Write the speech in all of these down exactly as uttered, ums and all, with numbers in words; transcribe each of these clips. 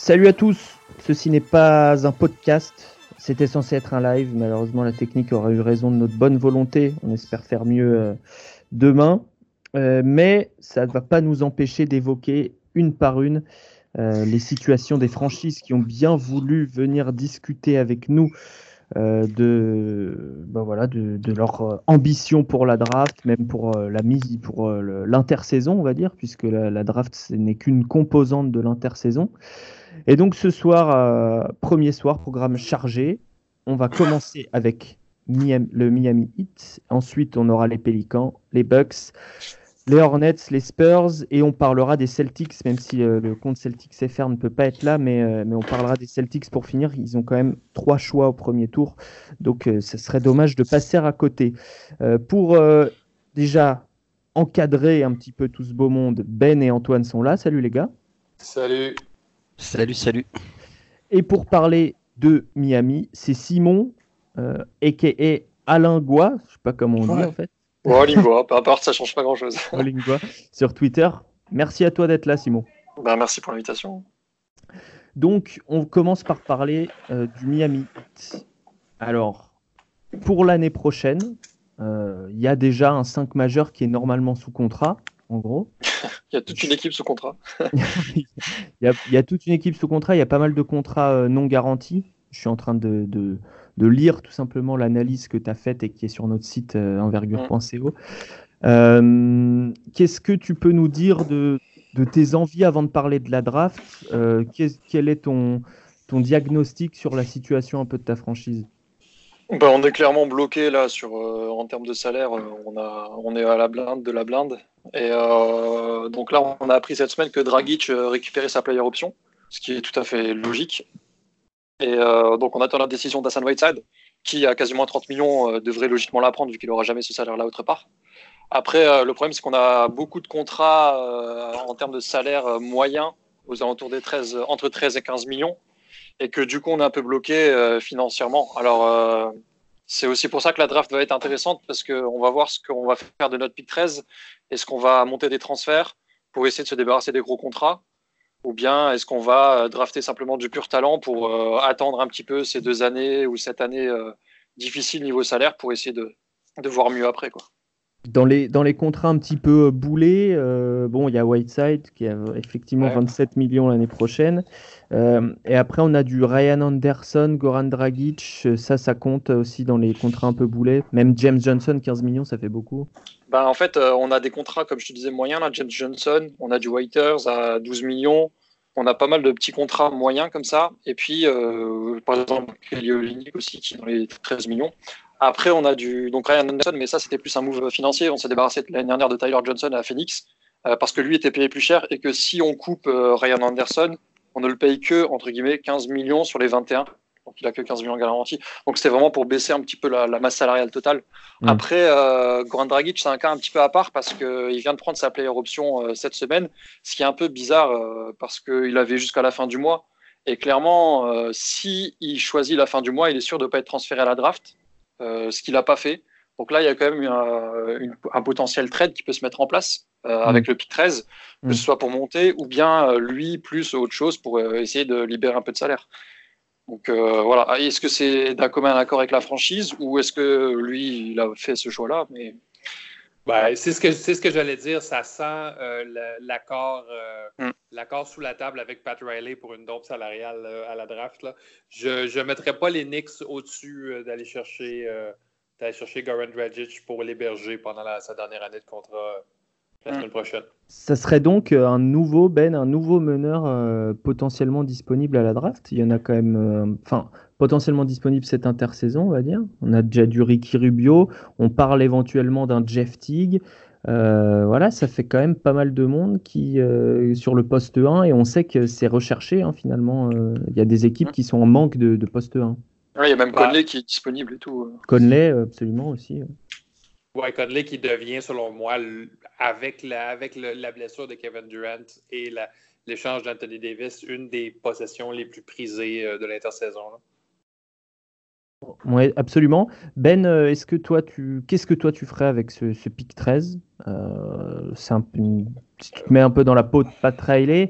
Salut à tous, ceci n'est pas un podcast, c'était censé être un live, malheureusement la technique aura eu raison de notre bonne volonté, on espère faire mieux euh, demain, euh, mais ça ne va pas nous empêcher d'évoquer une par une euh, les situations des franchises qui ont bien voulu venir discuter avec nous euh, de, ben voilà, de, de leur euh, ambition pour la draft, même pour euh, la mise, pour euh, le- l'intersaison, on va dire, puisque la, la draft ce n'est qu'une composante de l'intersaison. Et donc ce soir, euh, premier soir, programme chargé. On va commencer avec Miami- le Miami Heat. Ensuite, on aura les Pelicans, les Bucks, les Hornets, les Spurs. Et on parlera des Celtics, même si euh, le compte Celtics F R ne peut pas être là. Mais, euh, mais on parlera des Celtics pour finir. Ils ont quand même trois choix au premier tour. Donc euh, ce serait dommage de passer à côté. Euh, pour euh, déjà encadrer un petit peu tout ce beau monde, Ben et Antoine sont là. Salut les gars. Salut. Salut, salut. Et pour parler de Miami, c'est Simon, euh, a k a. Alain Goua, je sais pas comment on dit Ouais. en fait. Bon, Lingua, peu importe, ça change pas grand chose. Alain Goua, sur Twitter. Merci à toi d'être là, Simon. Ben, merci pour l'invitation. Donc, on commence par parler euh, du Miami Heat. Alors, pour l'année prochaine, euh, il y a déjà un cinq majeur qui est normalement sous contrat, en gros. Il y a toute une équipe sous contrat. Il y, a, il y a toute une équipe sous contrat, il y a pas mal de contrats euh, non garantis. Je suis en train de, de, de lire tout simplement l'analyse que tu as faite et qui est sur notre site euh, envergure point co. Euh, qu'est-ce que tu peux nous dire de, de tes envies avant de parler de la draft? euh, qu'est- Quel est ton, ton diagnostic sur la situation un peu de ta franchise? Ben, on est clairement bloqué là sur, euh, en termes de salaire. euh, On, a, on est à la blinde de la blinde. Et euh, donc là, on a appris cette semaine que Dragic euh, récupérait sa player option, ce qui est tout à fait logique. Et euh, donc on attend la décision d'Hassan Whiteside, qui a quasiment trente millions, euh, devrait logiquement la prendre vu qu'il n'aura jamais ce salaire-là autre part. Après, euh, le problème, c'est qu'on a beaucoup de contrats euh, en termes de salaire euh, moyen, aux alentours des treize, entre treize et quinze millions, et que du coup, on est un peu bloqué euh, financièrement. Alors, euh, c'est aussi pour ça que la draft va être intéressante, parce qu'on va voir ce qu'on va faire de notre pick treize. Est-ce qu'on va monter des transferts pour essayer de se débarrasser des gros contrats, ou bien est-ce qu'on va drafter simplement du pur talent pour euh, attendre un petit peu ces deux années ou cette année euh, difficile niveau salaire pour essayer de, de voir mieux après, quoi. Dans les, dans les contrats un petit peu boulés, euh, bon, il y a Whiteside qui a effectivement Ouais. vingt-sept millions l'année prochaine. Euh, et après, on a du Ryan Anderson, Goran Dragic. Ça, ça compte aussi dans les contrats un peu boulés. Même James Johnson, quinze millions, ça fait beaucoup. Ben, en fait, euh, on a des contrats, comme je te disais, moyens. Là, James Johnson, on a du Waiters à douze millions. On a pas mal de petits contrats moyens comme ça. Et puis, euh, par exemple, Kelly Olynyk aussi, qui est dans les treize millions. Après, on a du donc Ryan Anderson, mais ça, c'était plus un move financier. On s'est débarrassé l'année dernière de Tyler Johnson à Phoenix euh, parce que lui était payé plus cher et que si on coupe euh, Ryan Anderson, on ne le paye que, entre guillemets, quinze millions sur les vingt et un. Donc, il a que quinze millions garantis. Donc, c'était vraiment pour baisser un petit peu la, la masse salariale totale. Mm. Après, euh, Goran Dragic, c'est un cas un petit peu à part parce qu'il vient de prendre sa player option euh, cette semaine, ce qui est un peu bizarre euh, parce qu'il avait jusqu'à la fin du mois. Et clairement, euh, s'il choisit la fin du mois, il est sûr de ne pas être transféré à la draft, euh, ce qu'il n'a pas fait. Donc là, il y a quand même un, une, un potentiel trade qui peut se mettre en place euh, Mm. avec le pick treize, que Mm. ce soit pour monter ou bien euh, lui plus autre chose pour euh, essayer de libérer un peu de salaire. Donc euh, voilà, est-ce que c'est d'un commun accord avec la franchise ou est-ce que lui, il a fait ce choix-là? Mais Ben, c'est ce que c'est ce que j'allais dire. Ça sent euh, le- l'accord, euh, Mm. l'accord sous la table avec Pat Riley pour une dope salariale euh, à la draft. Là. Je ne mettrais pas les Knicks au-dessus euh, d'aller chercher euh, d'aller chercher Goran Dragic pour l'héberger pendant la- sa dernière année de contrat euh, la Mm. semaine prochaine. Ça serait donc euh, un nouveau Ben, un nouveau meneur euh, potentiellement disponible à la draft. Il y en a quand même, euh, enfin, potentiellement disponible cette intersaison, on va dire. On a déjà du Ricky Rubio, on parle éventuellement d'un Jeff Teague. Euh, voilà, ça fait quand même pas mal de monde qui euh, sur le poste un et on sait que c'est recherché hein, finalement. Euh, Il y a des équipes Mm. qui sont en manque de, de poste un. ouais, il y a même Bah. Conley qui est disponible et tout. Conley, euh, absolument aussi. Ouais, Conley qui devient, selon moi, l- avec la, avec le- la blessure de Kevin Durant et la- l'échange d'Anthony Davis, une des possessions les plus prisées euh, de l'intersaison. là. Oui, absolument. Ben, euh, est-ce que toi, tu, qu'est-ce que toi tu ferais avec ce, ce pick treize? Euh, c'est un, peu une- si tu te mets un peu dans la peau de Pat Riley,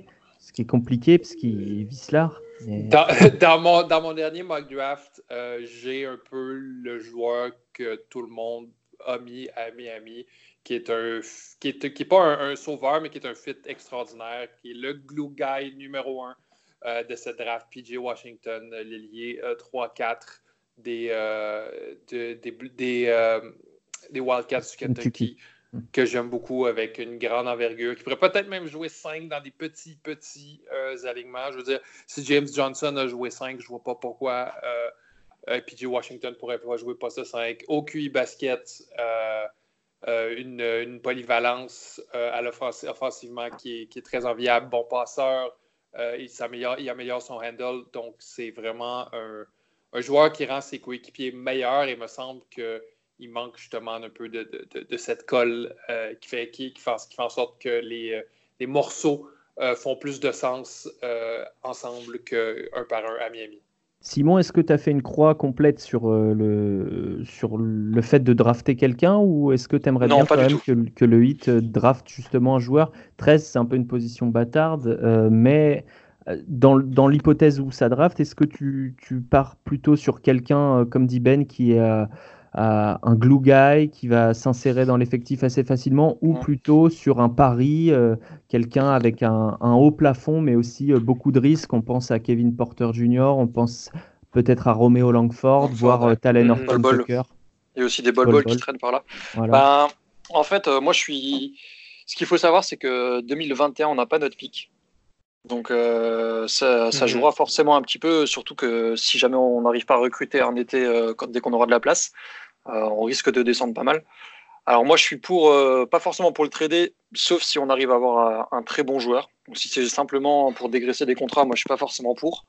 ce qui est compliqué parce qu'il vise l'art. Et... Dans, dans, mon, dans mon dernier mock draft, euh, j'ai un peu le joueur que tout le monde a mis à Miami, qui est un qui est, qui est pas un, un sauveur, mais qui est un fit extraordinaire, qui est le glue guy numéro un euh, de cette draft, P J Washington, l'ailier euh, trois quatre des, euh, de, des, des, euh, des Wildcats du Kentucky, que j'aime beaucoup, avec une grande envergure, qui pourrait peut-être même jouer cinq dans des petits, petits euh, alignements. Je veux dire, si James Johnson a joué cinq, je vois pas pourquoi euh, euh, P J Washington pourrait pas jouer poste cinq. Au Q I basket, euh, euh, une, une polyvalence euh, à l'offensive, offensivement qui est, qui est très enviable, bon passeur, euh, il, s'améliore, il améliore son handle, donc c'est vraiment un, un joueur qui rend ses coéquipiers meilleurs, et il me semble que il manque justement un peu de, de, de, de cette colle euh, qui, fait, qui, qui, fait, qui fait en sorte que les, euh, les morceaux euh, font plus de sens euh, ensemble qu'un par un à Miami. Simon, est-ce que tu as fait une croix complète sur, euh, le, sur le fait de drafter quelqu'un, ou est-ce que tu aimerais bien quand même que, que le Heat draft justement un joueur? treize, c'est un peu une position bâtarde, euh, mais dans, dans l'hypothèse où ça draft, est-ce que tu, tu pars plutôt sur quelqu'un, euh, comme dit Ben, qui est euh, euh, un glue guy, qui va s'insérer dans l'effectif assez facilement, ou plutôt sur un pari, euh, quelqu'un avec un, un haut plafond, mais aussi euh, beaucoup de risques? On pense à Kevin Porter junior, on pense peut-être à Romeo Langford, Langford voire ouais. euh, Talen Horton Tucker. Il y a aussi des bol-bol qui traînent par là. Voilà. Ben, en fait, euh, moi, je suis... Ce qu'il faut savoir, c'est que deux mille vingt et un, on n'a pas notre pic. Donc, euh, ça, ça mm-hmm. jouera forcément un petit peu, surtout que si jamais on n'arrive pas à recruter en été, euh, quand, dès qu'on aura de la place, euh, on risque de descendre pas mal. Alors, moi, je suis pour, euh, pas forcément pour le trader, sauf si on arrive à avoir un, un très bon joueur. Donc, si c'est simplement pour dégraisser des contrats, moi, je suis pas forcément pour.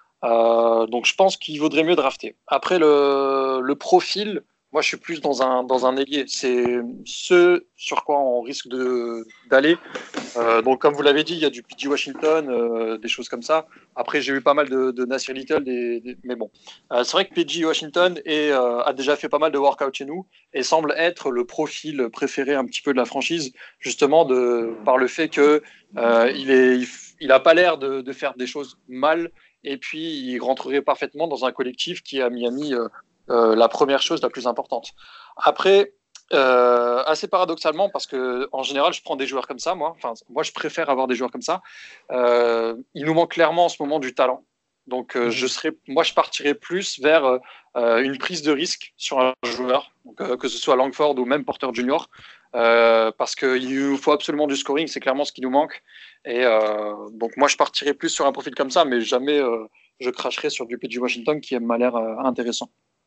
Euh, donc, je pense qu'il vaudrait mieux drafter. Après, le, le profil, moi, je suis plus dans un, dans un ailier. C'est ce sur quoi on risque de, d'aller. Euh, donc, comme vous l'avez dit, il y a du P J Washington, euh, des choses comme ça. Après, j'ai eu pas mal de, de Nasir Little, des, des, mais bon. Euh, c'est vrai que P J Washington est, euh, a déjà fait pas mal de workouts chez nous et semble être le profil préféré un petit peu de la franchise, justement de, par le fait qu'il euh, il est, il, il a pas l'air de, de faire des choses mal, et puis il rentrerait parfaitement dans un collectif qui est à Miami euh, euh, la première chose la plus importante. Après, euh, assez paradoxalement, parce que en général, je prends des joueurs comme ça, moi. Enfin, moi, je préfère avoir des joueurs comme ça. Euh, il nous manque clairement en ce moment du talent. Donc, euh, mmh. je serais, moi, je partirais plus vers euh, une prise de risque sur un joueur, donc, euh, que ce soit Langford ou même Porter junior, euh, parce qu'il nous faut absolument du scoring. C'est clairement ce qui nous manque. Et euh, donc, moi, je partirais plus sur un profil comme ça, mais jamais euh, je cracherais sur du P J Washington qui m'a l'air euh, intéressant.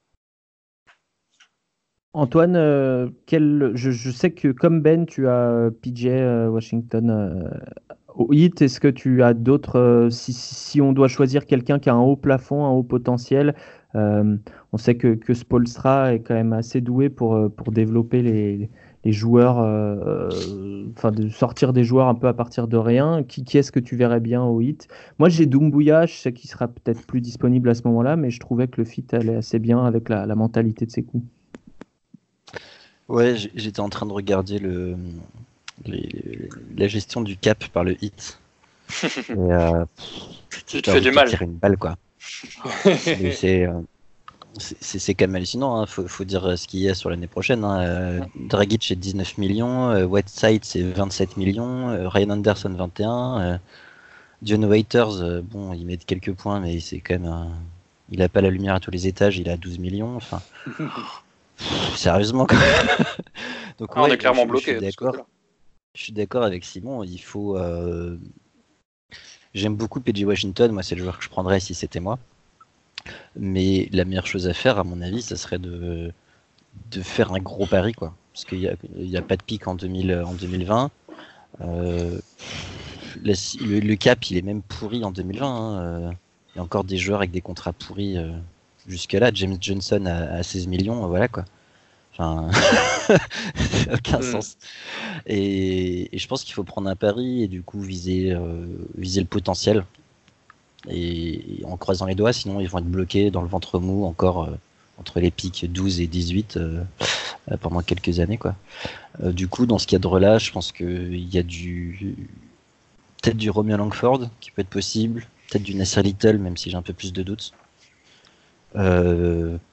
Antoine, euh, quel, je, je sais que comme Ben, tu as P J euh, Washington euh, au Heat. Est-ce que tu as d'autres, euh, si, si on doit choisir quelqu'un qui a un haut plafond, un haut potentiel, euh, on sait que, que Spoelstra est quand même assez doué pour, pour développer les, les joueurs, euh, enfin de sortir des joueurs un peu à partir de rien. Qui, qui est-ce que tu verrais bien au Heat? Moi, j'ai Doumbouya, je sais qu'il sera peut-être plus disponible à ce moment-là, mais je trouvais que le fit allait assez bien avec la, la mentalité de ses coups. Ouais, j'étais en train de regarder le, les, les, la gestion du cap par le Heat. Et, euh, tu te fais du mal. Tirer une balle, quoi. c'est, euh, c'est, c'est quand même hallucinant. Hein. Faut, faut dire ce qu'il y a sur l'année prochaine. Hein. Euh, Dragic c'est dix-neuf millions, euh, Whiteside c'est vingt-sept millions, euh, Ryan Anderson vingt et un, euh, Dion Waiters, euh, bon, il met quelques points, mais c'est quand même, un... il a pas la lumière à tous les étages. Il a douze millions. Enfin. Sérieusement, quoi. Donc, ah, ouais, on est clairement je, bloqué. Je suis d'accord. Je suis d'accord avec Simon. Il faut. Euh... J'aime beaucoup P J Washington. Moi, c'est le joueur que je prendrais si c'était moi. Mais la meilleure chose à faire, à mon avis, ça serait de de faire un gros pari, quoi. Parce qu'il y a il y a pas de pic en deux mille en deux mille vingt. Euh... Le, le, le cap, il est même pourri en deux mille vingt. Hein. Il y a encore des joueurs avec des contrats pourris. Euh... Jusque-là, James Johnson à, à seize millions, voilà quoi. Enfin, ça n'a aucun mm. sens. Et, et je pense qu'il faut prendre un pari et du coup viser, euh, viser le potentiel. Et, et en croisant les doigts, sinon ils vont être bloqués dans le ventre mou encore euh, entre les pics douze et dix-huit euh, pendant quelques années, quoi. Euh, du coup, dans ce cadre-là, je pense qu'il y a du peut-être du Romeo Langford qui peut être possible, peut-être du Nasser Little, même si j'ai un peu plus de doutes. Euh...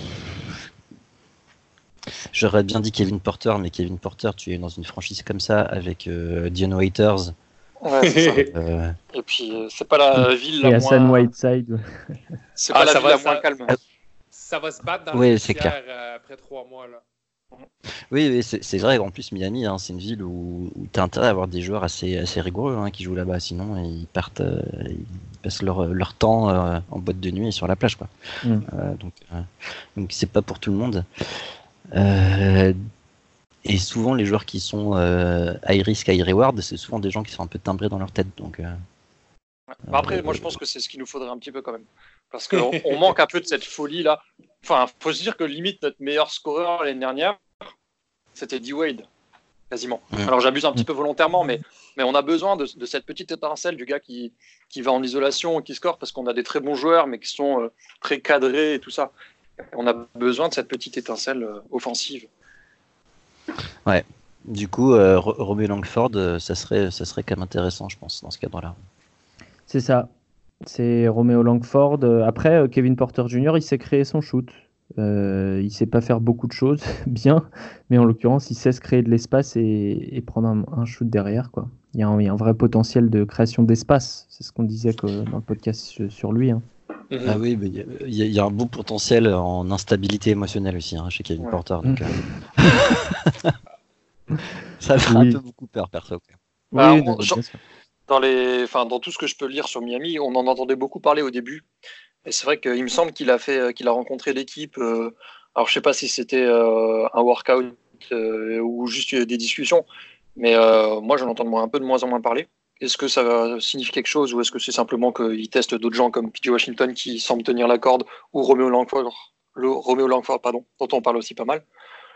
J'aurais bien dit Kevin Porter, mais Kevin Porter, tu es dans une franchise comme ça avec euh, Dion Waiters. Ouais, c'est ça. Euh... Et puis, euh, c'est pas la ville la Et moins. Hassan Whiteside. C'est Ah, pas la ça ville va, la ça- moins calme. Ça va se battre dans Ouais, le c'est vestiaire euh, après trois mois. Là. Oui, oui, c'est c'est vrai. En plus, Miami, hein, c'est une ville où, où tu as intérêt à avoir des joueurs assez, assez rigoureux hein, qui jouent là-bas. Sinon, ils partent, euh, ils passent leur, leur temps euh, en boîte de nuit et sur la plage, quoi. Mm. Euh, donc, euh, donc, c'est pas pour tout le monde. Euh, et souvent, les joueurs qui sont euh, high risk, high reward, c'est souvent des gens qui sont un peu timbrés dans leur tête. Donc, euh, Bah après, moi, je pense que c'est ce qu'il nous faudrait un petit peu quand même. Parce qu'on on manque un peu de cette folie-là. Enfin, faut se dire que limite, notre meilleur scoreur l'année dernière, c'était D-Wade, quasiment. Mm. Alors, j'abuse un petit peu volontairement, mais, mais on a besoin de, de cette petite étincelle du gars qui, qui va en isolation et qui score, parce qu'on a des très bons joueurs, mais qui sont euh, très cadrés et tout ça. On a besoin de cette petite étincelle euh, offensive. du coup, euh, Ro- Romeo Langford, euh, ça serait, ça serait quand même intéressant, je pense, dans ce cadre-là. C'est ça. C'est Romeo Langford. Euh, Après, euh, Kevin Porter junior, il sait créer son shoot. Euh, il sait pas faire beaucoup de choses bien, mais en l'occurrence, il sait se créer de l'espace et, et prendre un, un shoot derrière, quoi. Il y a un, il y a un vrai potentiel de création d'espace. C'est ce qu'on disait que, dans le podcast sur- sur lui, hein. Mhm. Ah oui, mais il y, a- il y a- il y a un bon potentiel en instabilité émotionnelle aussi hein, chez Kevin Ouais. Porter. Donc, Mm. euh, ça fait Oui. un peu beaucoup peur, perso. quoi. Bah, Oui, on- non, genre- bien sûr. Dans, les, enfin, dans tout ce que je peux lire sur Miami, on en entendait beaucoup parler au début. Et c'est vrai qu'il me semble qu'il a, fait, qu'il a rencontré l'équipe. euh, alors, je sais pas si c'était euh, un workout euh, ou juste des discussions, mais euh, moi, j'en entends de moins- un peu de moins en moins parler. Est-ce que ça signifie quelque chose ou est-ce que c'est simplement qu'il teste d'autres gens comme P J Washington qui semble tenir la corde ou Romeo Langford, le, Romeo Langford pardon, dont on parle aussi pas mal.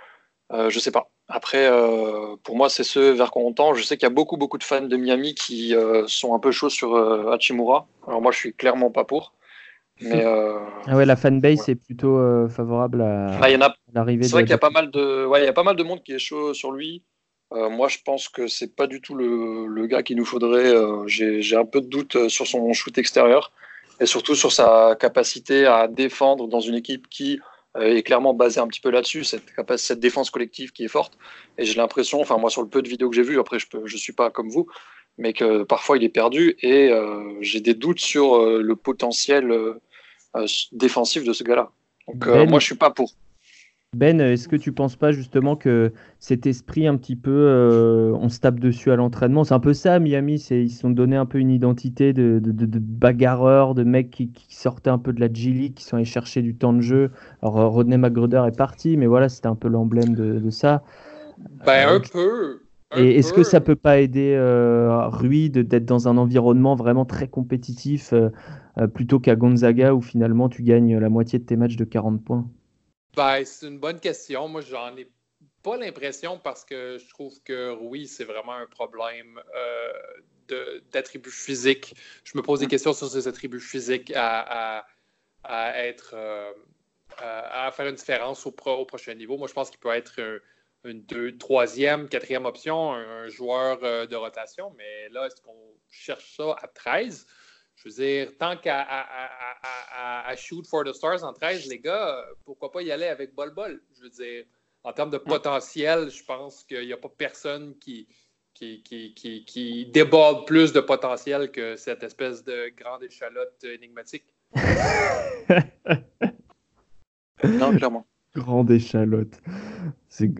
Euh, je sais pas. Après, euh, pour moi, c'est ce vers quoi on tend. Je sais qu'il y a beaucoup, beaucoup de fans de Miami qui euh, sont un peu chauds sur euh, Hachimura. Alors moi, je suis clairement pas pour. Mais euh, Ah ouais, la fanbase Ouais. est plutôt euh, favorable à, bah, il y en a. à l'arrivée C'est vrai de. qu'il y a pas mal de, ouais, il y a pas mal de monde qui est chaud sur lui. Euh, moi, je pense que c'est pas du tout le, le gars qu'il nous faudrait. Euh, j'ai, j'ai un peu de doute euh, sur son shoot extérieur et surtout sur sa capacité à défendre dans une équipe qui euh, est clairement basée un petit peu là-dessus, cette, capac- cette défense collective qui est forte. Et j'ai l'impression, enfin moi sur le peu de vidéos que j'ai vues, après je peux, je suis pas comme vous, mais que parfois il est perdu et euh, j'ai des doutes sur euh, le potentiel euh, euh, défensif de ce gars-là. Donc euh, Ben, moi je suis pas pour. Ben, est-ce que tu penses pas justement que cet esprit un petit peu, euh, on se tape dessus à l'entraînement, c'est un peu ça, Miami, c'est, ils se sont donné un peu une identité de, de, de- de bagarreurs, de mecs qui, qui sortaient un peu de la G League, qui sont allés chercher du temps de jeu. Alors euh, Rodney McGruder est parti, mais voilà, c'était un peu l'emblème de, de ça. Ben, Euh, un peu. un Et est-ce que peu. ça peut pas aider euh, Rui de- d'être dans un environnement vraiment très compétitif euh, euh, plutôt qu'à Gonzaga où finalement tu gagnes la moitié de tes matchs de quarante points? Ben, c'est une bonne question. Moi, j'en ai pas l'impression parce que je trouve que Rui, c'est vraiment un problème euh, de- d'attributs physiques. Je me pose des questions sur ces attributs physiques à, à- à être euh, à, à faire une différence au, pro- au prochain niveau. Moi, je pense qu'il peut être un- une deux, troisième, quatrième option, un, un joueur euh, de rotation. Mais là, est-ce qu'on cherche ça à treize? Je veux dire, tant qu'à à, à, à, à, à shoot for the stars en treize, les gars, pourquoi pas y aller avec Bol Bol? Je veux dire, en termes de potentiel, je pense qu'il n'y a pas personne qui, qui, qui, qui, qui déborde plus de potentiel que cette espèce de grande échalote énigmatique. Non, clairement. Grande échalote. C'est...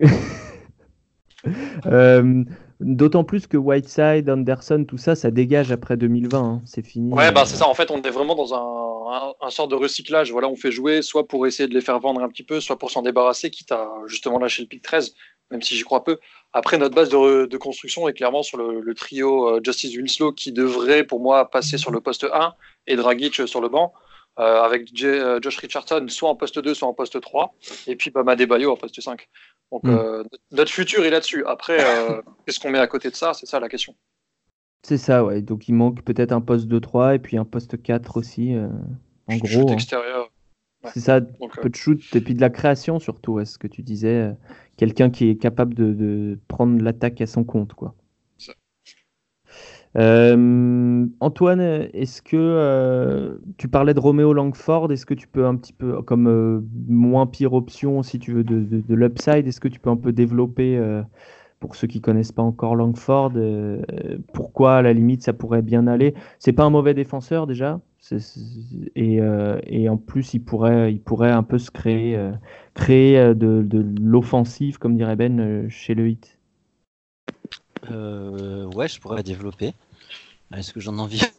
Euh, d'autant plus que Whiteside, Anderson, tout ça, ça dégage après deux mille vingt, hein. C'est fini. Ouais, bah euh. c'est ça. En fait, on est vraiment dans un, un, un sort de recyclage. Voilà, on fait jouer soit pour essayer de les faire vendre un petit peu, soit pour s'en débarrasser, quitte à justement lâcher le pick treize, même si j'y crois peu. Après, notre base de, re- de construction est clairement sur le, le trio euh, Justice Winslow qui devrait, pour moi, passer sur le poste un et Dragic sur le banc, euh, avec J- euh, Josh Richardson soit en poste deux, soit en poste trois, et puis Bam Adebayo en poste cinq. Donc, Mm. euh, notre futur est là-dessus. Après, euh, qu'est-ce qu'on met à côté de ça? C'est ça la question. C'est ça, ouais. Donc il manque peut-être un poste deux trois et puis un poste quatre aussi, euh, en Shoot gros, hein. extérieur. Ouais. C'est ça, Donc, un peu de shoot et puis de la création surtout, est-ce que tu disais, euh, quelqu'un qui est capable de, de prendre l'attaque à son compte, quoi. Ça. Euh, Antoine, est-ce que euh, tu parlais de Romeo Langford, est-ce que tu peux un petit peu, comme euh, moins pire option, si tu veux, de, de, de l'upside, est-ce que tu peux un peu développer, euh, pour ceux qui connaissent pas encore Langford, euh, pourquoi à la limite ça pourrait bien aller? C'est pas un mauvais défenseur déjà, c'est- c'est- et, euh, et en plus il pourrait, il pourrait un peu se créer, euh, créer euh, de, de l'offensive, comme dirait Ben, euh, chez le Heat. Euh, ouais, je pourrais développer. Est-ce que j'en ai envie?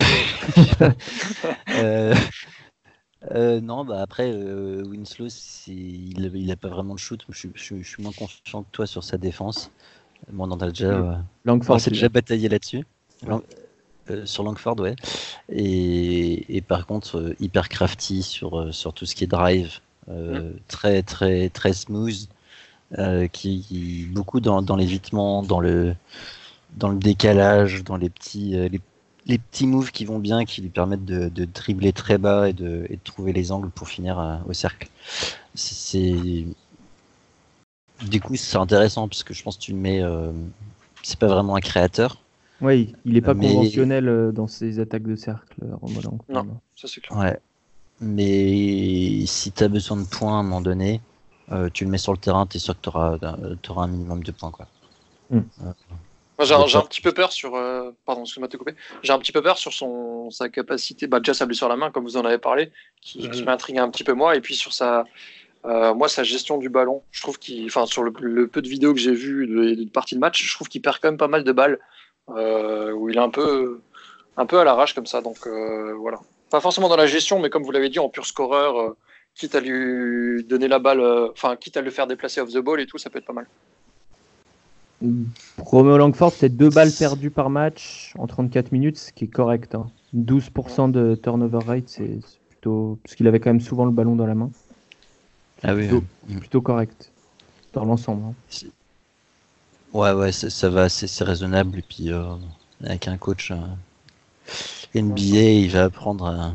euh, euh, Non, bah après, euh, Winslow, c'est- il, il a pas vraiment de shoot. Je, suis- je suis- je suis moins confiant que toi sur sa défense. Bon, on a déjà, euh, Langford, on s'est tu déjà veux. bataillé là-dessus. Ouais. Lang- euh, sur Langford, ouais. Et, et par contre, euh, hyper crafty sur, euh, sur tout ce qui est drive. Euh, très, très, très smooth. Euh, qui, qui- beaucoup dans, dans l'évitement, dans le, dans le décalage, dans les petits, euh, les, les petits moves qui vont bien, qui lui permettent de, de dribbler très bas et de, et de trouver les angles pour finir euh, au cercle. C'est, c'est... Du coup, c'est intéressant parce que je pense que tu le mets. Euh... C'est pas vraiment un créateur. Oui, il n'est pas Mais- conventionnel euh, dans ses attaques de cercle, euh, Romeo Langford. Non, ça c'est clair. Ouais. Mais si tu as besoin de points à un moment donné, euh, tu le mets sur le terrain, tu es sûr que tu auras un minimum de points. Quoi. Mm. Euh, Moi, j'ai, un- j'ai un D'accord. petit peu peur sur. euh, Pardon, excuse-moi de te couper. J'ai un petit peu peur sur son, sa capacité. Bah, déjà, sa blessure à la main, comme vous en avez parlé, qui, qui Mhm. m'intrigue un petit peu moi. Et puis sur sa. euh, moi, sa gestion du ballon. Je trouve qu'il. Enfin, sur le, le peu de vidéos que j'ai vues de, de parties de match, je trouve qu'il perd quand même pas mal de balles. euh, où il est un peu, un peu à l'arrache comme ça. Donc, euh, voilà. Pas forcément dans la gestion, mais comme vous l'avez dit, en pur scoreur, euh, quitte à lui donner la balle. euh, Enfin, quitte à le faire déplacer off the ball et tout, ça peut être pas mal. Romeo Langford, c'est deux balles perdues par match en trente-quatre minutes, ce qui est correct. Hein. douze pour cent de turnover rate, c'est c'est plutôt. Parce qu'il avait quand même souvent le ballon dans la main. Ah oui. plutôt, ouais. plutôt correct dans l'ensemble. Hein. C'est- Ouais, ouais, ça, ça va, c'est c'est raisonnable. Et puis, euh, avec un coach euh, N B A, il va apprendre à...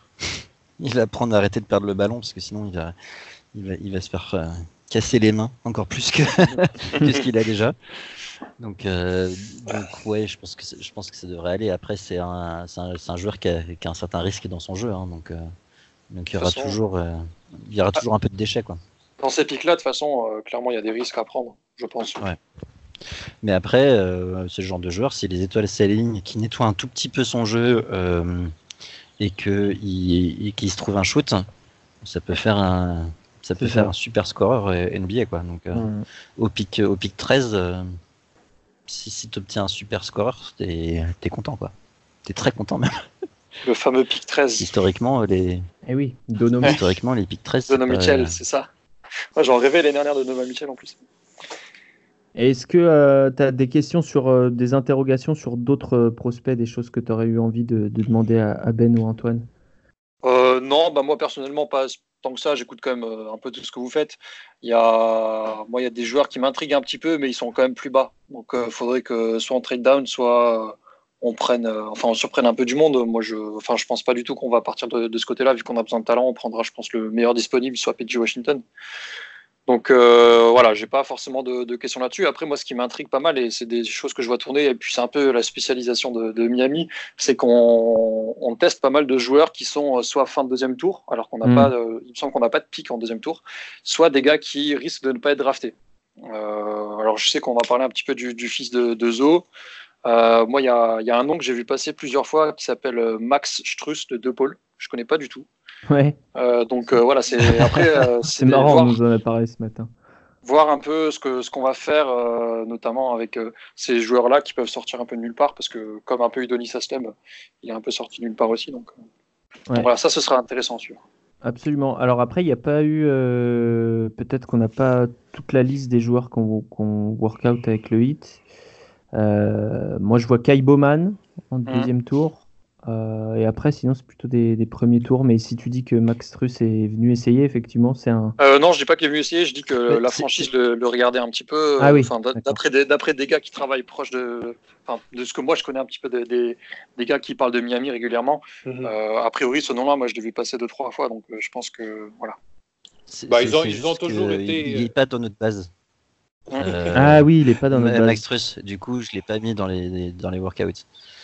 il va apprendre à arrêter de perdre le ballon parce que sinon, il va, il va, il va se faire euh, casser les mains encore plus que, que ce qu'il a déjà. Donc, euh, donc ouais, je pense que c'est- je pense que ça devrait aller. Après, c'est un, c'est un, c'est un joueur qui a, qui a un certain risque dans son jeu, hein, donc, euh, donc il y aura De toute façon- toujours, euh, il y aura toujours un peu de déchets, quoi. Dans ces pics-là, de toute façon, euh, clairement, il y a des risques à prendre, je pense. Ouais. Mais après, euh, ce genre de joueur, si les étoiles s'alignent, qui nettoie un tout petit peu son jeu euh, et que il, et qu'il se trouve un shoot, ça peut faire un, ça peut C'est faire ça. un super scoreur euh, N B A, quoi. Donc, euh, Hum. au pic, au pic treize, euh, si, si tu obtiens un super scoreur, t'es, t'es content, quoi. T'es très content même. Le fameux pic treize. Historiquement, les, Eh oui, Donovan. historiquement, les pics treize, c'est Donovan pas- Mitchell, c'est ça. Moi, j'en rêvais l'année dernière de Donovan Mitchell en plus. Est-ce que tu as des questions sur euh, des interrogations sur d'autres euh, prospects, des choses que tu aurais eu envie de, de demander à, à Ben ou Antoine? Euh, non, bah moi personnellement pas tant que ça. J'écoute quand même euh, un peu tout ce que vous faites. Il y a, moi il y a des joueurs qui m'intriguent un petit peu, mais ils sont quand même plus bas. Donc il faudrait que soit on trade down, soit euh, on prenne, euh, enfin on surprenne un peu du monde. Moi je, enfin je pense pas du tout qu'on va partir de, de ce côté-là, vu qu'on a besoin de talent. On prendra, je pense, le meilleur disponible, soit P J Washington. Donc euh, voilà, j'ai pas forcément de, de questions là-dessus. Après, moi, ce qui m'intrigue pas mal, et c'est des choses que je vois tourner, et puis c'est un peu la spécialisation de, de Miami, c'est qu'on on teste pas mal de joueurs qui sont soit fin de deuxième tour, alors qu'on n'a Mm. pas, euh, il me semble qu'on n'a pas de pic en deuxième tour, soit des gars qui risquent de ne pas être draftés. Euh, alors je sais qu'on va parler un petit peu du, du fils de, de Zo. Euh, moi, il y a, y a un nom que j'ai vu passer plusieurs fois qui s'appelle Max Strus de De Paul. Je connais pas du tout. Ouais, Euh, donc euh, voilà, c'est après euh, c'est des- marrant, voir- on nous en a parlé ce matin. voir un peu ce que ce qu'on va faire, euh, notamment avec euh, ces joueurs-là qui peuvent sortir un peu de nulle part, parce que comme un peu Udonis Haslem, il est un peu sorti de nulle part aussi. Donc, euh, Ouais. donc voilà, ça, ce sera intéressant, sûr. Absolument. Alors après, il n'y a pas eu, euh, peut-être qu'on n'a pas toute la liste des joueurs qu'on qu'on workout avec le hit. Euh, moi, je vois Kai Bowman en deuxième tour. Euh, et après, sinon, c'est plutôt des, des premiers tours. Mais si tu dis que Max Strus est venu essayer, effectivement, c'est un. Euh, non, je dis pas qu'il est venu essayer, je dis que Mais la c'est- franchise le, le regardait un petit peu. Ah oui, Enfin, d'a- d'accord. d'après des, d'après des gars qui travaillent proche de, enfin, de ce que moi je connais un petit peu de- des, des gars qui parlent de Miami régulièrement. Mhm. Euh, a priori, ce nom-là, moi, je l'ai vu passer deux trois fois, donc euh, je pense que voilà. c'est- Bah, c'est- ils ont- c'est ils ont juste toujours que été, Il n'est euh, pas dans notre base. Euh, Ah oui, il n'est pas dans notre Ma- base. Max Truss, du coup, je l'ai pas mis dans les dans les workouts.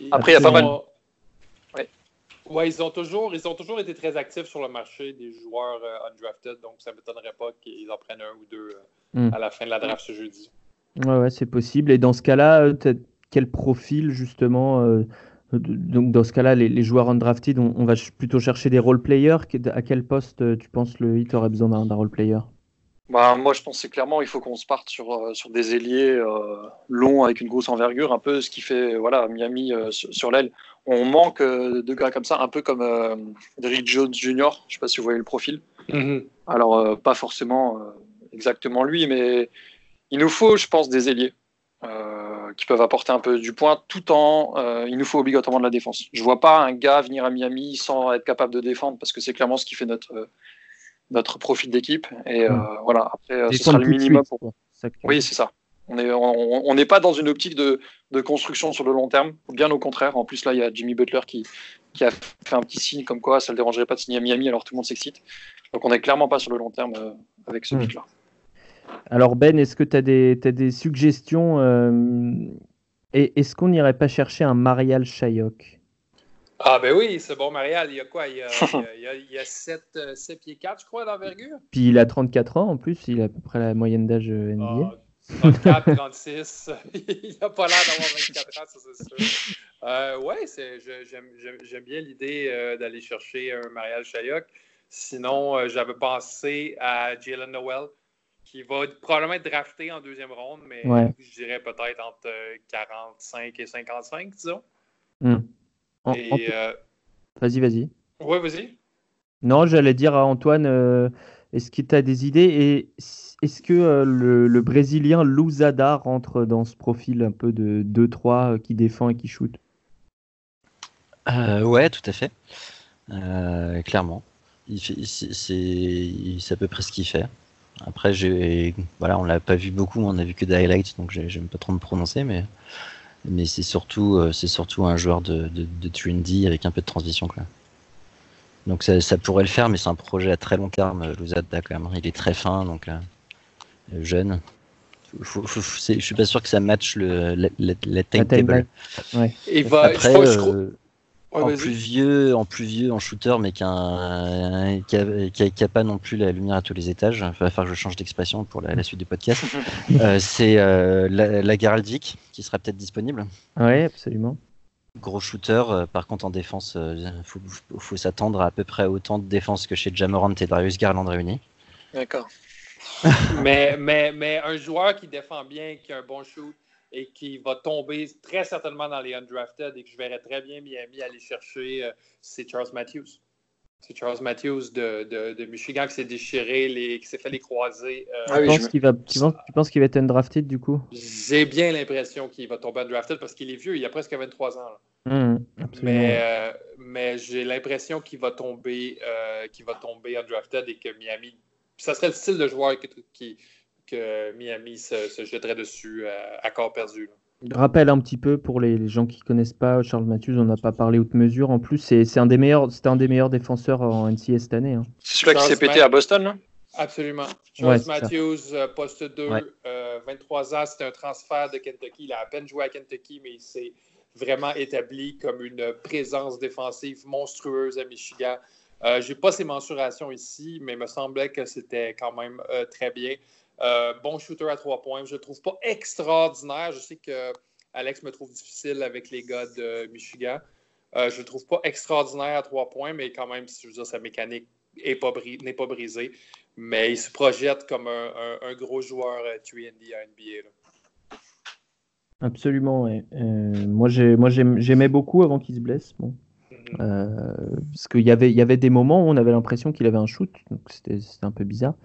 Après, il y a pas mal. Ouais. Ouais, ils ont toujours, ils ont toujours été très actifs sur le marché des joueurs euh, undrafted, donc ça ne m'étonnerait pas qu'ils en prennent un ou deux euh, mm. à la fin de la draft ce jeudi. Ouais, ouais, c'est possible. Et dans ce cas-là, quel profil justement euh, donc dans ce cas-là, les, les joueurs undrafted, on, on va ch- plutôt chercher des role players. À quel poste euh, tu penses le Heat aurait besoin d'un, d'un role player? Bah, moi, je pense que clairement, il faut qu'on se parte sur, euh, sur des ailiers euh, longs avec une grosse envergure, un peu ce qui fait voilà, Miami euh, sur, sur l'aile. On manque euh, de gars comme ça, un peu comme euh, Derrick Jones junior Je ne sais pas si vous voyez le profil. Mm-hmm. Alors, euh, pas forcément euh, exactement lui, mais il nous faut, je pense, des ailiers euh, qui peuvent apporter un peu du point, tout en euh, il nous faut obligatoirement de la défense. Je ne vois pas un gars venir à Miami sans être capable de défendre, parce que c'est clairement ce qui fait notre... Euh, notre profil d'équipe et euh, mmh. voilà après ce sera le minimum pour... oui c'est ça on est on n'est pas dans une optique de, de construction sur le long terme, bien au contraire. En plus là il y a Jimmy Butler qui, qui a fait un petit signe comme quoi ça le dérangerait pas de signer à Miami alors tout le monde s'excite, donc on n'est clairement pas sur le long terme euh, avec ce mmh. pic là. Alors Ben, est-ce que tu as des, t'as des suggestions euh, et est-ce qu'on n'irait pas chercher un Marial Shayok? Ah ben oui, c'est bon, Marial, il y a quoi? Il y a, il y a, il y a sept pieds quatre, je crois, d'envergure. Puis il a trente-quatre ans, en plus, il a à peu près la moyenne d'âge N B A. Ah, trente-quatre, trente-six, il n'a pas l'air d'avoir vingt-quatre ans, ça c'est sûr. Euh, ouais, c'est, je, j'aime, j'aime, j'aime bien l'idée euh, d'aller chercher un Marial Shayok. Sinon, euh, j'avais pensé à Jalen Noel, qui va probablement être drafté en deuxième ronde, mais ouais. je dirais peut-être entre quarante-cinq et cinquante-cinq, disons. Mm. En, Et, en... euh... Vas-y, vas-y. Ouais, vas-y. Non, j'allais dire à Antoine, euh, est-ce que tu as des idées et est-ce que euh, le, le Brésilien Lousada rentre dans ce profil un peu de deux trois euh, qui défend et qui shoot? euh, Ouais, tout à fait. Euh, clairement. Il fait, c'est, c'est, c'est à peu près ce qu'il fait. Après, j'ai, voilà, on l'a pas vu beaucoup, on a vu que des highlights, donc j'aime pas trop me prononcer, mais... Mais c'est surtout, euh, c'est surtout un joueur de, de, de trois and D avec un peu de transition, quoi. Donc ça, ça pourrait le faire, mais c'est un projet à très long terme. Louzada, quand même, il est très fin, donc euh, jeune. Faut, faut, faut, c'est, je suis pas sûr que ça matche le la, la, la timetable. Ouais. Et va, Après, je euh, crois, ouais, en vas-y. plus vieux, en plus vieux, en shooter, mais qui a, qui a, qui a, qui a pas non plus la lumière à tous les étages. Il va falloir que je change d'expression pour la, la suite du podcast. euh, c'est euh, la, la Garaldic qui sera peut-être disponible. Oui, absolument. Gros shooter, euh, par contre en défense, il euh, faut, faut s'attendre à à peu près autant de défense que chez Ja Morant et Darius Garland réunis. D'accord. mais, mais, mais un joueur qui défend bien, qui a un bon shoot et qui va tomber très certainement dans les undrafted et que je verrais très bien Miami aller chercher, euh, c'est Charles Matthews. C'est Charles Matthews de, de, de Michigan qui s'est déchiré, les, qui s'est fait les croisés. Euh, ah oui, tu, penses je... qu'il va, tu, penses, tu penses qu'il va être undrafted du coup? J'ai bien l'impression qu'il va tomber undrafted parce qu'il est vieux, il a presque vingt-trois ans. Là. Mmh, mais, euh, mais j'ai l'impression qu'il va tomber, euh, qu'il va tomber undrafted et que Miami, ça serait le style de joueur qui, qui, que Miami se, se jetterait dessus à, à corps perdu. Là. Je rappelle un petit peu pour les, les gens qui ne connaissent pas Charles Matthews, on n'a pas parlé outre mesure. En plus, c'est, c'est un des meilleurs, c'était un des meilleurs défenseurs en N C A A cette année. Hein. C'est celui-là qui s'est pété à Boston, là? Absolument. Charles ouais, Matthews, euh, poste deux, ouais. euh, vingt-trois ans, c'était un transfert de Kentucky. Il a à peine joué à Kentucky, mais il s'est vraiment établi comme une présence défensive monstrueuse à Michigan. Euh, je n'ai pas ses mensurations ici, mais il me semblait que c'était quand même euh, très bien. Euh, bon shooter à trois points. Je ne le trouve pas extraordinaire. Je sais que Alex me trouve difficile avec les gars de Michigan. Euh, je ne le trouve pas extraordinaire à trois points, mais quand même, je veux dire, sa mécanique n'est pas, bris- n'est pas brisée. Mais il se projette comme un, un, un gros joueur trois and D à N B A. Là. Absolument, oui. Euh, moi, j'ai, moi j'aim, j'aimais beaucoup avant qu'il se blesse. Bon. Mm-hmm. Euh, parce qu'il y avait, il y avait des moments où on avait l'impression qu'il avait un shoot, donc c'était, c'était un peu bizarre.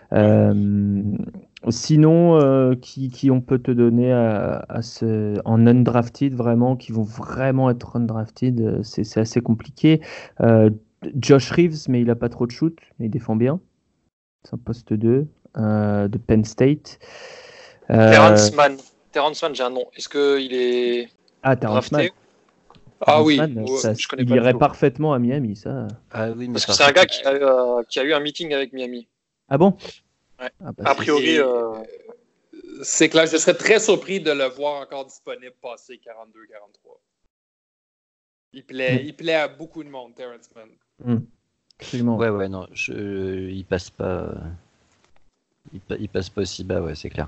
Euh, sinon, euh, qui, qui on peut te donner à, à ce, en undrafted, vraiment, qui vont vraiment être undrafted, c'est, c'est assez compliqué. Euh, Josh Reeves, mais il n'a pas trop de shoot, mais il défend bien. C'est un poste deux euh, de Penn State. Euh, Terrence Mann. Terrence Mann, j'ai un nom. Est-ce qu'il est ah, Terrence Mann. Ah oui, Mann, ouais, ça, je connais il pas irait parfaitement à Miami, ça. Ah oui, mais parce que c'est un gars qui a, euh, qui a eu un meeting avec Miami. Ah bon? Ouais. Ah bah, a priori, euh... c'est clair. Je serais très surpris de le voir encore disponible passé quarante-deux quarante-trois. Il plaît, il plaît à beaucoup de monde, Terrence Mann. Mmh. Absolument. Ouais, ouais, non, je, il passe pas. Il, il passe pas aussi bas, ouais, c'est clair.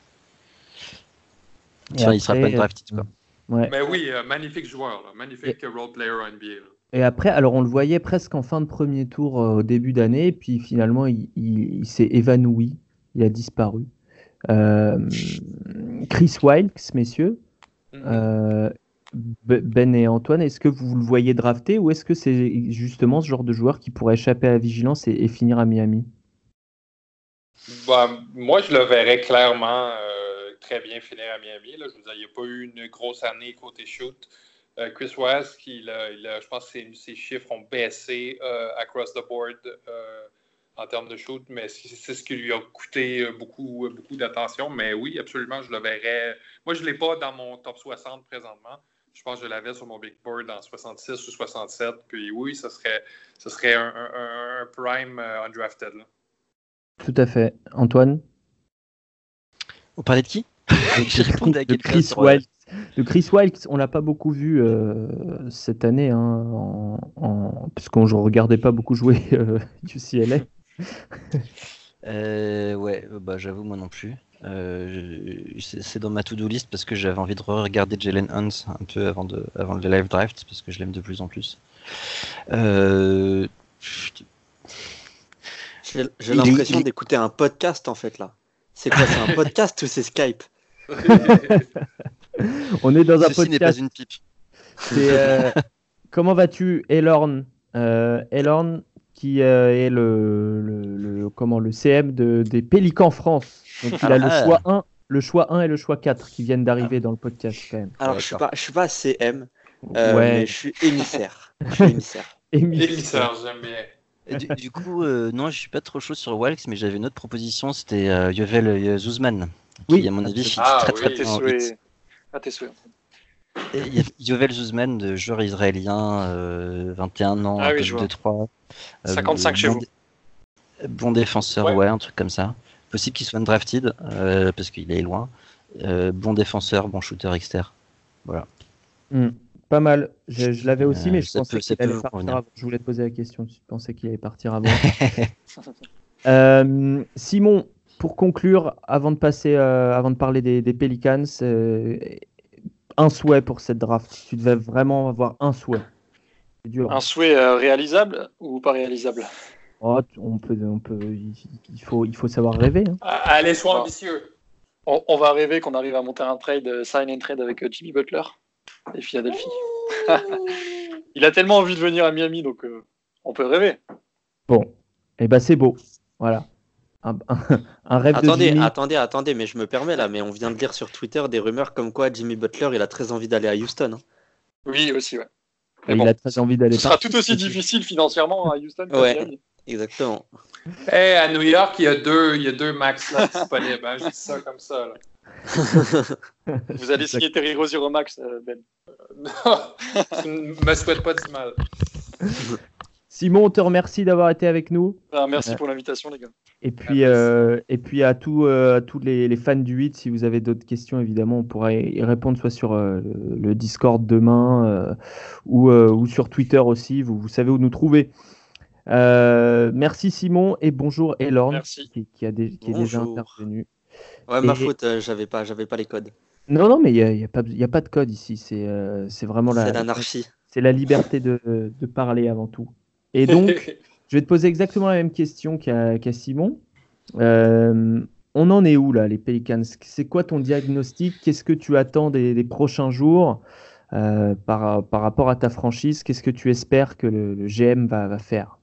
Enfin, après, il sera pas une drafted, quoi. Ouais. Mais oui, euh, magnifique joueur, là. Magnifique et... role player en N B A. Là. Et après, alors on le voyait presque en fin de premier tour euh, au début d'année, puis finalement il, il, il s'est évanoui, il a disparu. Euh, Chris Wilkes, messieurs, mm-hmm. euh, Ben et Antoine, est-ce que vous le voyez drafté ou est-ce que c'est justement ce genre de joueur qui pourrait échapper à la vigilance et, et finir à Miami? Bah, moi, je le verrais clairement euh, très bien finir à Miami. Là. Je veux dire, il n'y a pas eu une grosse année côté shoot. Euh, Chris West, qui, il a, il a, je pense que ses, ses chiffres ont baissé euh, across the board euh, en termes de shoot, mais c'est, c'est ce qui lui a coûté beaucoup, beaucoup d'attention. Mais oui, absolument, je le verrais. Moi, je ne l'ai pas dans mon top soixante présentement. Je pense que je l'avais sur mon big board en soixante-six ou soixante-sept. Puis oui, ce serait, ce serait un, un, un prime uh, undrafted. Là. Tout à fait. Antoine? Vous parlez de qui? J'ai répondu à de Chris Wilkes. De Chris Wilkes, on l'a pas beaucoup vu euh, cette année, hein, en, en... parce qu'on ne regardait pas beaucoup jouer euh, U C L A. euh, ouais, bah j'avoue moi non plus. Euh, c'est, c'est dans ma to-do list parce que j'avais envie de regarder Jalen Hunt un peu avant de, avant le live draft parce que je l'aime de plus en plus. Euh... J'ai, j'ai l'impression il... d'écouter un podcast en fait là. C'est quoi, c'est un podcast ou c'est Skype? On est dans un Ceci podcast. N'est pas une pipe. C'est, euh, comment vas-tu, Elorn euh, Elorn qui euh, est le, le, le, comment, le C M de, des Pélicans France. Donc il a ah. le choix un, le choix un et le choix quatre qui viennent d'arriver ah. dans le podcast quand même. Alors ouais, je suis pas, je suis pas C M, euh, ouais. mais je suis émissaire. Je suis émissaire. émissaire. émissaire, j'aime bien. Du, du coup, euh, non, je suis pas trop chaud sur Wilkes, mais j'avais une autre proposition, c'était euh, Yovel Zuzman, qui, oui. à mon avis, ah, très oui, très très à tes souhaits. Il y a Yovel Zuzman, de joueur israélien, euh, vingt et un ans, ah, un oui, peu de trois. cinquante-cinq euh, chez bon vous. Dé- bon défenseur, ouais. ouais, un truc comme ça. Possible qu'il soit undrafted, euh, parce qu'il est loin. Euh, bon défenseur, bon shooter externe. Voilà. Mm. Pas mal. Je, je l'avais aussi, mais je ça pensais peut, qu'il peut allait partir convenir. avant. Je voulais te poser la question. Tu pensais qu'il allait partir avant. euh, Simon, pour conclure, avant de passer, euh, avant de parler des, des Pelicans, euh, un souhait pour cette draft. Tu devais vraiment avoir un souhait. C'est dur. Un souhait euh, réalisable ou pas réalisable? Oh, on peut, on peut. Il faut, il faut savoir rêver. Hein. Allez, sois ambitieux. On, on va rêver qu'on arrive à monter un trade, sign and trade avec Jimmy Butler. Et Philadelphie. Il a tellement envie de venir à Miami, donc euh, on peut rêver. Bon, et eh ben c'est beau. Voilà. Un, un, un rêve attendez, de Jimmy. Attendez, attendez, mais je me permets là, mais on vient de lire sur Twitter des rumeurs comme quoi Jimmy Butler, il a très envie d'aller à Houston. Hein. Oui, aussi, ouais. Mais il bon, a très envie d'aller. Ce sera tout aussi difficile financièrement à Houston. Ouais, exactement. Hey, à New York, il y a deux, il y y a deux max là disponibles. Hein, je dis ça comme ça. Là. Vous allez signer Terry Rozier au max, Ben. Non, je ne me souhaite pas du mal. Simon, on te remercie d'avoir été avec nous. Ah, merci euh, pour l'invitation, les gars. Et puis, euh, et puis à, tout, euh, à tous les, les fans du huit, si vous avez d'autres questions, évidemment, on pourra y répondre soit sur euh, le Discord demain euh, ou, euh, ou sur Twitter aussi. Vous, vous savez où nous trouver. Euh, merci Simon et bonjour Elorn qui, qui, a des, qui est déjà intervenu. Ouais, ma et... faute, euh, j'avais pas, j'avais pas les codes. Non, non, mais il n'y a, y a, pas, y a pas de code ici. C'est, euh, c'est vraiment la, c'est l'anarchie. C'est la liberté de, de parler avant tout. Et donc, je vais te poser exactement la même question qu'à, qu'à Simon. Euh, on en est où là, les Pelicans? C'est quoi ton diagnostic? Qu'est-ce que tu attends des, des prochains jours euh, par, par rapport à ta franchise? Qu'est-ce que tu espères que le, le G M va, va faire?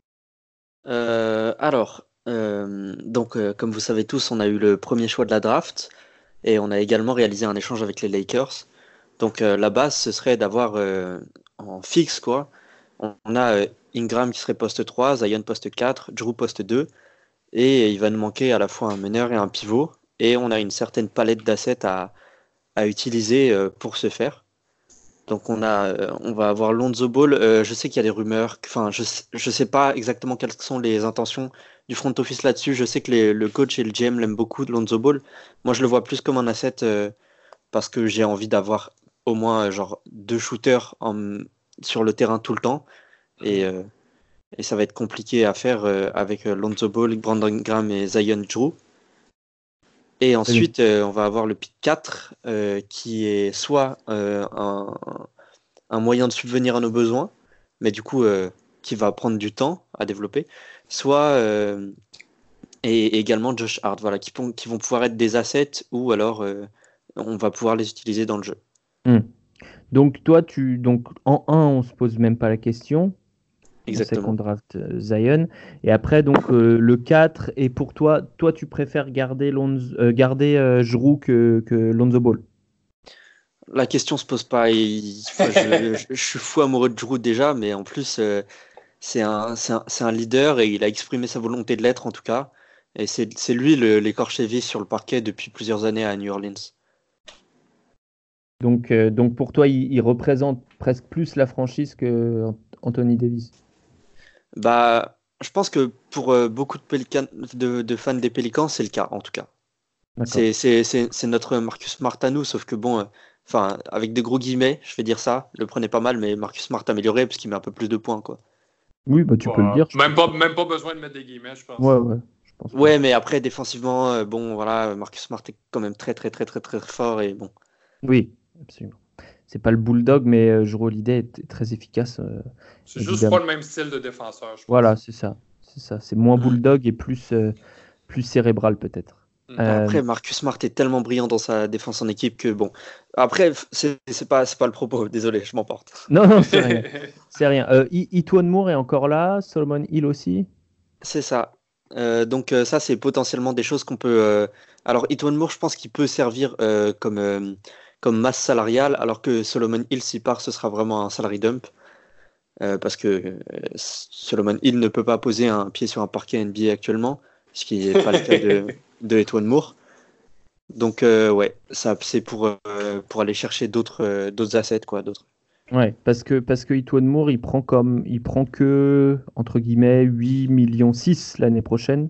euh, Alors, euh, donc, euh, comme vous savez tous, on a eu le premier choix de la draft et on a également réalisé un échange avec les Lakers. Donc, euh, la base, ce serait d'avoir euh, en fixe, quoi. On, on a euh, Ingram qui serait poste trois, Zion poste quatre, Drew poste deux. Et il va nous manquer à la fois un meneur et un pivot. Et on a une certaine palette d'assets à, à utiliser euh, pour ce faire. Donc on, a, euh, on va avoir Lonzo Ball. Euh, je sais qu'il y a des rumeurs. Enfin, je ne sais pas exactement quelles sont les intentions du front office là-dessus. Je sais que les, le coach et le G M l'aiment beaucoup, Lonzo Ball. Moi, je le vois plus comme un asset euh, parce que j'ai envie d'avoir au moins euh, genre deux shooters en, sur le terrain tout le temps. Et, euh, et ça va être compliqué à faire euh, avec euh, Lonzo Ball, Brandon Graham et Zion Drew. Et ensuite, euh, on va avoir le pick quatre, euh, qui est soit euh, un, un moyen de subvenir à nos besoins, mais du coup, euh, qui va prendre du temps à développer, soit euh, et également Josh Hart, voilà, qui, pon- qui vont pouvoir être des assets ou alors euh, on va pouvoir les utiliser dans le jeu. Hmm. Donc toi, tu donc en un, on se pose même pas la question. On sait qu'on Exactement. draft euh, Zion. Et après, donc euh, le quatre, et pour toi, toi, tu préfères garder, Lonzo, euh, garder euh, Jrue que, que Lonzo Ball. La question se pose pas. il- enfin, je, je- je suis fou amoureux de Drew déjà, mais en plus, euh, c'est un, c'est un, c'est un leader et il a exprimé sa volonté de l'être en tout cas. Et c'est c'est lui le- l'écorché vif sur le parquet depuis plusieurs années à New Orleans. Donc, euh, donc pour toi, il, il représente presque plus la franchise que Ant- Anthony Davis. Bah, je pense que pour euh, beaucoup de, Pélican- de, de fans des Pélicans, c'est le cas en tout cas. D'accord. C'est c'est- c'est- c'est notre Marcus Smart à nous, sauf que bon, euh, enfin, avec des gros guillemets, je vais dire ça, le prenez pas mal, mais Marcus Smart amélioré parce qu'il met un peu plus de points, quoi. Oui, bah, tu peux le Bah, dire. je même, pense. pas, même pas besoin de mettre des guillemets, je pense. Ouais, ouais, je pense pas. Ouais, mais après, défensivement, euh, bon, voilà, Marcus Smart est quand même très, très, très, très, très fort et bon. Oui, absolument. C'est pas le bulldog, mais euh, Jrue Holiday est est très efficace, euh, C'est juste évidemment. pas le même style de défenseur, je pense. Voilà, c'est ça. C'est ça. C'est moins Mm. bulldog et plus, euh, plus cérébral, peut-être. Mm. Bah, Euh, après, Marcus Smart est tellement brillant dans sa défense en équipe que bon. Après, f- c'est c'est pas, c'est pas le propos, désolé, je m'emporte. Non, non, c'est rien. C'est rien. Euh, I- Etuan Moore est encore là, Solomon Hill aussi. C'est ça. Euh, donc, euh, ça, c'est potentiellement des choses qu'on peut. euh, Alors, Etuan Moore, je pense qu'il peut servir euh, comme, euh, comme masse salariale, alors que Solomon Hill, s'il part, ce sera vraiment un salary dump. Euh, parce que euh, Solomon Hill ne peut pas poser un pied sur un parquet N B A actuellement, ce qui n'est pas le cas de, de Etuan Moore. Donc, euh, ouais, ça, c'est pour, euh, pour aller chercher d'autres euh, d'autres assets, quoi, d'autres. Ouais, parce que parce que Etuan Moore, il prend comme il prend que entre guillemets huit millions six l'année prochaine,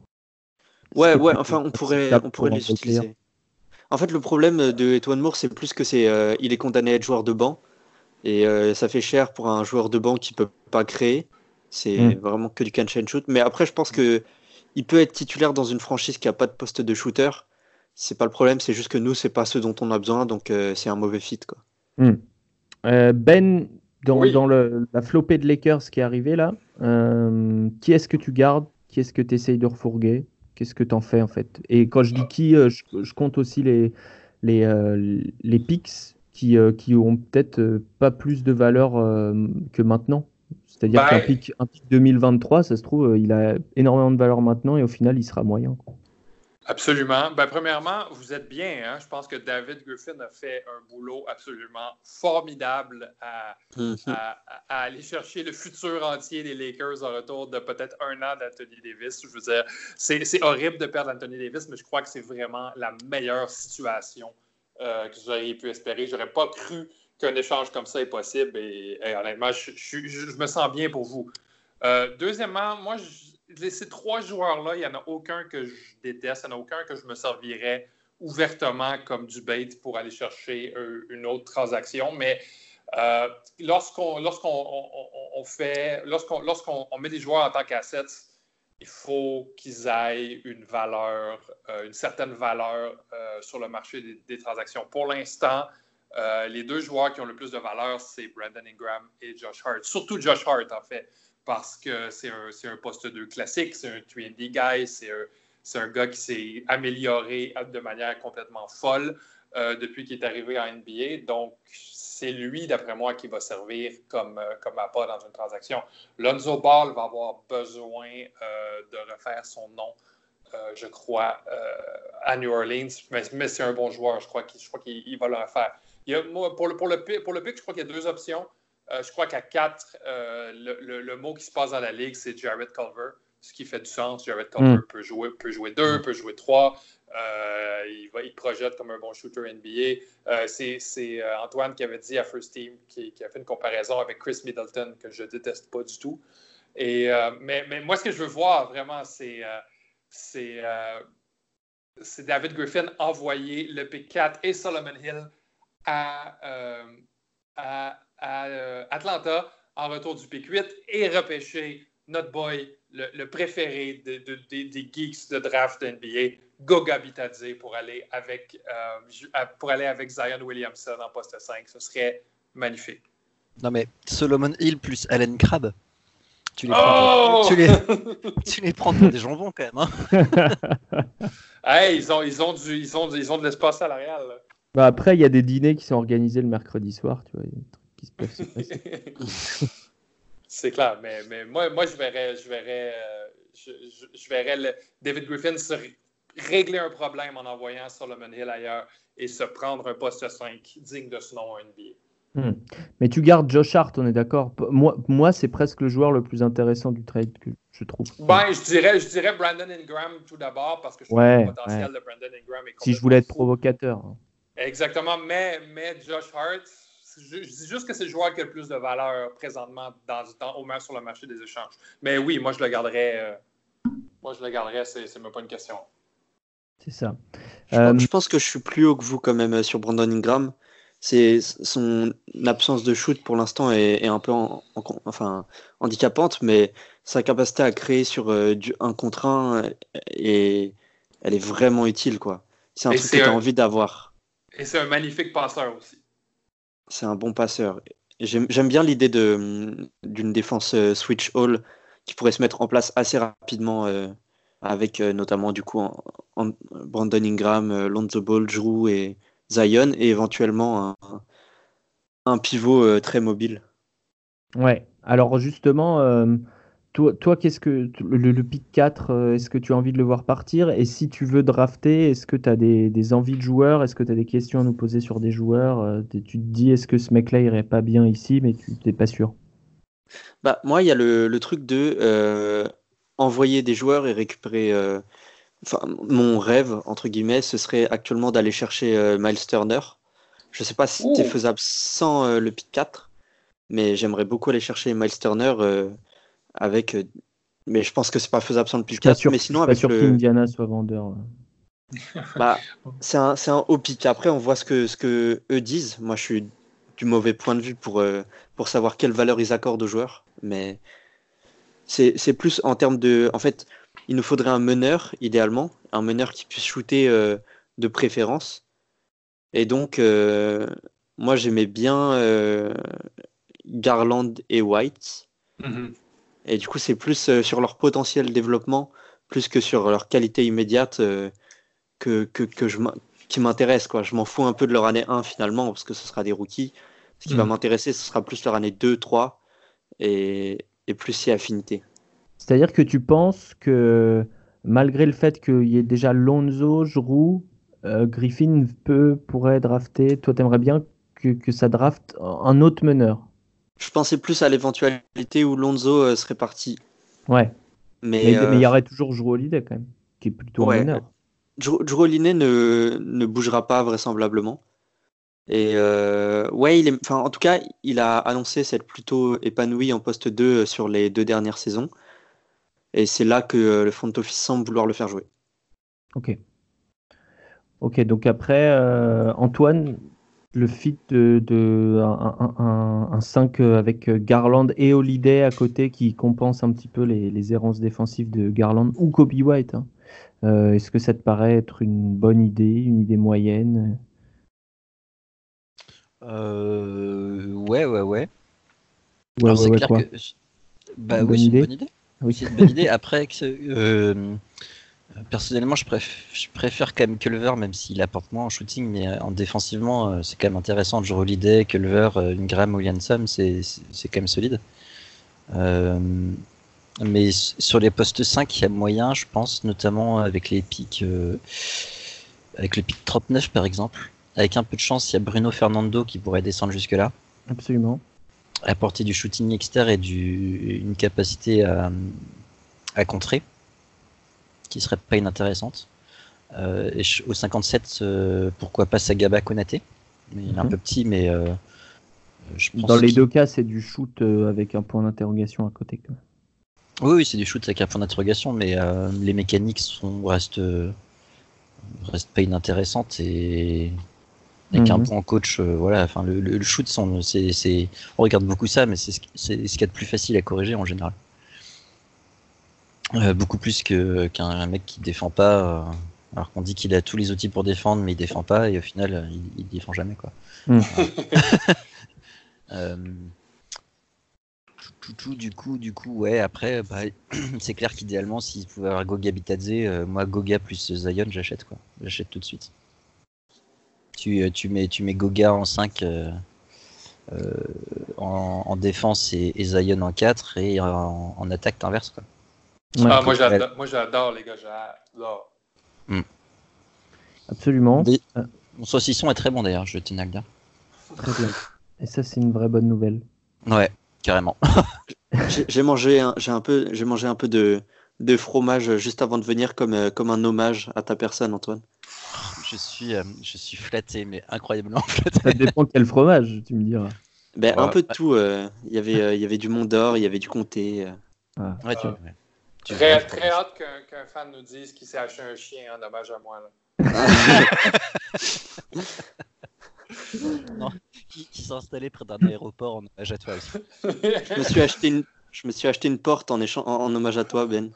ce Ouais, qui est ouais, plutôt enfin, on pourrait, acceptable on pourrait pour un les role player. utiliser. En fait, le problème de Etuan Moore, c'est plus que c'est, euh, il est condamné à être joueur de banc. Et euh, ça fait cher pour un joueur de banc qui peut pas créer. C'est Hmm. vraiment que du catch and shoot. Mais après, je pense que il peut être titulaire dans une franchise qui a pas de poste de shooter. C'est pas le problème, c'est juste que nous, c'est pas ce dont on a besoin, donc euh, c'est un mauvais fit, quoi. Hmm. Euh, Ben, dans, dans Oui. le, la flopée de Lakers qui est arrivée là, euh, qui est-ce que tu gardes? Qui est-ce que tu essayes de refourguer? Qu'est-ce que tu en fais en fait? Et quand je dis qui, euh, je, je compte aussi les, les, euh, les picks qui, euh, qui ont peut-être euh, pas plus de valeur euh, que maintenant. C'est-à-dire qu'un Ben, pic, un pic deux mille vingt-trois, ça se trouve, euh, il a énormément de valeur maintenant et au final, il sera moyen, quoi. absolument. Ben, premièrement, vous êtes bien. Hein? Je pense que David Griffin a fait un boulot absolument formidable à, Mhm. à, à aller chercher le futur entier des Lakers en retour de peut-être un an d'Anthony Davis. Je veux dire, c'est, c'est horrible de perdre Anthony Davis, mais je crois que c'est vraiment la meilleure situation euh, que j'aurais pu espérer. Je n'aurais pas cru qu'un échange comme ça est possible et, et honnêtement, je, je, je, je me sens bien pour vous. Euh, deuxièmement, moi, je, ces trois joueurs-là, il n'y en a aucun que je déteste, il n'y en a aucun que je me servirais ouvertement comme du bait pour aller chercher euh, une autre transaction. Mais euh, lorsqu'on, lorsqu'on on, on fait, lorsqu'on, lorsqu'on on met des joueurs en tant qu'assets, il faut qu'ils aient une valeur, euh, une certaine valeur euh, sur le marché des, des transactions. Pour l'instant, euh, les deux joueurs qui ont le plus de valeur, c'est Brandon Ingram et Josh Hart. Surtout Josh Hart, en fait, parce que c'est un, c'est un poste deux classique, c'est un trois and D guy, c'est un, c'est un gars qui s'est amélioré de manière complètement folle euh, depuis qu'il est arrivé en N B A. Donc, c'est lui, d'après moi, qui va servir comme, euh, comme appât dans une transaction. Lonzo Ball va avoir besoin euh, de refaire son nom, euh, je crois, euh, à New Orleans, mais, mais c'est un bon joueur, je crois qu'il, je crois qu'il il va le refaire. Il y a, moi, pour, le, pour, le, pour le pick, je crois qu'il y a deux options. Euh, je crois qu'à quatre, euh, le, le, le mot qui se passe dans la ligue, c'est Jarrett Culver, ce qui fait du sens. Jarrett Culver mm. peut jouer peut jouer deux, peut jouer trois. Euh, il, va, il projette comme un bon shooter N B A. Euh, c'est c'est euh, Antoine qui avait dit à First Team, qui, qui a fait une comparaison avec Chris Middleton, que je ne déteste pas du tout. Et, euh, mais, mais moi, ce que je veux voir vraiment, c'est, euh, c'est, euh, c'est David Griffin envoyer le pick quatre et Solomon Hill à... Euh, à, à euh, Atlanta en retour du pick huit et repêcher notre boy, le, le préféré de, de, de, des geeks de draft de N B A, Goga Bitadze, pour aller avec, euh, pour aller avec Zion Williamson en poste cinq. Ce serait magnifique. Non mais Solomon Hill plus Allen Crabbe, tu les, oh prends, tu, les, tu les prends pour des jambons quand même. Hein. Hey, ils, ont, ils, ont du, ils, ont, ils ont de l'espace salarial. Là. Bah après, il y a des dîners qui sont organisés le mercredi soir, tu vois, il y a des trucs qui se peuvent se passer. C'est clair, mais, mais moi, moi, je verrais, je verrais, euh, je, je, je verrais le David Griffin se régler un problème en envoyant Solomon Hill ailleurs et se prendre un poste cinq digne de ce nom en N B A. Hmm. Mais tu gardes Josh Hart, on est d'accord. Moi, moi, c'est presque le joueur le plus intéressant du trade que je trouve. Ben, je dirais, je dirais Brandon Ingram tout d'abord parce que je trouve ouais, que le potentiel ouais. de Brandon Ingram est si je voulais être fou. provocateur. Exactement, mais, mais Josh Hart, je, je dis juste que c'est le joueur qui a le plus de valeur présentement dans du temps, au moins sur le marché des échanges. Mais oui, moi je le garderais. Euh, moi je le garderais, c'est, c'est même pas une question. C'est ça. Je, euh... pense, je pense que je suis plus haut que vous quand même sur Brandon Ingram. C'est son absence de shoot pour l'instant est, est un peu en, en, enfin, handicapante, mais sa capacité à créer sur euh, du un contre un, et elle est vraiment utile, quoi. C'est un et truc c'est que tu as envie d'avoir. Et c'est un magnifique passeur aussi. C'est un bon passeur. J'aime, j'aime bien l'idée de, d'une défense euh, switch all qui pourrait se mettre en place assez rapidement euh, avec euh, notamment du coup en, en Brandon Ingram, euh, Lonzo Ball, Jrue et Zion et éventuellement un, un pivot euh, très mobile. Ouais, alors justement, euh, toi, toi, qu'est-ce que le, le pick quatre, euh, est-ce que tu as envie de le voir partir? Et si tu veux drafter, est-ce que tu as des, des envies de joueurs? Est-ce que tu as des questions à nous poser sur des joueurs? euh, Tu te dis, est-ce que ce mec-là irait pas bien ici, mais tu n'es pas sûr? Bah, moi, il y a le, le truc de euh, envoyer des joueurs et récupérer. Euh, Enfin, mon rêve, entre guillemets, ce serait actuellement d'aller chercher euh, Miles Turner. Je sais pas si c'était faisable sans euh, le pick quatre, mais j'aimerais beaucoup aller chercher Miles Turner euh, avec. Euh, mais je pense que c'est pas faisable sans le pick quatre. Sûr, mais sinon, je suis avec pas sûr le... qu'Indiana soit vendeur. Ouais. Bah, c'est un, c'est un haut pick. Après, on voit ce que, ce que eux disent. Moi, je suis du mauvais point de vue pour, euh, pour savoir quelle valeur ils accordent aux joueurs. Mais c'est, c'est plus en termes de. En fait. Il nous faudrait un meneur, idéalement, un meneur qui puisse shooter euh, de préférence. Et donc, euh, moi, j'aimais bien euh, Garland et White. Mm-hmm. Et du coup, c'est plus euh, sur leur potentiel développement, plus que sur leur qualité immédiate euh, que, que, que je qui m'intéresse, quoi. Je m'en fous un peu de leur année un, finalement, parce que ce sera des rookies. Ce qui mm. va m'intéresser, ce sera plus leur année deux, trois, et, et plus si affinité. C'est-à-dire que tu penses que malgré le fait qu'il y ait déjà Lonzo, Jrue, euh, Griffin peut, pourrait drafter, toi t'aimerais bien que, que ça draft un autre meneur? Je pensais plus à l'éventualité où Lonzo euh, serait parti. Ouais. Mais il euh... y aurait toujours Jrue Holiday quand même, qui est plutôt ouais. un meneur. Jrue Holiday ne, ne bougera pas vraisemblablement. Et euh, ouais, il est, enfin, en tout cas, il a annoncé s'être plutôt épanoui en poste deux sur les deux dernières saisons. Et c'est là que le front office semble vouloir le faire jouer. Ok. Ok, donc après, euh, Antoine, le fit de, de un, un, un cinq avec Garland et Holiday à côté qui compense un petit peu les, les errances défensives de Garland ou Kobe White. Hein. Euh, est-ce que ça te paraît être une bonne idée, une idée moyenne? euh, Ouais, ouais, ouais. ouais Alors ouais, c'est ouais, clair quoi. que... Bah une oui, c'est idée une bonne idée. Oui. C'est une bonne idée. Après, euh, personnellement, je préfère, je préfère quand même Culver, même s'il apporte moins en shooting, mais en défensivement, c'est quand même intéressant. Jrue Holiday, Culver, Ingram, Williamson, c'est, c'est, c'est quand même solide. Euh, mais sur les postes cinq, il y a moyen, je pense, notamment avec les pics, euh, avec le pic trente-neuf par exemple. Avec un peu de chance, il y a Bruno Fernando qui pourrait descendre jusque-là. Absolument. Apporter du shooting externe et du, une capacité à, à contrer, qui serait pas inintéressante. Euh, et au cinquante-sept, euh, pourquoi pas Sagaba Konaté. Mais il est mm-hmm. un peu petit, mais euh, je pense dans les qu'il... deux cas, c'est du shoot euh, avec un point d'interrogation à côté. Quoi. Oui, oui, c'est du shoot avec un point d'interrogation, mais euh, les mécaniques sont restent, euh, restent pas inintéressantes et Avec Mhm. un bon coach, euh, voilà, enfin le, le, le shoot, son, c'est, c'est, on regarde beaucoup ça, mais c'est ce, c'est ce qu'il y a de plus facile à corriger en général. Euh, beaucoup plus que, qu'un un mec qui défend pas, euh, alors qu'on dit qu'il a tous les outils pour défendre, mais il défend pas, et au final, euh, il, il défend jamais, quoi. Mhm. euh, tout, tout, tout, du coup, du coup, ouais, après, bah, c'est clair qu'idéalement, s'il pouvait avoir Goga Bitadze, euh, moi, Goga plus Zion, j'achète, quoi. J'achète tout de suite. Tu, tu, mets, tu mets Goga en cinq, euh, euh, en, en défense et, et Zion en quatre, et en, en attaque, t'inverses, quoi. Ouais, Ah, moi, j'adore, moi, j'adore, les gars, j'adore. absolument. Des- Ah, Mon saucisson est très bon d'ailleurs, je tiens à le dire. très bien. Et ça, c'est une vraie bonne nouvelle. Ouais, carrément. J'ai j'ai mangé un, j'ai un peu, j'ai mangé un peu de, de fromage juste avant de venir comme, euh, comme un hommage à ta personne, Antoine. Je suis, euh, je suis flatté, mais incroyablement Ça flatté. dépend quel fromage, tu me diras. Ben, un Ouais. peu de tout. euh, Il y avait, euh, il y avait du Mont d'Or, il y avait du Comté. euh. Ah. Ouais, tu, Ah. ouais. Tu Très, vois, très hâte qu'un, qu'un fan nous dise qu'il s'est acheté un chien en hommage à moi. Là. non, qui, qui s'est installé près d'un aéroport en hommage à toi aussi. Je me suis acheté une, je me suis acheté une porte en, échan- en, en hommage à toi, Ben.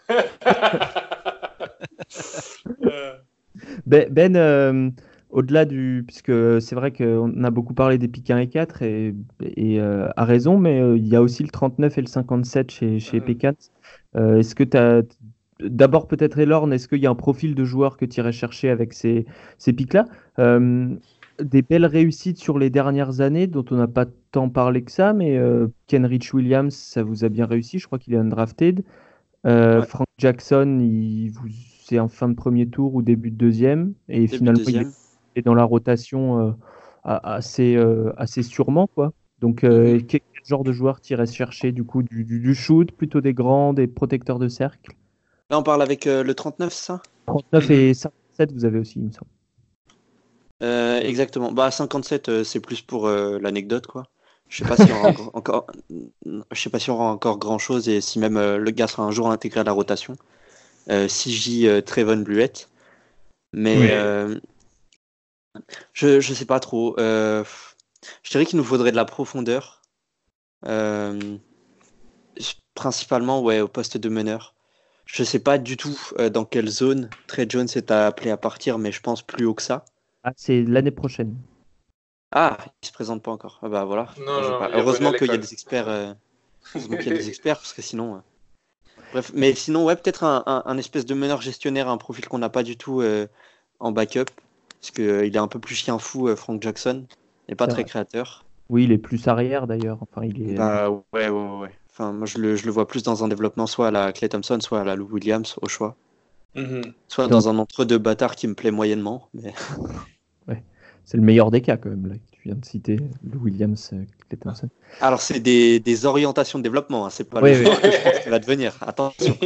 Euh, Ben, Ben, euh, au-delà du... Puisque c'est vrai qu'on a beaucoup parlé des pics un et quatre, et, et euh, à raison, mais euh, il y a aussi le trente-neuf et le cinquante-sept chez, chez Mhm. Pécans. Euh, est-ce que tu as... D'abord, peut-être, Elorn, est-ce qu'il y a un profil de joueur que tu irais chercher avec ces, ces pics-là? Euh, des belles réussites sur les dernières années, dont on n'a pas tant parlé que ça, mais euh, Kenrich Williams, ça vous a bien réussi, je crois qu'il est undrafted. Euh, Ouais. Frank Jackson, il vous... c'est en fin de premier tour ou début de deuxième, et Début finalement, il deuxième. est dans la rotation euh, a- assez, euh, assez sûrement, quoi. Donc, euh, Mhm. quel quel genre de joueur t'irais chercher, du coup, du, du- du shoot, plutôt des grands, des protecteurs de cercle? Là, on parle avec euh, le trente-neuf, c'est ça? trente-neuf Mhm. et cinquante-sept, vous avez aussi, il me semble. Euh, exactement. Bah, cinquante-sept, euh, c'est plus pour euh, l'anecdote, quoi. Je sais pas s'il y aura encore, encore- je sais pas s'il y aura encore grand chose et si même euh, le gars sera un jour intégré à la rotation. Euh, C J euh, Trevon Bluette. Mais Oui. euh, je, je sais pas trop. Euh, je dirais qu'il nous faudrait de la profondeur. Euh, principalement, ouais, au poste de meneur. Je sais pas du tout euh, dans quelle zone Trey Jones est appelé à partir, mais je pense plus haut que ça. Ah, c'est l'année prochaine. Ah, il se présente pas encore. Ah bah voilà. Non, Moi, je vais non, pas- il est revenu à Heureusement qu'il y a l'école. des experts. euh, Heureusement qu'il y a des experts parce que sinon. euh, Bref, mais sinon, ouais, peut-être un, un- un espèce de meneur gestionnaire, un profil qu'on n'a pas du tout euh, en backup, parce que euh, il est un peu plus chien fou, euh, Frank Jackson, et pas C'est très vrai. créateur. Oui, il est plus arrière, d'ailleurs. Enfin, il est... Bah ouais, ouais, ouais, ouais. Enfin, moi, je le, je le vois plus dans un développement soit à la Klay Thompson, soit à la Lou Williams, au choix. Mhm. Soit Donc, dans un entre-deux bâtard qui me plaît moyennement. Mais... ouais, c'est le meilleur des cas, quand même, là, que tu viens de citer, le Williams, euh, Klay Thompson. Alors, c'est des, des orientations de développement, hein, c'est pas Oui, le oui. joueur que je pense qu'il va devenir. Attention.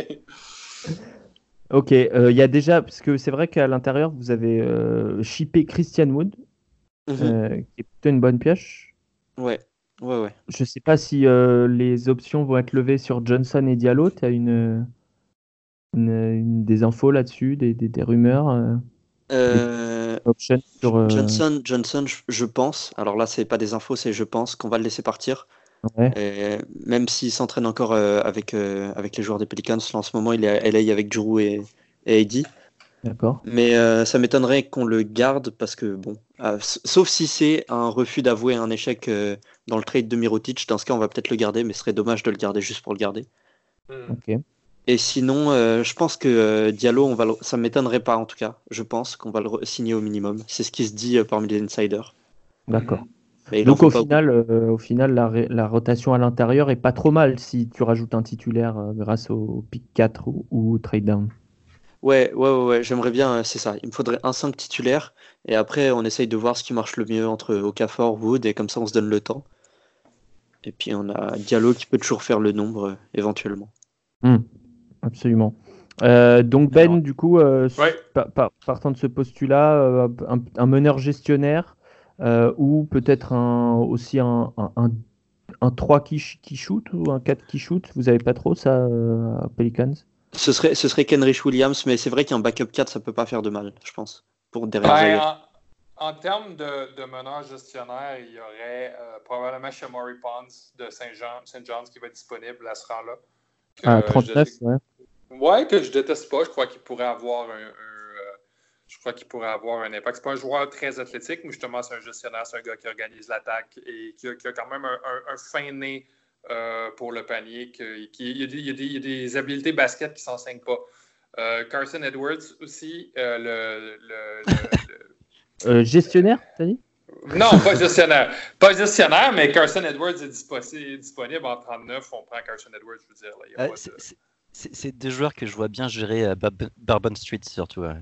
Ok, euh, il y a déjà, parce que c'est vrai qu'à l'intérieur, vous avez euh, shippé Christian Wood, Mhm. euh, qui est plutôt une bonne pioche. Ouais, ouais, ouais. Je sais pas si euh, les options vont être levées sur Johnson et Diallo. Tu as une, une, une- des infos là-dessus, des, des, des rumeurs, euh, des Euh, options sur. euh, Johnson, Johnson, je, je pense. Alors là, c'est pas des infos, c'est je pense qu'on va le laisser partir. Ouais, Et même s'il s'entraîne encore euh, avec, euh, avec les joueurs des Pelicans, là, en ce moment, il est à L A avec Drew et, et A D. d'accord. Mais euh, ça m'étonnerait qu'on le garde parce que, bon, euh, s- sauf si c'est un refus d'avouer un échec euh, dans le trade de Mirotic, dans ce cas, on va peut-être le garder, mais ce serait dommage de le garder juste pour le garder. Mhm. Ok. Et sinon, euh, je pense que euh, Diallo, on va le- ça m'étonnerait pas en tout cas. Je pense qu'on va le re- signer au minimum. C'est ce qui se dit euh, parmi les insiders. D'accord. Mais il en Donc faut au pas beaucoup. final, euh, au final la, ré- la rotation à l'intérieur est pas trop mal si tu rajoutes un titulaire euh, grâce au pick quatre ou, ou au trade down. Ouais, ouais, ouais, ouais, j'aimerais bien, euh, c'est ça. Il me faudrait un cinq titulaire. Et après, on essaye de voir ce qui marche le mieux entre Okafor, Wood, et comme ça, on se donne le temps. Et puis, on a Diallo qui peut toujours faire le nombre, euh, éventuellement. Hmm, absolument. Euh, donc Alors, Ben, du coup, euh, Ouais. par- par- partant de ce postulat, euh, un, un meneur gestionnaire euh, ou peut-être un, aussi un, un, un- un trois qui, ch- qui shoot ou un quatre qui shoot, vous avez pas trop ça euh, à Pelicans? Ce serait, ce serait Kenrich Williams, mais c'est vrai qu'un backup quatre, ça peut pas faire de mal, je pense, pour derrière Ben, Zion. en, en termes de, de meneur gestionnaire, il y aurait euh, probablement Shamori Ponds de Saint-Jean, Saint John's qui va être disponible à ce rang-là. Ah, trente-neuf, je, ouais. Ouais, que je déteste pas. Je crois qu'il pourrait avoir un, un euh, je crois qu'il pourrait avoir un impact. C'est pas un joueur très athlétique, mais justement, c'est un gestionnaire, c'est un gars qui organise l'attaque et qui a, qui a quand même un, un, un fin nez euh, pour le panier. Qui, qui, il, y a des, il, y a des, il y a des habiletés basket qui ne s'enseignent pas. Euh, Carson Edwards aussi, euh, le... le, le, le euh, gestionnaire, t'as dit? Non, pas gestionnaire. Pas gestionnaire, mais Carson Edwards est disponible, disponible en trente-neuf. On prend Carson Edwards, je veux dire. Là, il y a ah, pas c'est, de... c'est, c'est, c'est deux joueurs que je vois bien gérer à Bar- Bourbon Street, surtout. Ouais.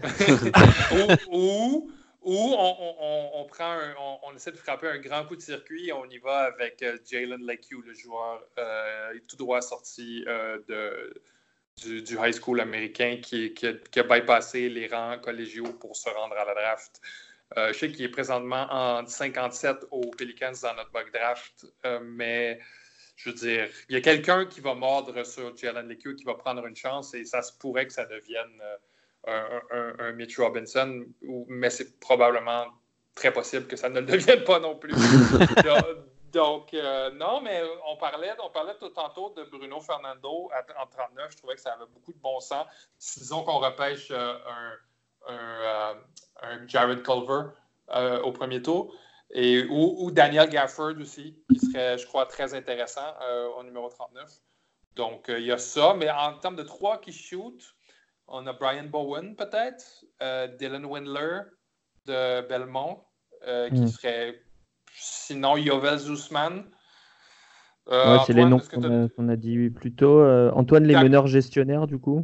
ou, ou, ou on, on, on, prend un, on, on essaie de frapper un grand coup de circuit et on y va avec euh, Jalen Lecque, le joueur euh, tout droit sorti euh, de, du, du high school américain qui, qui, a, qui a bypassé les rangs collégiaux pour se rendre à la draft. Euh, je sais qu'il est présentement en cinquante-sept aux Pelicans dans notre mock draft, euh, mais je veux dire, il y a quelqu'un qui va mordre sur Jalen Lecque, qui va prendre une chance et ça se pourrait que ça devienne euh, un, un, un Mitch Robinson, ou, mais c'est probablement très possible que ça ne le devienne pas non plus. donc, donc euh, non, mais on parlait, on parlait tout tantôt de Bruno Fernando à, en trente-neuf. Je trouvais que ça avait beaucoup de bon sens. Disons qu'on repêche euh, un Un, euh, un Jared Culver euh, au premier tour, et, ou, ou Daniel Gafford aussi, qui serait, je crois, très intéressant euh, au numéro trente-neuf. Donc, il euh, y a ça. Mais en termes de trois qui shootent, on a Brian Bowen, peut-être, euh, Dylan Windler de Belmont, euh, qui mm. serait, sinon, Yovel Zousman. Euh, ouais, c'est Antoine, les noms qu'on a, qu'on a dit plus tôt. Euh, Antoine, les meneurs gestionnaires, du coup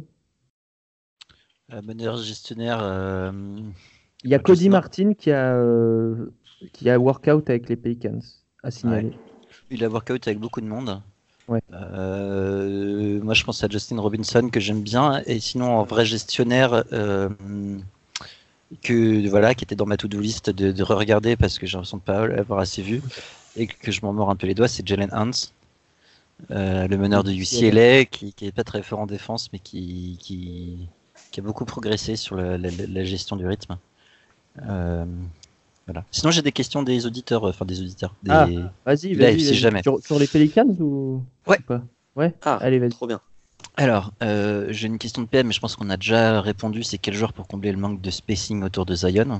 Euh, meneur gestionnaire. Euh... Il y a Cody Martin qui a, euh, qui a workout avec les Pelicans à signaler. Ouais. Il a workout avec beaucoup de monde. Ouais. Euh, moi, je pense à Justin Robinson que j'aime bien. Et sinon, en vrai gestionnaire, euh, que, voilà, qui était dans ma to-do list de, de re-regarder parce que j'ai l'impression de ne pas l'avoir assez vu et que je m'en mords un peu les doigts, c'est Jalen Hans. Euh, le meneur de U C L A qui n'est pas très fort en défense, mais qui. qui... qui a beaucoup progressé sur le, la, la gestion du rythme. Euh, voilà. Sinon, j'ai des questions des auditeurs, enfin des auditeurs. Des... Ah, vas-y, vas-y, vas-y. Si jamais. Sur, sur les Pelicans ou Ouais. Ou pas ouais. Ah, allez, vas-y. Trop bien. Alors, euh, j'ai une question de P M, mais je pense qu'on a déjà répondu. C'est quel joueur pour combler le manque de spacing autour de Zion?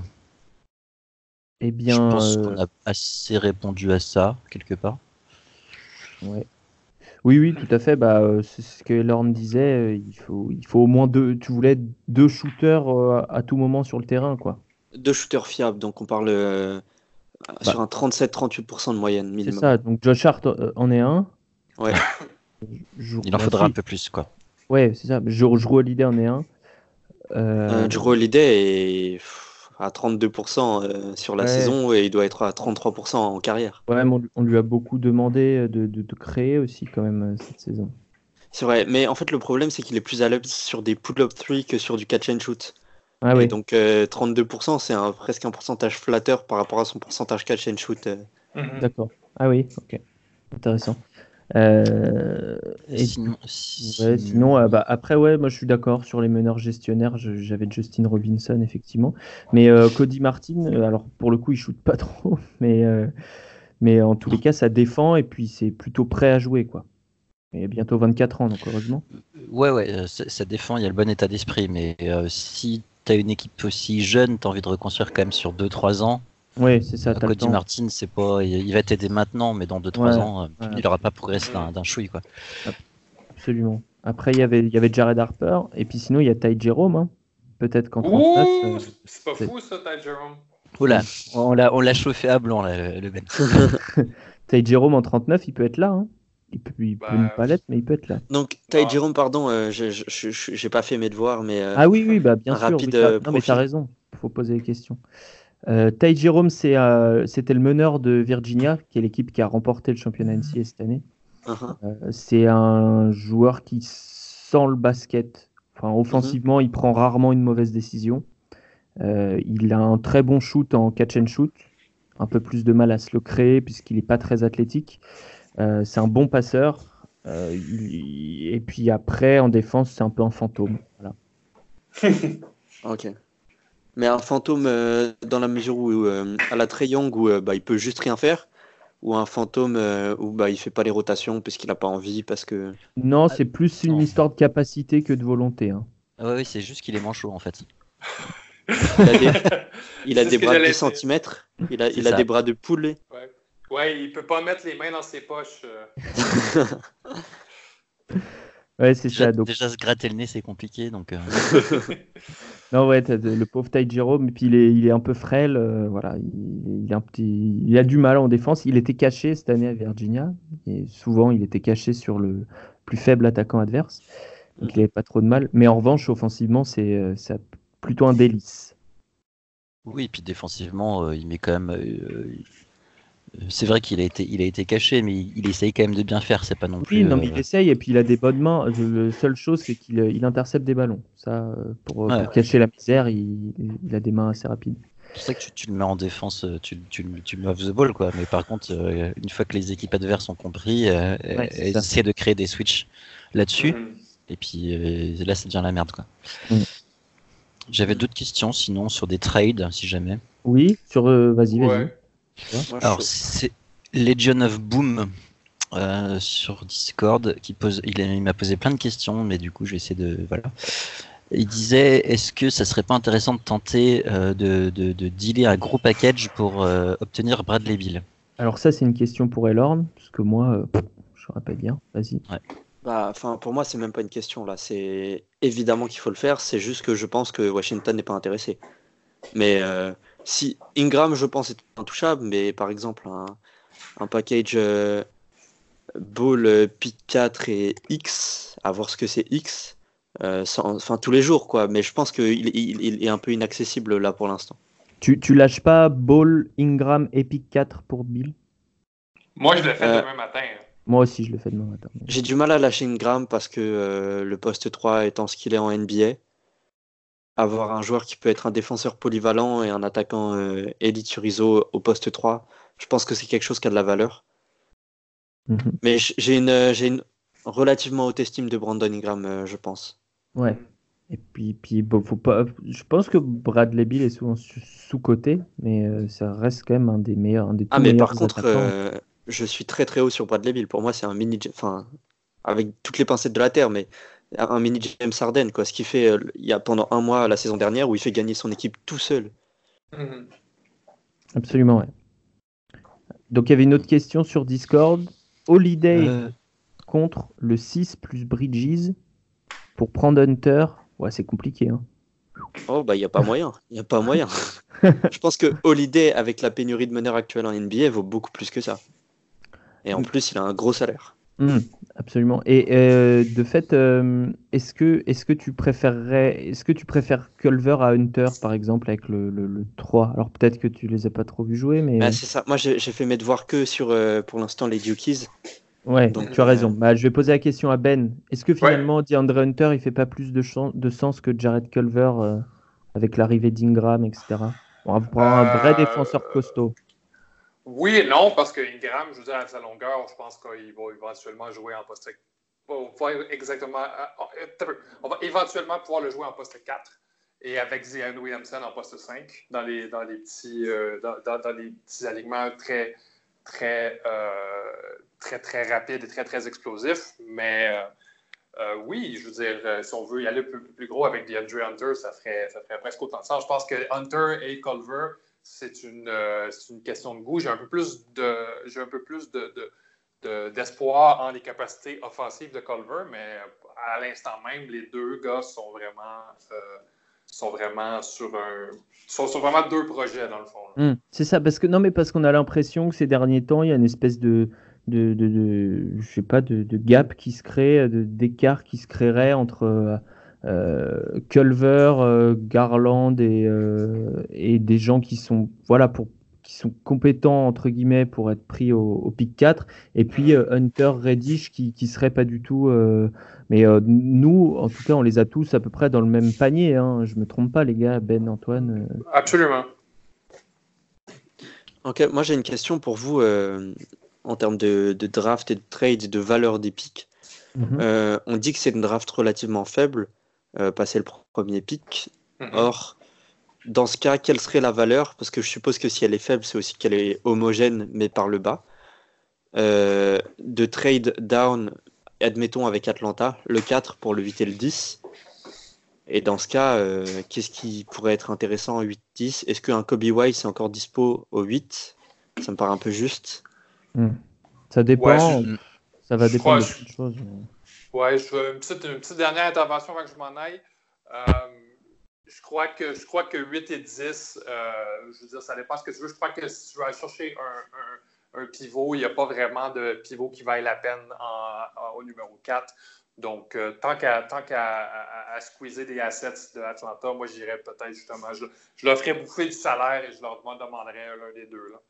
Eh bien, je pense euh... qu'on a assez répondu à ça quelque part. Ouais. Oui, oui, tout à fait. Bah, euh, c'est ce que Lorne disait. Euh, il faut, il faut au moins deux. Tu voulais deux shooters euh, à tout moment sur le terrain, quoi. Deux shooters fiables, donc on parle euh, bah, sur un trente-sept à trente-huit pour cent de moyenne minimum. C'est ça. Donc Josh Hart euh, en est un. Ouais. Je, il en faudra un peu plus, quoi. Ouais, c'est ça. Drew Holiday en est un. Euh... Euh, Drew Holiday est à trente-deux pour cent euh, sur la ouais. saison et il doit être à trente-trois pour cent en carrière. Ouais, mais on, on lui a beaucoup demandé de, de, de créer aussi quand même cette saison. C'est vrai, mais en fait le problème c'est qu'il est plus à l'aise sur des pull-up three que sur du catch and shoot. Ah, et oui. donc euh, trente-deux pour cent c'est un, presque un pourcentage flatteur par rapport à son pourcentage catch and shoot. Euh. Mm-hmm. D'accord. Ah oui, ok. Intéressant. Euh, et sinon, si... ouais, sinon euh, bah, après, ouais, moi je suis d'accord sur les meneurs gestionnaires. Je, j'avais Justin Robinson, effectivement. Mais euh, Cody Martin, euh, alors pour le coup, il ne shoot pas trop. Mais, euh, mais en tous les cas, ça défend et puis c'est plutôt prêt à jouer, quoi. Il a bientôt vingt-quatre ans, donc heureusement. Ouais, ouais, ça, ça défend, il y a le bon état d'esprit. Mais euh, si tu as une équipe aussi jeune, tu as envie de reconstruire quand même sur deux trois ans. Oui, c'est ça. Cody Martin, c'est pas, il va t'aider maintenant, mais dans deux trois ouais, ans, ouais. il n'aura pas progressé d'un, d'un chouille, quoi. Absolument. Après, il y avait, il y avait Jared Harper, et puis sinon, il y a Ty Jerome. Hein. Peut-être qu'en trente-neuf. Euh, c'est pas c'est... fou, ça, Ty Jerome. Oula, on l'a, on l'a chauffé à blanc, là, le Ben. Ty Jerome en trente-neuf, il peut être là. Hein. Il peut, il bah, peut ne pas l'être, mais il peut être là. Donc, Ty ah. Jerome, pardon, euh, je, je, je, j'ai pas fait mes devoirs, mais. Euh, ah oui, oui, bah, bien un sûr. Rapide, oui, euh, non, mais tu as raison. Il faut poser les questions. Euh, Ty Jerome, c'est, euh, c'était le meneur de Virginia, qui est l'équipe qui a remporté le championnat N C A A cette année. Uh-huh. Euh, c'est un joueur qui sent le basket. Enfin, offensivement, uh-huh. il prend rarement une mauvaise décision. Euh, il a un très bon shoot en catch and shoot. Un peu plus de mal à se le créer puisqu'il n'est pas très athlétique. Euh, c'est un bon passeur. Euh, il... Et puis après, en défense, c'est un peu un fantôme. Voilà. Ok. Mais un fantôme euh, dans la mesure où, euh, à la Trae Young, où euh, bah, il peut juste rien faire, ou un fantôme euh, où bah, il fait pas les rotations parce qu'il a pas envie, parce que. Non, Ah, c'est plus une non. histoire de capacité que de volonté. Hein. Ah ouais, ouais, c'est juste qu'il est manchot en fait. Il a des, il a C'est des ce que bras de j'allais dix dire. centimètres, il a, C'est il a ça. des bras de poulet. Ouais. Ouais, il peut pas mettre les mains dans ses poches. euh. Ouais, c'est Déjà, ça. Donc, déjà se gratter le nez, c'est compliqué. Donc, euh, non, ouais, t'as de- le pauvre Ty Jerome, et puis il est, il est un peu frêle. euh, voilà, il, il est un petit, il a du mal en défense. Il était caché cette année à Virginia, et souvent il était caché sur le plus faible attaquant adverse. Donc il n'avait pas trop de mal. Mais en revanche, offensivement, c'est euh, c'est plutôt un délice. oui, et puis défensivement, euh, il met quand même. euh, c'est vrai qu'il a été, il a été caché, mais il, il essaye quand même de bien faire. C'est pas non Oui, plus. non, mais euh, il essaye, et puis il a des bonnes mains. La seule chose, c'est qu'il euh, il intercepte des ballons. Ça, euh, pour, Ouais. pour cacher la misère, il, il a des mains assez rapides. C'est ça que tu, tu le mets en défense, euh, tu, tu, le- tu le mets off the ball, quoi. Mais par contre, euh, une fois que les équipes adverses ont compris, euh, Ouais, c'est elles ça. essaient de créer des switches là-dessus. Mhm. Et puis euh, là, ça devient la merde, quoi. Mm. J'avais d'autres questions, sinon sur des trades, si jamais. Oui, sur. euh, vas-y, vas-y. Ouais. Moi, Alors, je- c'est Legion of Boom euh, sur Discord qui pose. Il, a- il m'a posé plein de questions, mais du coup, je vais essayer de. Voilà. Il disait, est-ce que ça serait pas intéressant de tenter euh, de, de, de dealer un gros package pour euh, obtenir Bradley Beal? Alors, ça, c'est une question pour Elorn, parce que moi, euh, pff, je saurais pas dire. Vas-y. Bah, enfin, pour moi, c'est même pas une question là. C'est évidemment qu'il faut le faire. C'est juste que je pense que Washington n'est pas intéressé. Mais euh, si Ingram, je pense, est intouchable, mais par exemple un, un package euh, Ball, euh, pick quatre et X, à voir ce que c'est X, euh, sans- enfin tous les jours quoi. Mais je pense qu'il il, il est un peu inaccessible là pour l'instant. Tu, tu lâches pas Ball, Ingram, Epic quatre pour Bill? Moi, je l'ai fait Euh, demain matin. hein. Moi aussi, je le fais demain matin. mais- J'ai du mal à lâcher Ingram parce que euh, le poste trois étant ce qu'il est en N B A, avoir un joueur qui peut être un défenseur polyvalent et un attaquant euh, élite sur I S O au poste trois, je pense que c'est quelque chose qui a de la valeur. Mhm. Mais j- j'ai une, euh, j'ai une relativement haute estime de Brandon Ingram, euh, je pense. Ouais. Et puis, puis bon, faut pas. Je pense que Bradley Beal est souvent sous- sous-coté, mais euh, ça reste quand même un des meilleurs, un des tout Ah, mais meilleurs par contre, attaquants. euh, je suis très très haut sur Bradley Beal. Pour moi, c'est un mini, enfin, avec toutes les pincettes de la terre, mais un mini James Harden, quoi. Ce qu'il fait euh, il y a pendant un mois la saison dernière où il fait gagner son équipe tout seul. Mhm. Absolument, ouais. Donc, il y avait une autre question sur Discord. Holiday Euh, contre le six plus Bridges pour prendre Hunter. Ouais, c'est compliqué, hein. Oh, bah, il n'y a pas moyen. Il n'y a pas moyen. Je pense que Holiday, avec la pénurie de meneurs actuelle en N B A, vaut beaucoup plus que ça. Et en plus, il a un gros salaire. Hmm, absolument. Et euh, de fait, euh, est-ce que, est-ce que tu préférerais, est-ce que tu préfères Culver à Hunter, par exemple, avec le, le, le trois? Alors peut-être que tu les as pas trop vus jouer, mais Bah, c'est ça. Moi, j'ai j'ai fait mes devoirs que sur, euh, pour l'instant, les Dukies. ouais, Donc, tu as euh, raison. Bah, je vais poser la question à Ben. Est-ce que Ouais. finalement, DeAndre Hunter, il fait pas plus de, chan- de sens que Jared Culver euh, avec l'arrivée d'Ingram, et cetera. On prend un vrai Euh, défenseur costaud. Oui et non, parce que Ingram, je veux dire, à sa longueur, je pense qu'il va éventuellement jouer en poste. On va exactement. euh, On va éventuellement pouvoir le jouer en poste quatre et avec Zion Williamson en poste cinq dans les, dans les, petits, euh, dans, dans, dans les petits alignements très, très, euh, très, très rapides et très, très explosifs. Mais euh, euh, oui, je veux dire, euh, si on veut y aller plus, plus gros avec DeAndre Hunter, ça ferait, ça ferait presque autant de sens. Je pense que Hunter et Culver, c'est une, euh, c'est une question de goût. J'ai un peu plus de, j'ai un peu plus de, de, de, d'espoir en les capacités offensives de Culver, mais à l'instant même, les deux gars sont vraiment, euh, sont vraiment sur un, sont sur vraiment deux projets dans le fond. là. Hmm, c'est ça, parce que non, mais parce qu'on a l'impression que ces derniers temps, il y a une espèce de, de, de, de- je sais pas, de, de gap qui se crée, de- d'écart qui se créerait entre euh, euh, Culver, euh, Garland et, euh, et des gens qui sont, voilà, pour, qui sont compétents entre guillemets pour être pris au, au pick quatre, et puis euh, Hunter, Reddish qui, qui serait pas du tout. euh, mais euh, nous, en tout cas, on les a tous à peu près dans le même panier. Hein, je me trompe pas, les gars, Ben, Antoine. euh. Absolument. ok, moi j'ai une question pour vous euh, en termes de, de draft et de trade et de valeur des picks. Mhm. Euh, on dit que c'est une draft relativement faible, euh, passer le premier pick. Mhm. Or, dans ce cas, quelle serait la valeur? Parce que je suppose que si elle est faible, c'est aussi qu'elle est homogène, mais par le bas. Euh, de trade down, admettons avec Atlanta, le quatre pour le huit et le dix. Et dans ce cas, euh, qu'est-ce qui pourrait être intéressant en huit dix? Est-ce qu'un Kobe White est encore dispo au huit? Ça me paraît un peu juste. Hmm. Ça dépend. Ouais, je- Ça va je dépendre crois- de plein de choses. mais- Ouais, je veux une petite, une petite dernière intervention avant que je m'en aille. Euh, je, crois que, je crois que huit et dix, euh, je veux dire, ça dépend ce que tu veux. Je crois que si tu veux aller chercher un, un, un pivot, il n'y a pas vraiment de pivot qui vaille la peine en, en- au numéro quatre. Donc, euh, tant qu'à tant qu'à à, à squeezer des assets de Atlanta, moi, j'irais peut-être justement, je, je leur ferais bouffer du salaire et je leur demanderais l'un des deux. Là.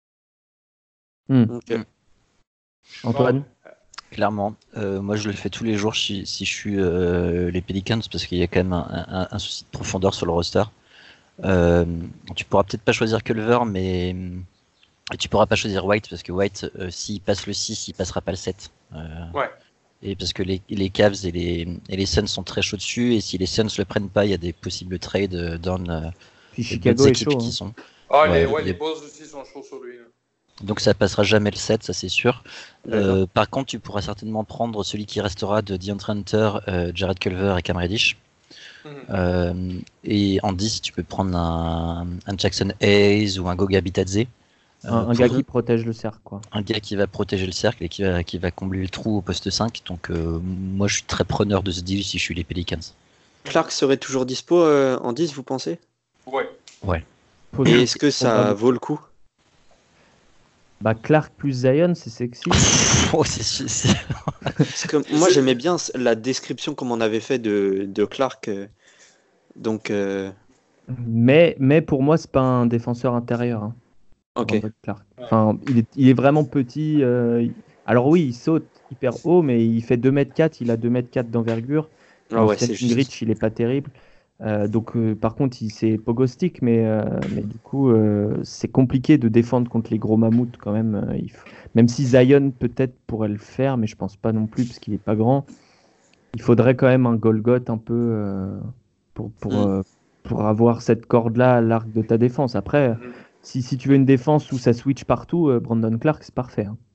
Hmm. Ok. Mm. Antoine? Bon, Clairement, Euh, moi je le fais tous les jours si, si je suis euh, les Pelicans parce qu'il y a quand même un, un- un souci de profondeur sur le roster. Euh, tu pourras peut-être pas choisir Culver, mais et tu pourras pas choisir White parce que White, euh, s'il passe le six, il passera pas le sept. Euh, Ouais. Et parce que les, les Cavs et les, et les Suns sont très chauds dessus, et si les Suns le prennent pas, il y a des possibles trades euh, dans euh, Puis les Chicago d'autres est équipes chaud. qui hein. sont. Ah, les, Ouais, ouais, les- les Bulls aussi sont chauds sur lui. Là. Donc ça passera jamais le sept, ça c'est sûr. D'accord. Euh, par contre, tu pourras certainement prendre celui qui restera de DeAndre Hunter, euh, Jared Culver et Cam Reddish. Mhm. Euh, et en dix, tu peux prendre un, un Jackson Hayes ou un Goga Bitadze. Euh, Un, un pour- gars qui protège le cercle, quoi. un gars qui va protéger le cercle et qui va, qui va combler le trou au poste cinq. Donc euh, moi je suis très preneur de ce deal si je suis les Pelicans. Clark serait toujours dispo euh, en dix, vous pensez? Ouais. Faut- Et est-ce que ça Probable. vaut le coup? Bah, Clark plus Zion, c'est sexy. Oh, c'est, c'est- c'est- Parce que moi j'aimais bien la description comme on avait fait de, de Clark. euh, Donc, euh, Mais, mais pour moi, c'est pas un défenseur intérieur. hein, ok. Randall Clark. Enfin, il est, il est vraiment petit. euh, il- Alors oui, il saute hyper haut, mais il fait deux mètres quatre, il a deux mètres quatre d'envergure. Ah En ouais, c'est Selfie juste. Reach, il est pas terrible. Euh, donc, euh, par contre, il c'est pogostique, mais, euh, mais du coup, euh, c'est compliqué de défendre contre les gros mammouths quand même. euh, il faut- Même si Zion peut-être pourrait le faire, mais je pense pas non plus parce qu'il est pas grand. Il faudrait quand même un Golgoth un peu euh, pour, pour, Mm. euh, pour avoir cette corde-là à l'arc de ta défense. Après, Mhm. si, si tu veux une défense où ça switch partout, euh, Brandon Clark, c'est parfait. hein.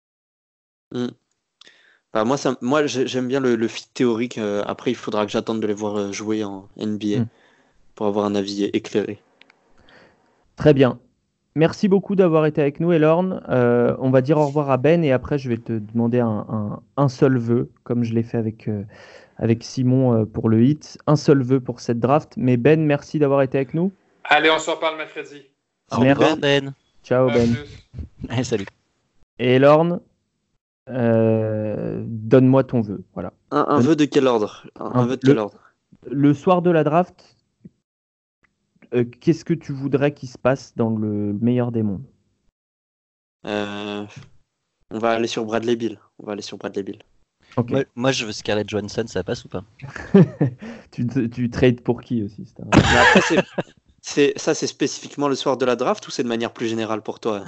Bah, moi, ça, moi j'ai- j'aime bien le, le fit théorique. euh, après, il faudra que j'attende de les voir euh, jouer en N B A Mm. pour avoir un avis éclairé. Très bien. Merci beaucoup d'avoir été avec nous, Elorn. Euh, on va dire au revoir à Ben et après, je vais te demander un, un- un seul vœu, comme je l'ai fait avec, euh, avec Simon euh, pour le hit. Un seul vœu pour cette draft. Mais Ben, merci d'avoir été avec nous. Allez, on se reparle mercredi. Au Merci. revoir Ben. Ciao, À Ben. plus. Allez, salut. Et Elorn, euh, donne-moi ton vœu. Voilà. Un, un Le- vœu de quel ordre? Un, un Un- vœu de le- quel ordre? Le soir de la draft, euh, qu'est-ce que tu voudrais qu'il se passe dans le meilleur des mondes? Euh, on va aller sur Bradley Beal. On va aller sur Bradley Beal. Ok. Moi, moi, je veux Scarlett Johansson, ça passe ou pas? tu, te- tu trades pour qui aussi? c'est un- Mais après, c'est, c'est, ça, c'est spécifiquement le soir de la draft ou c'est de manière plus générale pour toi?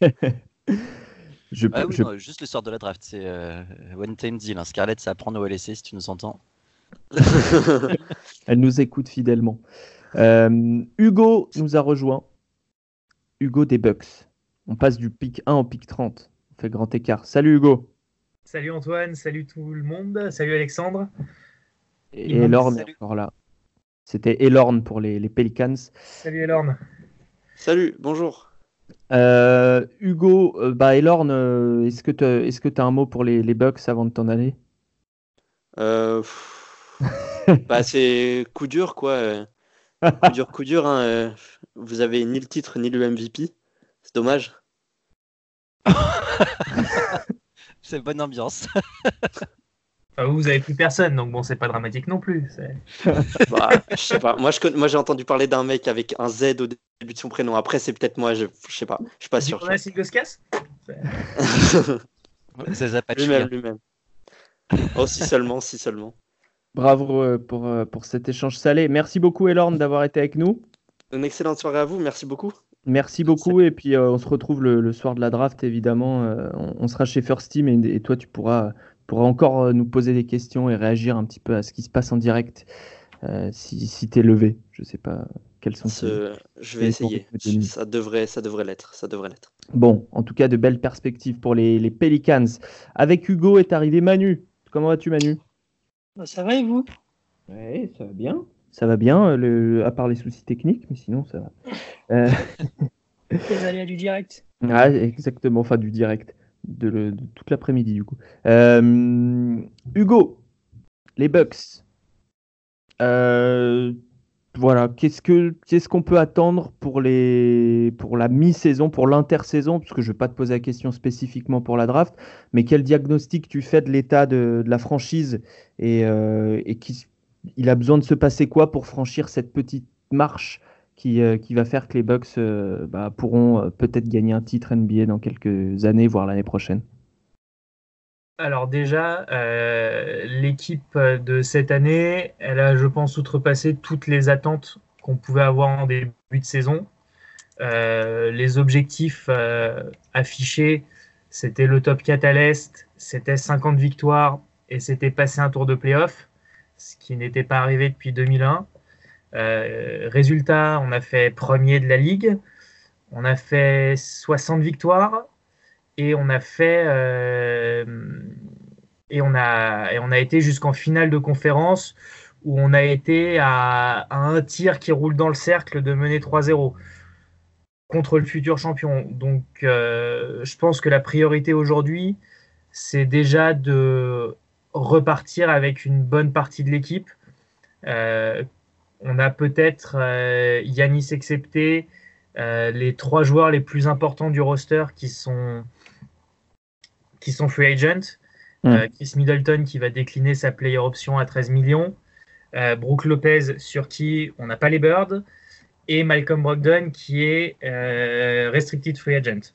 Je, Ah oui, je- non, juste le sort de la draft, c'est euh, one time deal. Hein. Scarlett, ça apprend au L S C si tu nous entends. Elle nous écoute fidèlement. Euh, Hugo nous a rejoint. Hugo des Bucks. On passe du pick un au pick trente. On fait grand écart. Salut Hugo. Salut Antoine, salut tout le monde, salut Alexandre. Et Il manque- Elorn est salut. encore là. C'était Elorn pour les, les Pelicans. Salut Elorn. Salut, bonjour. Euh, Hugo, euh, bah Elorn, euh, est-ce que tu est-ce que tu as un mot pour les, les Bucks avant de t'en aller? Euh, pff, bah, c'est coup dur, quoi. euh. Coup dur, coup dur. Hein, euh. Vous avez ni le titre ni le M V P. C'est dommage. C'est bonne ambiance. Enfin, vous, vous avez plus personne, donc bon, c'est pas dramatique non plus. c'est- Bah, je sais pas. Moi, je connais- moi, j'ai entendu parler d'un mec avec un Z au début de son prénom. Après, c'est peut-être moi. Je, je sais pas. Je suis pas sûr. Jonas Ilgauskas C'est Apache. Lui-même, lui-même. Oh, si seulement, si seulement. Bravo euh, pour, euh, pour cet échange salé. Merci beaucoup Elorn d'avoir été avec nous. Une excellente soirée à vous. Merci beaucoup. Merci beaucoup et puis euh, on se retrouve le, le soir de la draft évidemment. Euh, on, on sera chez First Team et, et toi tu pourras, pourras encore euh, nous poser des questions et réagir un petit peu à ce qui se passe en direct euh, si, si t'es levé. Je sais pas Quels sont Ce- Je vais quel est ton essayer. rythme de nuit Ça devrait, ça devrait l'être. Ça devrait l'être. Bon, en tout cas, de belles perspectives pour les, les Pelicans. Avec Hugo est arrivé Manu. Comment vas-tu, Manu? Bah, ça va et vous? Oui, ça va bien. Ça va bien, euh, le... à part les soucis techniques, mais sinon ça va. Euh, Les aléas du direct. ah, exactement, enfin du direct, de, le- de toute l'après-midi du coup. Euh, Hugo, les Bucks. Euh, voilà, qu'est-ce que qu'est-ce qu'on peut attendre pour les pour la mi-saison, pour l'intersaison, parce que je ne vais pas te poser la question spécifiquement pour la draft, mais quel diagnostic tu fais de l'état de, de la franchise et, euh, et qui il a besoin de se passer quoi pour franchir cette petite marche qui, euh, qui va faire que les Bucks euh, bah, pourront euh, peut-être gagner un titre N B A dans quelques années, voire l'année prochaine. Alors déjà, euh, l'équipe de cette année, elle a, je pense, outrepassé toutes les attentes qu'on pouvait avoir en début de saison. Euh, les objectifs euh, affichés, c'était le top quatre à l'Est, c'était cinquante victoires et c'était passer un tour de play-off, ce qui n'était pas arrivé depuis deux mille un. Euh, résultat, on a fait premier de la ligue, on a fait soixante victoires et on a fait euh, et on a et on a été jusqu'en finale de conférence où on a été à, à un tir qui roule dans le cercle de mener trois zéro contre le futur champion. Donc euh, je pense que la priorité aujourd'hui, c'est déjà de repartir avec une bonne partie de l'équipe. Euh, on a peut-être, euh, Yanis excepté, euh, les trois joueurs les plus importants du roster qui sont, qui sont free agents. Mm. Euh, Chris Middleton qui va décliner sa player option à treize millions. Euh, Brook Lopez sur qui on n'a pas les birds. Et Malcolm Brogdon qui est euh, restricted free agent.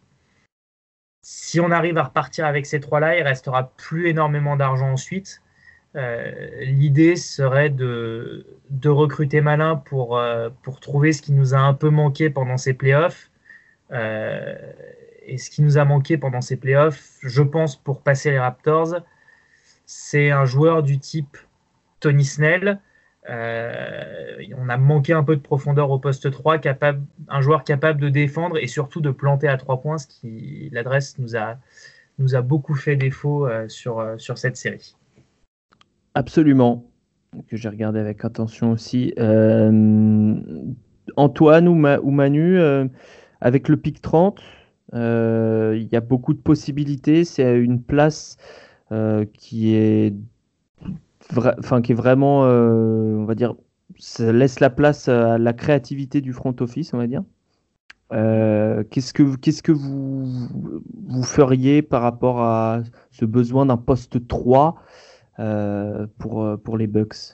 Si on arrive à repartir avec ces trois-là, il restera plus énormément d'argent ensuite. Euh, l'idée serait de, de recruter malin pour, euh, pour trouver ce qui nous a un peu manqué pendant ces playoffs. Euh, et ce qui nous a manqué pendant ces playoffs, je pense, pour passer les Raptors, c'est un joueur du type Tony Snell. Euh, on a manqué un peu de profondeur au poste trois, capable, un joueur capable de défendre et surtout de planter à trois points, ce qui, l'adresse nous a, nous a beaucoup fait défaut euh, sur, euh, sur cette série. Absolument, que j'ai regardé avec attention aussi. Euh, Antoine ou, Ma- ou Manu, euh, avec le pic trente, euh, il y a beaucoup de possibilités. C'est une place euh, qui est, vra- enfin, qui est vraiment, euh, on va dire, ça laisse la place à la créativité du front office, on va dire. Euh, qu'est-ce que, qu'est-ce que vous, vous feriez par rapport à ce besoin d'un poste trois euh, pour, euh, pour les Bucks?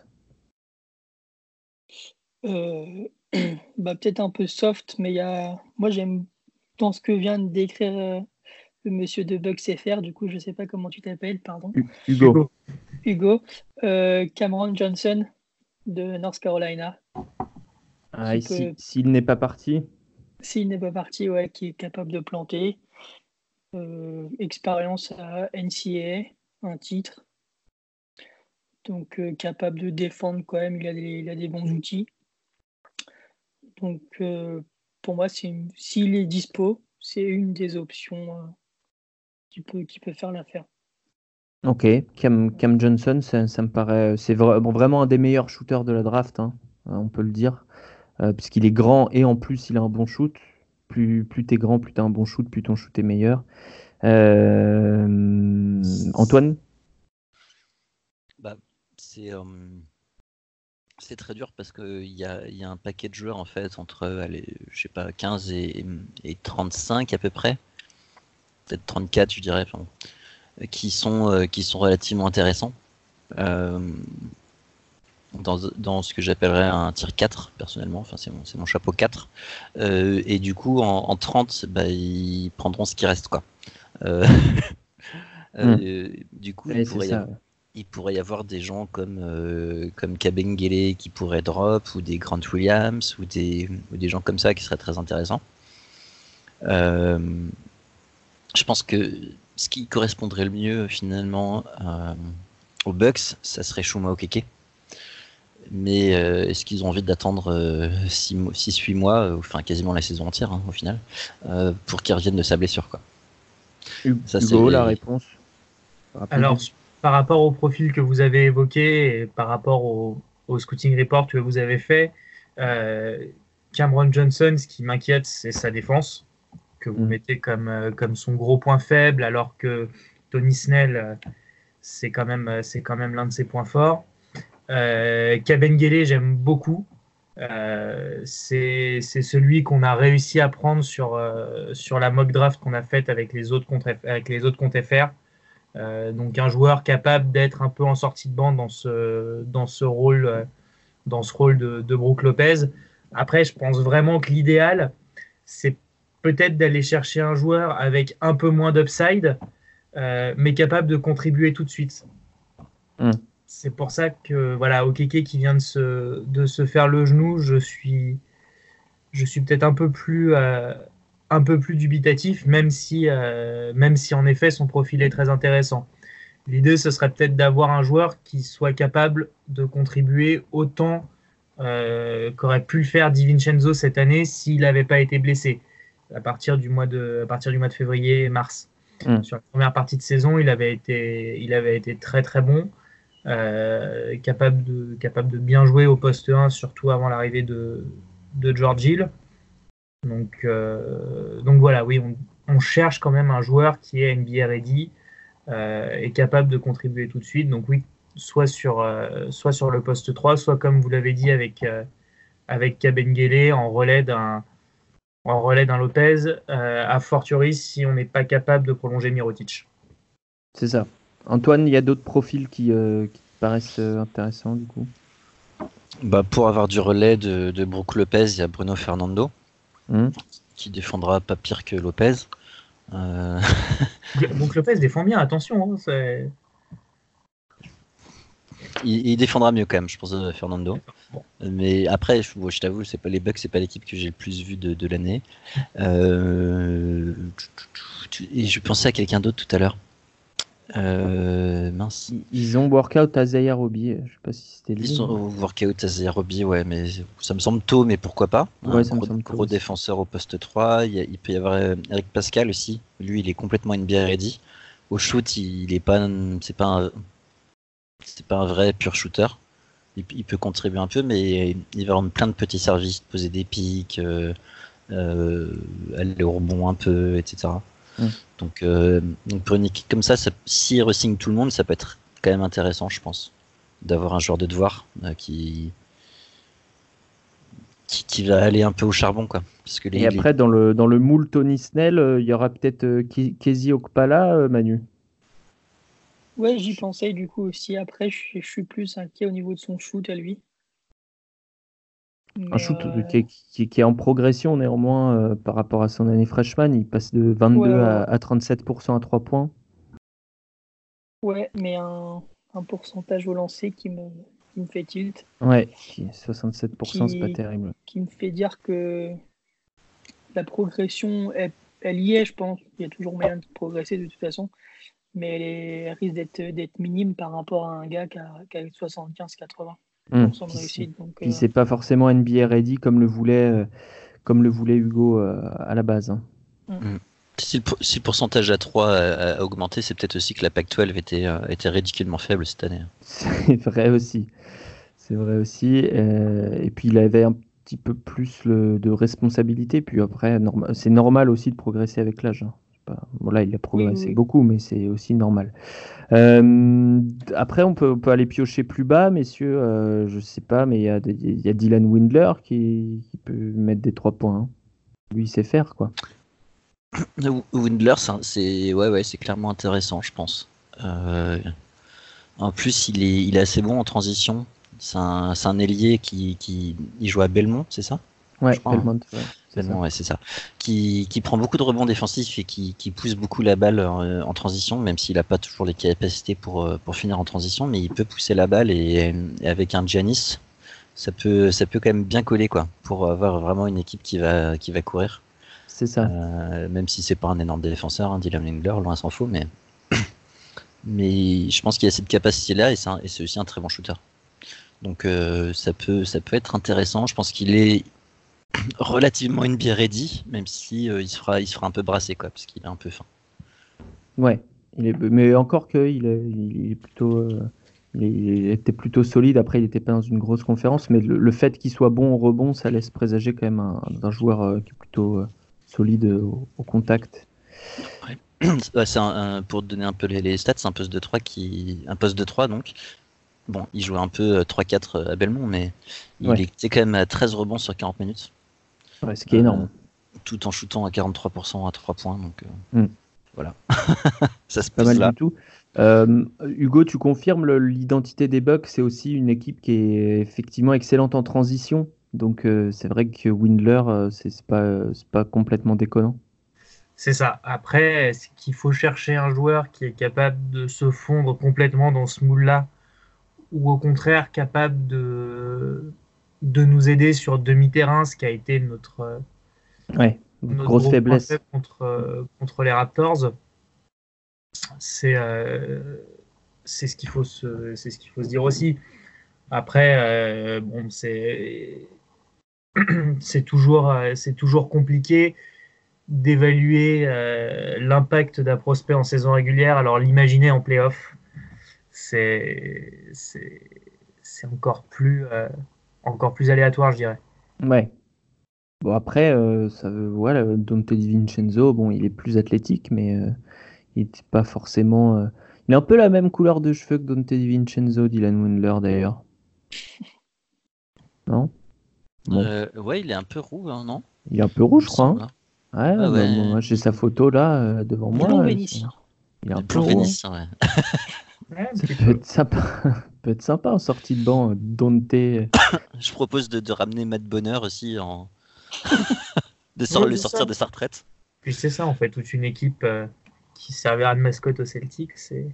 Euh, bah, peut-être un peu soft, mais il y a... moi j'aime dans ce que vient de décrire euh, le monsieur de Bucks F R, du coup je sais pas comment tu t'appelles, pardon. Hu- Hugo. Hugo. Euh, Cameron Johnson de North Carolina. Ah, Qui et si- peut- s'il n'est pas parti, S'il n'est pas parti, ouais, qui est capable de planter. Euh, expérience à N C A A, un titre. Donc euh, capable de défendre quand même, il a des, il a des bons outils. Donc euh, pour moi, c'est une- s'il est dispo, c'est une des options euh, qui peut, qui peut faire l'affaire. ok. Cam, Cam Johnson, ça, ça me paraît, c'est vra- bon, vraiment un des meilleurs shooters de la draft, hein, euh, on peut le dire, euh, puisqu'il est grand et en plus il a un bon shoot. Plus, plus t'es grand, plus t'as un bon shoot, plus ton shoot est meilleur. Euh, Antoine? Bah, c'est euh, c'est très dur parce qu'il y a, y a un paquet de joueurs en fait entre allez, je sais pas, quinze et, et trente-cinq à peu près, peut-être trente-quatre je dirais, enfin, qui sont euh, qui sont relativement intéressants euh, dans, dans ce que j'appellerais un tier quatre personnellement, enfin c'est mon, c'est mon chapeau quatre, euh, et du coup en, en trente bah, ils prendront ce qui reste quoi. Euh, euh, du coup Ouais, il c'est pourrait y ça. avoir il pourrait y avoir des gens comme euh, comme Kabengele qui pourraient drop, ou des Grant Williams, ou des ou des gens comme ça qui seraient très intéressants. Euh, je pense que ce qui correspondrait le mieux finalement euh, aux Bucks, ça serait Chuma Okeke. Mais euh, est-ce qu'ils ont envie d'attendre euh, six huit mois, euh, enfin quasiment la saison entière hein, au final, euh, pour qu'ils reviennent de sa blessure quoi. Ça, Hugo, la réponse. Alors, par rapport au profil que vous avez évoqué et par rapport au, au scouting report que vous avez fait, euh, Cameron Johnson, ce qui m'inquiète, c'est sa défense, que vous mmh. mettez comme, euh, comme son gros point faible, alors que Tony Snell, euh, c'est quand même, c'est quand même l'un de ses points forts. Euh, Kabengele, j'aime beaucoup. Euh, c'est, c'est celui qu'on a réussi à prendre sur, euh, sur la mock draft qu'on a faite avec les autres comptes, avec les autres comptes F R. Euh, donc un joueur capable d'être un peu en sortie de banc dans ce, dans ce rôle, euh, dans ce rôle de, de Brook Lopez. Après, je pense vraiment que l'idéal, c'est peut-être d'aller chercher un joueur avec un peu moins d'upside, euh, mais capable de contribuer tout de suite. Mm. C'est pour ça que voilà, Okeke qui vient de se, de se faire le genou, je suis, je suis peut-être un peu plus, euh, un peu plus dubitatif, même si, euh, même si en effet son profil est très intéressant. L'idée, ce serait peut-être d'avoir un joueur qui soit capable de contribuer autant euh, qu'aurait pu le faire Di Vincenzo cette année s'il n'avait pas été blessé à partir du mois de, à partir du mois de février et mars. Mm. Sur la première partie de saison, il avait été, il avait été très très bon. Euh, capable, de, capable de bien jouer au poste un, surtout avant l'arrivée de, de George Hill. Donc, euh, donc voilà, oui, on, on cherche quand même un joueur qui est N B A ready euh, et capable de contribuer tout de suite. Donc oui, soit sur, euh, soit sur le poste trois, soit comme vous l'avez dit avec, euh, avec Kabengele en relais d'un, en relais d'un Lopez, euh, à fortiori si on n'est pas capable de prolonger Mirotic. C'est ça. Antoine, il y a d'autres profils qui, euh, qui te paraissent intéressants du coup? Bah, pour avoir du relais de, de Brook Lopez, il y a Bruno Fernando, mmh. qui défendra pas pire que Lopez. Euh... Brook Lopez défend bien, attention. Hein, c'est... Il, il défendra mieux quand même, je pense, euh, Fernando. Bon. Mais après, je, bon, je t'avoue, c'est pas les Bucks, c'est pas l'équipe que j'ai le plus vu de, de l'année. Euh... Et je pensais à quelqu'un d'autre tout à l'heure. Euh, mince. Ils ont workout à Zaya Roby, je sais pas si c'était lui. Ils ont workout à Zaya Roby, ouais, mais ça me semble tôt, mais pourquoi pas. Ouais, un ça gros, me semble gros tôt défenseur au poste trois, il, y a, il peut y avoir Eric Pascal aussi. Lui, il est complètement N B A ready. Au shoot, il, il est pas, c'est pas, un, c'est pas un vrai pur shooter. Il, il peut contribuer un peu, mais il va rendre plein de petits services, poser des pics, euh, euh, aller au rebond un peu, et cetera. Mmh. Donc, euh, donc pour une équipe comme ça, ça s'il re-signe tout le monde, ça peut être quand même intéressant, je pense, d'avoir un joueur de devoir euh, qui, qui qui va aller un peu au charbon, quoi. Parce que les, Et après, les... dans le dans le moule Tony Snell, euh, il y aura peut-être euh, Kezi Okpala, euh, Manu. Ouais, j'y pensais du coup aussi. Après, je, je suis plus inquiet au niveau de son shoot à lui. Mais un shoot euh... qui, est, qui, qui est en progression néanmoins euh, par rapport à son année freshman. Il passe de vingt-deux ouais, ouais, ouais. À, à trente-sept pour cent à trois points. Ouais, mais un, un pourcentage au lancer qui me, qui me fait tilt. Ouais, soixante-sept pour cent, qui, c'est pas terrible. Qui me fait dire que la progression, elle, elle y est, je pense. Il y a toujours moyen de progresser de toute façon. Mais elle, est, elle risque d'être, d'être minime par rapport à un gars qui a, qui a soixante-quinze quatre-vingts. Mmh. Réussite, donc, Puis euh... c'est pas forcément N B A ready comme le voulait, euh, comme le voulait Hugo euh, à la base. Hein. Mmh. Si, le, si le pourcentage à trois a, a augmenté, c'est peut-être aussi que la Pac douze était, euh, était ridiculement faible cette année. C'est vrai aussi. C'est vrai aussi. Euh, et puis il avait un petit peu plus le, de responsabilité. Puis après, norma- c'est normal aussi de progresser avec l'âge. Hein. Pas... Bon, là, il a progressé oui, oui. beaucoup, mais c'est aussi normal. Euh, après, on peut, on peut aller piocher plus bas, messieurs. Euh, je sais pas, mais il y a, y a Dylan Windler qui, qui peut mettre des trois points. Hein. Lui, il sait faire, quoi. Windler, c'est ouais, ouais, c'est clairement intéressant, je pense. Euh, en plus, il est, il est assez bon en transition. C'est un, c'est un ailier qui, qui il joue à Belmont, c'est ça? Ouais, crois, Belmont. Hein. Ouais. Belmont, ouais, c'est ça. Qui, qui prend beaucoup de rebonds défensifs et qui, qui pousse beaucoup la balle en, en transition, même s'il n'a pas toujours les capacités pour, pour finir en transition, mais il peut pousser la balle et, et avec un Giannis, ça peut, ça peut quand même bien coller, quoi, pour avoir vraiment une équipe qui va, qui va courir. C'est ça. Euh, même si c'est pas un énorme défenseur, hein, Dylan Windler, loin s'en faut, mais mais je pense qu'il y a cette capacité-là et c'est, un, et c'est aussi un très bon shooter. Donc euh, ça peut ça peut être intéressant. Je pense qu'il est relativement N B A ready, même si euh, il se fera il se fera un peu brasser quoi, parce qu'il est un peu fin. Ouais, il est, mais encore que il est, il est plutôt, euh, il, est- il était plutôt solide. Après, il n'était pas dans une grosse conférence, mais le, le fait qu'il soit bon au rebond, ça laisse présager quand même un, d'un joueur euh, qui est plutôt euh, solide au, au contact. Ouais, c'est un, un- pour te donner un peu les, les stats, c'est un poste de trois qui un poste de trois donc. Bon, il joue un peu euh, trois quatre à Belmont, mais il Ouais. était quand même à treize rebonds sur quarante minutes. Ouais, ce qui est énorme. Euh, tout en shootant à quarante-trois pour cent à trois points. Donc euh, Mm. voilà. Ça se Pas pose mal là. du tout. Euh, Hugo, tu confirmes le- l'identité des Bucks, c'est aussi une équipe qui est effectivement excellente en transition. Donc euh, c'est vrai que Windler, euh, c'est c'est pas, euh, c'est pas complètement déconnant. C'est ça. Après, est-ce qu'il faut chercher un joueur qui est capable de se fondre complètement dans ce moule-là, ou au contraire capable de, de nous aider sur demi-terrain, ce qui a été notre, Ouais, notre grosse gros point faiblesse. faible contre, contre les Raptors. C'est euh, c'est ce qu'il faut se, c'est ce qu'il faut se dire aussi. Après, euh, bon, c'est c'est toujours, euh, c'est toujours compliqué d'évaluer euh, l'impact d'un prospect en saison régulière. Alors l'imaginer en playoff, c'est c'est c'est encore plus euh, encore plus aléatoire, je dirais. Ouais. Bon après, euh, ça veut, voilà, Dante DiVincenzo, bon, il est plus athlétique, mais euh, il n'est pas forcément. euh, Il a un peu la même couleur de cheveux que Dante DiVincenzo, Dylan Windler d'ailleurs. Non? Bon, Euh, ouais, il est un peu roux, hein, non? il est un peu Il rouge, me je crois, semble. hein. Hein. Ouais, Ah bah, ouais. moi j'ai sa photo là euh, devant Blond moi. euh, vénitien. Il est un Le peu blond roux, hein. vénitien, ouais. Ouais, un Ça petit peut peu. être sympa, ça peut être sympa en sortie de banc, euh, Dante. euh. Je propose de, de ramener Matt Bonner aussi en de sor- Oui, le c'est sortir ça. de sa retraite. Puis c'est ça en fait, toute une équipe euh, qui servira de mascotte au Celtic, c'est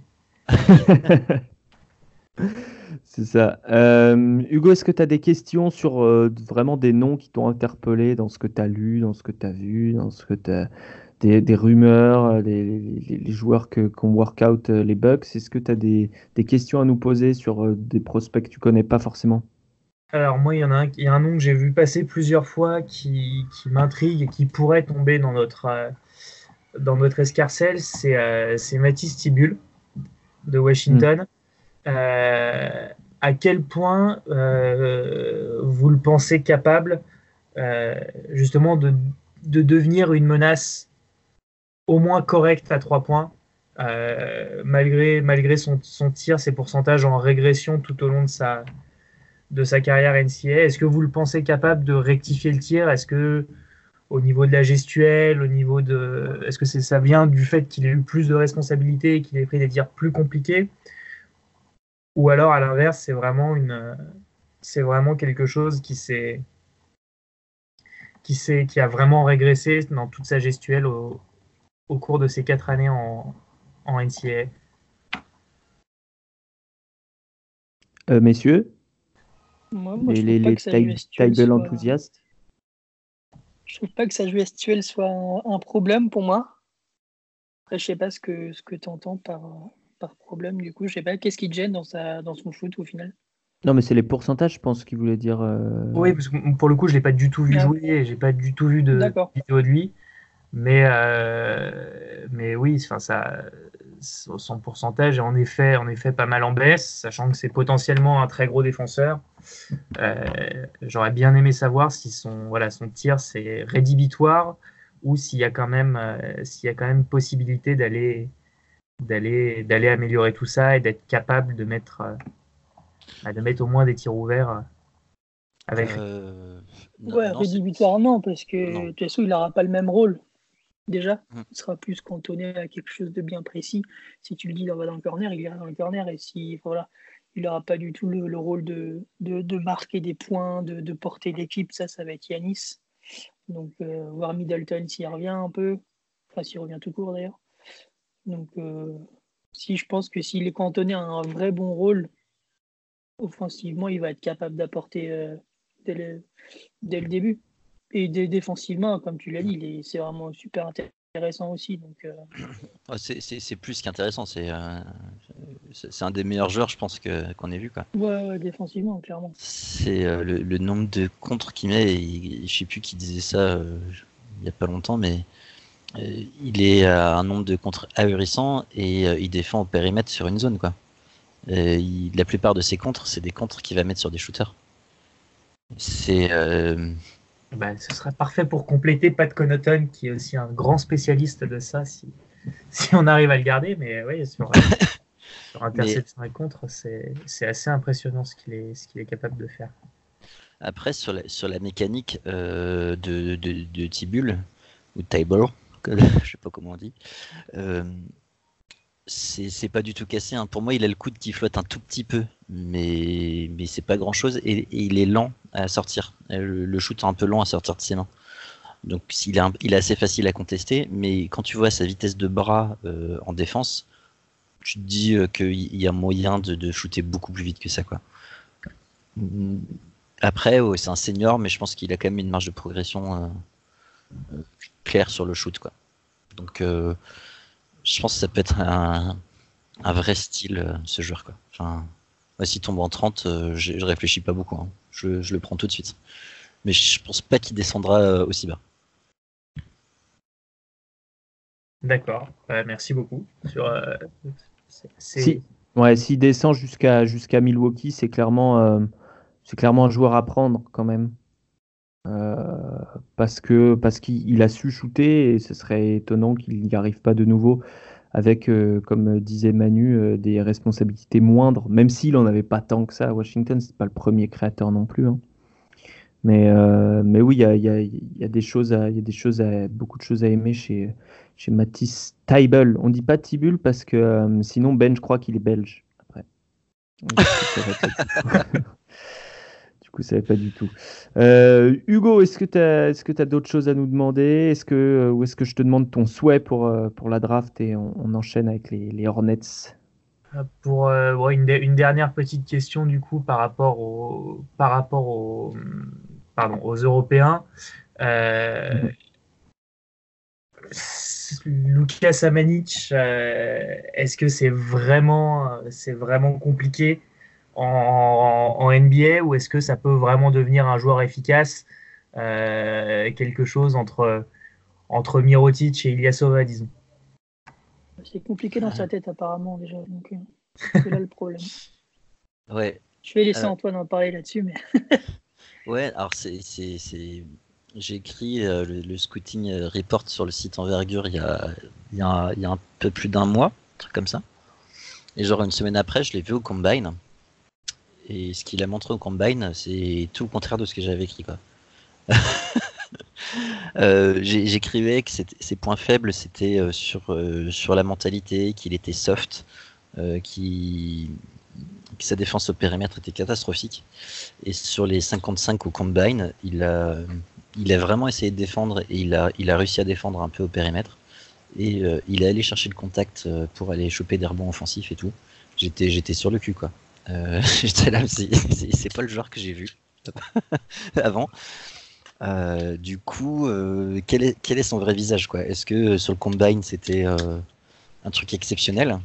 C'est ça. Euh, Hugo, est-ce que tu as des questions sur euh, vraiment des noms qui t'ont interpellé dans ce que tu as lu, dans ce que tu as vu, dans ce que tu des, des rumeurs, euh, les, les- les joueurs que, qu'on workout euh, les Bucks? Est-ce que tu as des, des questions à nous poser sur euh, des prospects que tu connais pas forcément? Alors moi, il y en a un, il y a un nom que j'ai vu passer plusieurs fois qui, qui m'intrigue et qui pourrait tomber dans notre, euh, dans notre escarcelle, c'est euh, c'est Matisse Thybulle de Hmm. Washington. Euh, à quel point euh, vous le pensez capable euh, justement de, de devenir une menace au moins correcte à trois points, euh, malgré, malgré son, son tir, ses pourcentages en régression tout au long de sa, de sa carrière N C A A. Est-ce que vous le pensez capable de rectifier le tir? Est-ce que au niveau de la gestuelle, au niveau de, est-ce que c'est, ça vient du fait qu'il ait eu plus de responsabilités et qu'il ait pris des tirs plus compliqués? Ou alors à l'inverse, c'est vraiment une, c'est vraiment quelque chose qui s'est, qui s'est, qui a vraiment régressé dans toute sa gestuelle au, au cours de ces quatre années en, en N C A A. Euh, messieurs, Moi, moi, les, je trouve les, pas les que sa taille- gestuelle taille-bell soit. enthousiastes. Je trouve pas que sa gestuelle soit un, un problème pour moi. Après, je sais pas ce que, ce que tu entends par, par problème, du coup. Je sais pas, qu'est-ce qui te gêne dans, sa, dans son foot au final? Non, mais c'est les pourcentages, je pense qu'il voulait dire. euh, Oui, parce que pour le coup, je l'ai pas du tout vu Ah, jouer, et j'ai pas du tout vu de d'accord. vidéo de lui. Mais, euh, mais oui, enfin, ça, son pourcentage est en effet, en effet pas mal en baisse, sachant que c'est potentiellement un très gros défenseur. Euh, J'aurais bien aimé savoir si son, voilà, son tir c'est rédhibitoire ou s'il y a quand même, euh, s'il y a quand même possibilité d'aller, d'aller, d'aller améliorer tout ça et d'être capable de mettre, euh, de mettre au moins des tirs ouverts euh, avec. Euh, non, Ouais, non, c'est rédhibitoire, non, parce que de non. toute façon, il n'aura pas le même rôle. Déjà, Mm. il sera plus cantonné à quelque chose de bien précis. Si tu le dis, il va dans le corner, il ira dans le corner. Et si, voilà, il n'aura pas du tout le, le rôle de, de, de marquer des points, de, de porter l'équipe. Ça, ça va être Yanis. Donc, euh, voir Middleton s'il revient un peu. Enfin, s'il revient tout court d'ailleurs. Donc, euh, si je pense que s'il est cantonné à un vrai bon rôle, offensivement, il va être capable d'apporter euh, dès, le, dès le début. Et dé- défensivement, comme tu l'as dit, il est- c'est vraiment super intéressant aussi. Donc, euh, Ah, c'est, c'est, c'est plus qu'intéressant. C'est, euh, c'est un des meilleurs joueurs, je pense, que, qu'on ait vu, quoi. Ouais, ouais, défensivement, clairement. C'est euh, le, le nombre de contres qu'il met, et, je sais plus qui disait ça euh, il y a pas longtemps, mais euh, il est à un nombre de contres ahurissant et euh, il défend au périmètre sur une zone, quoi. Et il, la plupart de ses contres, c'est des contres qu'il va mettre sur des shooters. C'est euh... bah, ce serait parfait pour compléter Pat Connaughton, qui est aussi un grand spécialiste de ça, si, si on arrive à le garder. Mais oui, sur, sur interception mais... et contre, c'est, c'est assez impressionnant ce qu'il est, ce qu'il est capable de faire. Après, sur la, sur la mécanique euh, de, de, de T-Bull, ou Table, je sais pas comment on dit, euh, c'est, c'est pas du tout cassé. Hein. Pour moi, il a le coude qui flotte un tout petit peu, mais, mais c'est pas grand chose, et, et il est lent à sortir. Le, le shoot est un peu lent à sortir de ses mains. Donc il est, un, il est assez facile à contester, mais quand tu vois sa vitesse de bras euh, en défense, tu te dis euh, qu'il y a moyen de, de shooter beaucoup plus vite que ça, quoi. Après, ouais, c'est un senior, mais je pense qu'il a quand même une marge de progression euh, euh, claire sur le shoot, quoi. Donc euh, je pense que ça peut être un, un vrai style, euh, ce joueur, quoi. Enfin, ouais, s'il tombe en trente, euh, je, je réfléchis pas beaucoup. Hein. Je, je le prends tout de suite. Mais je pense pas qu'il descendra euh, aussi bas. D'accord. Euh, merci beaucoup. Sur, euh, c'est, c'est... Si, ouais, s'il descend jusqu'à, jusqu'à Milwaukee, c'est clairement, euh, c'est clairement un joueur à prendre quand même. Euh, parce que parce qu'il a su shooter et ce serait étonnant qu'il n'y arrive pas de nouveau avec, euh, comme disait Manu, euh, des responsabilités moindres, même s'il en avait pas tant que ça à Washington. C'est pas le premier créateur non plus, hein. mais euh, mais oui, il y a, y, a, y a des choses à, y a des choses à, beaucoup de choses à aimer chez chez Matisse Thybulle. On dit pas Thybulle parce que euh, sinon Ben, je crois qu'il est belge après. Donc, du coup, ça va pas du tout. Euh, Hugo, est-ce que tu as est-ce que tu as d'autres choses à nous demander? Est-ce que ou est-ce que je te demande ton souhait pour pour la draft et on, on enchaîne avec les, les Hornets? Pour euh, ouais, une, une dernière petite question du coup par rapport au par rapport au pardon aux Européens. Euh, mm-hmm. Luka Samanic, euh, est-ce que c'est vraiment c'est vraiment compliqué en, en N B A ou est-ce que ça peut vraiment devenir un joueur efficace, euh, quelque chose entre entre Mirotic et Ilyasova, disons? C'est compliqué dans sa tête apparemment déjà, donc c'est là le problème. Ouais. Je vais laisser euh... Antoine en parler là-dessus, mais. Ouais, alors c'est c'est c'est j'ai écrit euh, le, le scouting report sur le site Envergure il y a il y a il y a un peu plus d'un mois, un truc comme ça. Et genre une semaine après, je l'ai vu au Combine. Et ce qu'il a montré au Combine, c'est tout le contraire de ce que j'avais écrit, quoi. euh, j'ai, j'écrivais que ses points faibles, c'était euh, sur, euh, sur la mentalité, qu'il était soft, euh, qu'il, que sa défense au périmètre était catastrophique. Et sur les cinquante-cinq au Combine, il a, il a vraiment essayé de défendre et il a, il a réussi à défendre un peu au périmètre. Et euh, il est allé chercher le contact pour aller choper des rebonds offensifs et tout. J'étais, j'étais sur le cul, quoi. Euh, j'étais là, c'est, c'est, c'est pas le joueur que j'ai vu avant. Euh, du coup, euh, quel, est, quel est son vrai visage, quoi? Est-ce que euh, sur le Combine c'était euh, un truc exceptionnel?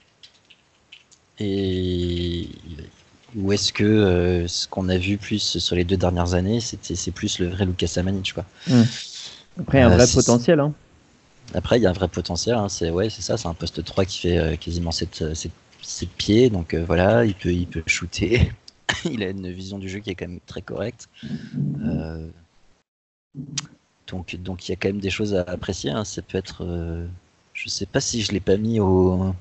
Et ou est-ce que euh, ce qu'on a vu plus sur les deux dernières années, c'était, c'est plus le vrai Luka Samanic, quoi? Mmh. Après, il y a un vrai euh, potentiel, hein. Après, il y a un vrai potentiel, hein. C'est, ouais, c'est ça, c'est un poste trois qui fait euh, quasiment cette, cette ses pieds, donc euh, voilà, il peut, il peut shooter. Il a une vision du jeu qui est quand même très correcte. Euh, donc, donc il y a quand même des choses à apprécier. Hein. Ça peut être, euh, je sais pas si je l'ai pas mis au,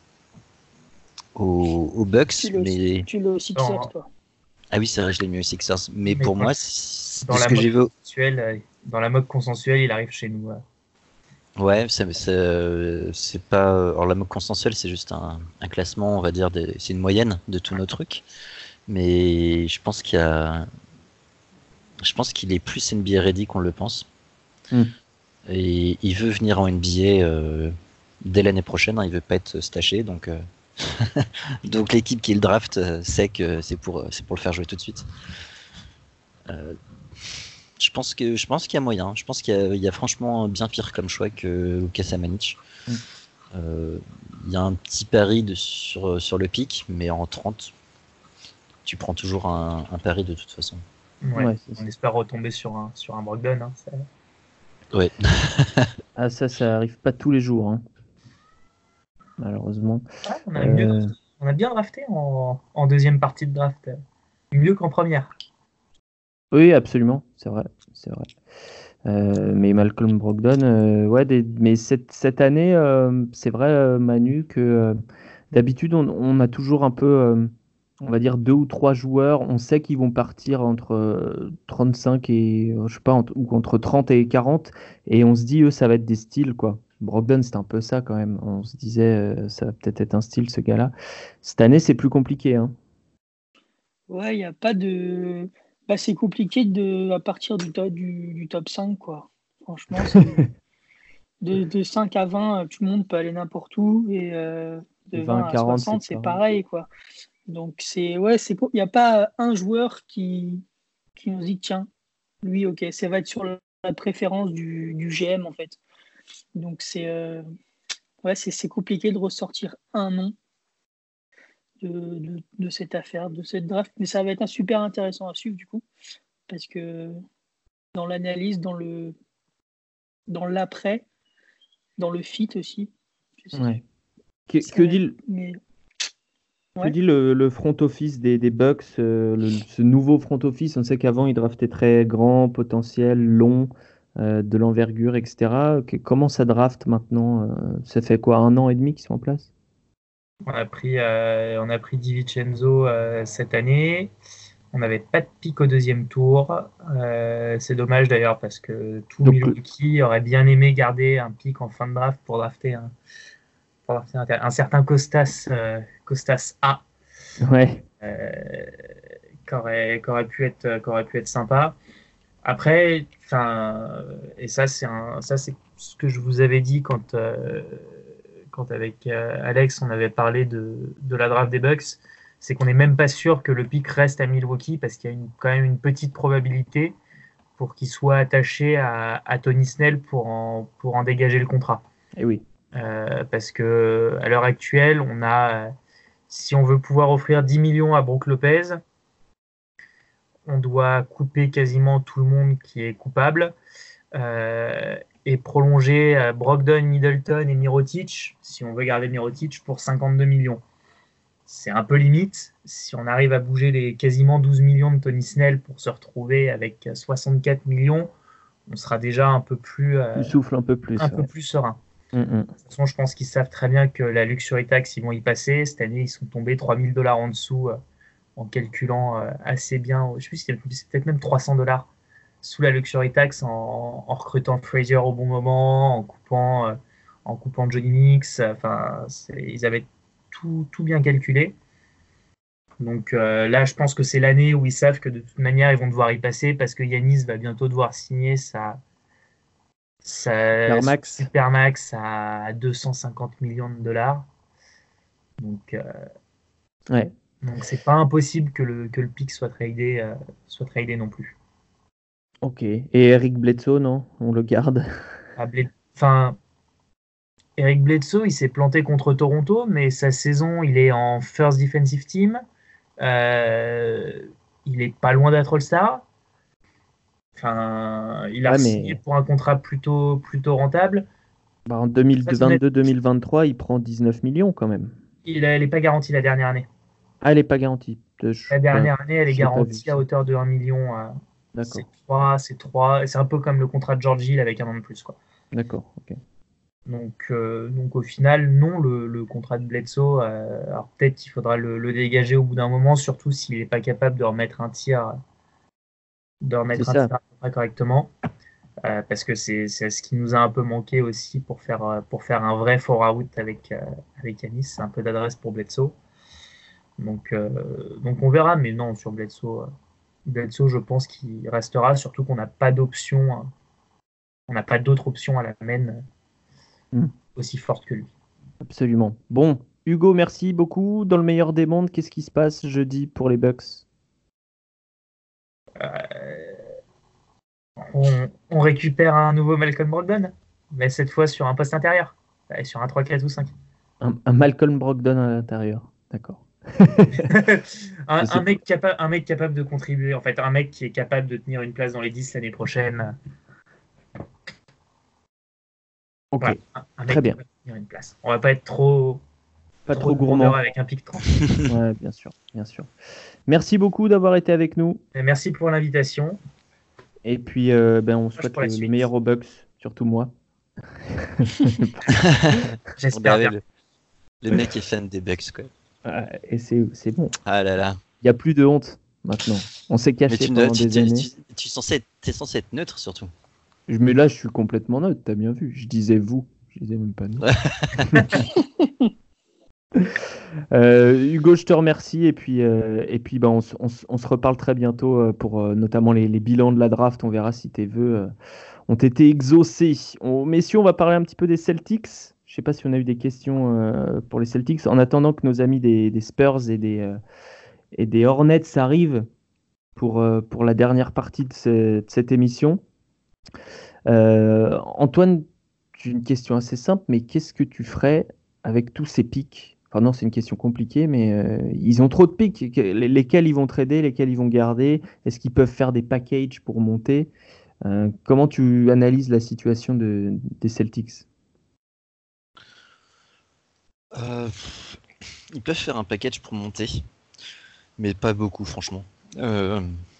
au, au Bucks, tu mais le, tu le Sixers, toi. Ah oui, c'est vrai, je l'ai mis au Sixers. Mais, mais pour moi, c'est dans ce la que j'ai vu. Dans la mode consensuelle, il arrive chez nous. Ouais. Ouais, c'est, c'est, c'est pas. Alors la mode consensuelle, c'est juste un, un classement, on va dire, des, c'est une moyenne de tous nos trucs. Mais je pense qu'il y a, je pense qu'il est plus N B A ready qu'on le pense. Mm. Et il veut venir en N B A euh, dès l'année prochaine. Hein, il veut pas être staché, donc euh... donc l'équipe qui le draft euh, sait que c'est pour, c'est pour le faire jouer tout de suite. Euh... Je pense que je pense qu'il y a moyen. Je pense qu'il y a, il y a franchement bien pire comme choix que Luka Samanic. Mm. Euh, il y a un petit pari de, sur, sur le pic, mais en trente, tu prends toujours un, un pari de toute façon. Ouais, Ouais, on espère retomber sur un, sur un Brogdon. Hein, ça... Ouais. Ah, ça, ça arrive pas tous les jours, hein, malheureusement. Ah, on, a mieux, Euh, on a bien drafté en, en deuxième partie de draft. Mieux qu'en première. Oui, absolument, c'est vrai, c'est vrai. Euh, mais Malcolm Brogdon, euh, ouais, des- mais cette, cette année, euh, c'est vrai, euh, Manu, que euh, d'habitude, on, on a toujours un peu, euh, on va dire, deux ou trois joueurs. On sait qu'ils vont partir entre euh, trente-cinq et, euh, je sais pas, entre, ou entre trente et quarante. Et on se dit, eux, ça va être des styles, quoi. Brogdon, c'est un peu ça quand même. On se disait, euh, ça va peut-être être un style, ce gars-là. Cette année, c'est plus compliqué, hein. Ouais, il n'y a pas de. Bah, c'est compliqué de, à partir du, top, du, du top cinq, quoi. Franchement, c'est de, de cinq à vingt, euh, tout le monde peut aller n'importe où. Et euh, de De vingt à vingt à quarante, c'est soixante, c'est pareil. pareil, quoi. Donc, c'est. Ouais, c'est. Il n'y a pas un joueur qui, qui nous dit, tiens, lui, ok, ça va être sur la la préférence du, du G M, en fait. Donc, c'est. euh, Ouais, c'est c'est compliqué de ressortir un nom de, de, de cette affaire, de cette draft. Mais ça va être un super intéressant à suivre, du coup. Parce que dans l'analyse, dans le dans l'après, dans le fit aussi. Ouais. Que, Ça que va dit être- le, mais que ouais. dit le, le front office des, des Bucks, euh, le- ce nouveau front office? On sait qu'avant, ils draftaient très grand, potentiel, long, euh, de l'envergure, et cetera. Que- comment ça draft maintenant? euh, Ça fait quoi, un an et demi qu'ils sont en place? On a pris, euh, on a pris DiVincenzo euh, cette année. On n'avait pas de pic au deuxième tour. Euh, c'est dommage d'ailleurs parce que tout Donc, euh, Milwaukee aurait bien aimé garder un pic en fin de draft pour drafter un, pour drafter un, un certain Costas, euh, Costas A, ouais, euh, qui aurait, qui aurait pu être, qui aurait pu être sympa. Après, enfin, et ça c'est un, ça c'est ce que je vous avais dit quand, euh, quand avec euh, Alex on avait parlé de, de la draft des Bucks, c'est qu'on n'est même pas sûr que le pick reste à Milwaukee parce qu'il y a une, quand même une petite probabilité pour qu'il soit attaché à, à Tony Snell pour en, pour en dégager le contrat. et oui. Euh, parce que à l'heure actuelle, on a, si on veut pouvoir offrir dix millions à Brook Lopez, on doit couper quasiment tout le monde qui est coupable. Euh, et prolonger euh, Brogdon, Middleton et Mirotic, si on veut garder Mirotic, pour cinquante-deux millions. C'est un peu limite. Si on arrive à bouger les quasiment douze millions de Tony Snell pour se retrouver avec soixante-quatre millions, on sera déjà un peu plus, euh, Tu souffles un peu un plus, peu ouais. plus serein. Mm, mm. De toute façon, je pense qu'ils savent très bien que la luxury tax, ils vont y passer. Cette année, ils sont tombés trois mille dollars en dessous euh, en calculant euh, assez bien. Je sais plus si c'est peut-être même trois cents dollars sous la luxury tax en, en recrutant Frazier au bon moment, en coupant, euh, en coupant Johnny Mix. Enfin, ils avaient tout, tout bien calculé. Donc euh, là, je pense que c'est l'année où ils savent que de toute manière, ils vont devoir y passer parce que Yanis va bientôt devoir signer sa, sa son Supermax. Supermax à deux cent cinquante millions de dollars. Donc, euh, Ouais. donc c'est pas impossible que le, que le pic soit tradé, euh, soit tradé non plus. Ok. Et Eric Bledsoe, non? On le garde. À Bled- Enfin, Eric Bledsoe, il s'est planté contre Toronto, mais sa saison, il est en first defensive team. Euh, il est pas loin d'être All-Star. Enfin, il a Ouais, signé mais pour un contrat plutôt, plutôt rentable. bah, en Très honnête, deux mille vingt-deux deux mille vingt-trois, il prend dix-neuf millions quand même. il n'est pas garanti la dernière année. Ah, elle n'est pas garantie. Euh, Je, La bah, dernière année, elle est j'ai pas vu garantie à ça. hauteur de un million. euh, c'est D'accord. trois, c'est trois. C'est un peu comme le contrat de George Hill avec un an de plus, quoi. D'accord. Ok. Donc, euh, donc au final, non, le, le contrat de Bledsoe, euh, alors peut-être qu'il faudra le, le dégager au bout d'un moment, surtout s'il n'est pas capable de remettre un tir, de C'est remettre un ça. tir à peu près correctement, euh, parce que c'est, c'est ce qui nous a un peu manqué aussi pour faire, euh, pour faire un vrai four out avec, euh, avec Yanis, c'est un peu d'adresse pour Bledsoe. Donc, euh, donc on verra, mais non, sur Bledsoe, euh, Bledsoe, je pense qu'il restera, surtout qu'on n'a pas d'option, euh, on n'a pas d'autre option à la main Hmm. aussi forte que lui. Absolument. Bon, Hugo, merci beaucoup. Dans le meilleur des mondes, qu'est-ce qui se passe jeudi pour les Bucks? Euh, on, on récupère un nouveau Malcolm Brogdon, mais cette fois sur un poste intérieur, sur un trois quatre ou cinq. Un, un Malcolm Brogdon à l'intérieur. D'accord. un, Je sais un, mec capa- un mec capable de contribuer, en fait, un mec qui est capable de tenir une place dans les dix l'année prochaine. Ok, Voilà, un, un très mec bien. capable de tenir une place. On va pas être trop, Pas trop trop gourmand. demandeur avec un pic trente. Ouais, bien sûr, bien sûr. Merci beaucoup d'avoir été avec nous. Et merci pour l'invitation. Et puis, euh, ben, on Courage souhaite pour la le, le suite. meilleur aux Bucks, surtout moi. On J'espère dirait bien. le, le mec est fan des Bucks, quoi. Ouais, et c'est c'est bon. Ah là là. Il n'y a plus de honte maintenant. On s'est Mais caché tu, ne- pendant tu, des tu, années. tu, tu es censé être, t'es censé être neutre, surtout. Je- Mais là, je suis complètement neutre, t'as bien vu. Je disais vous, je disais même pas nous. Euh, Hugo, je te remercie. Et puis, euh, et puis ben, on, s- on s- on se reparle très bientôt euh, pour euh, notamment les, les bilans de la draft. On verra si tes vœux euh, ont été exaucés. On, messieurs, on va parler un petit peu des Celtics. Je sais pas si on a eu des questions euh, pour les Celtics. En attendant que nos amis des, des Spurs et des, euh, et des Hornets arrivent pour, euh, pour la dernière partie de, ce- de cette émission. Euh, Antoine, j'ai une question assez simple, mais qu'est-ce que tu ferais avec tous ces pics? Enfin non, c'est une question compliquée, mais euh, ils ont trop de pics. Que- les- Lesquels ils vont trader, lesquels ils vont garder? Est-ce qu'ils peuvent faire des packages pour monter? Euh, comment tu analyses la situation de, des Celtics? Euh, ils peuvent faire un package pour monter, mais pas beaucoup, franchement. Euh,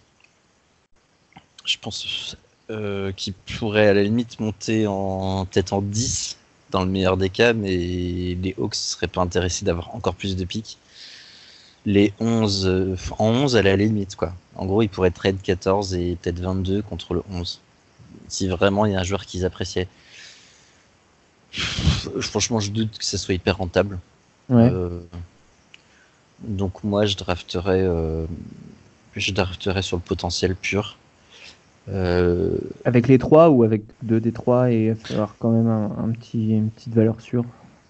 je pense euh, qu'ils pourraient à la limite monter en peut-être en dix dans le meilleur des cas, mais les Hawks seraient pas intéressés d'avoir encore plus de pics. Les onze, euh, en onze à la limite, quoi. En gros, ils pourraient trade quatorze et peut-être vingt-deux contre le onze. Si vraiment il y a un joueur qu'ils appréciaient. Franchement, je doute que ça soit hyper rentable. Ouais. Euh, donc moi, je drafterais, euh, je drafterais sur le potentiel pur. Euh, Avec les trois ou avec deux des trois et il va falloir quand même un, un petit, une petite valeur sûre.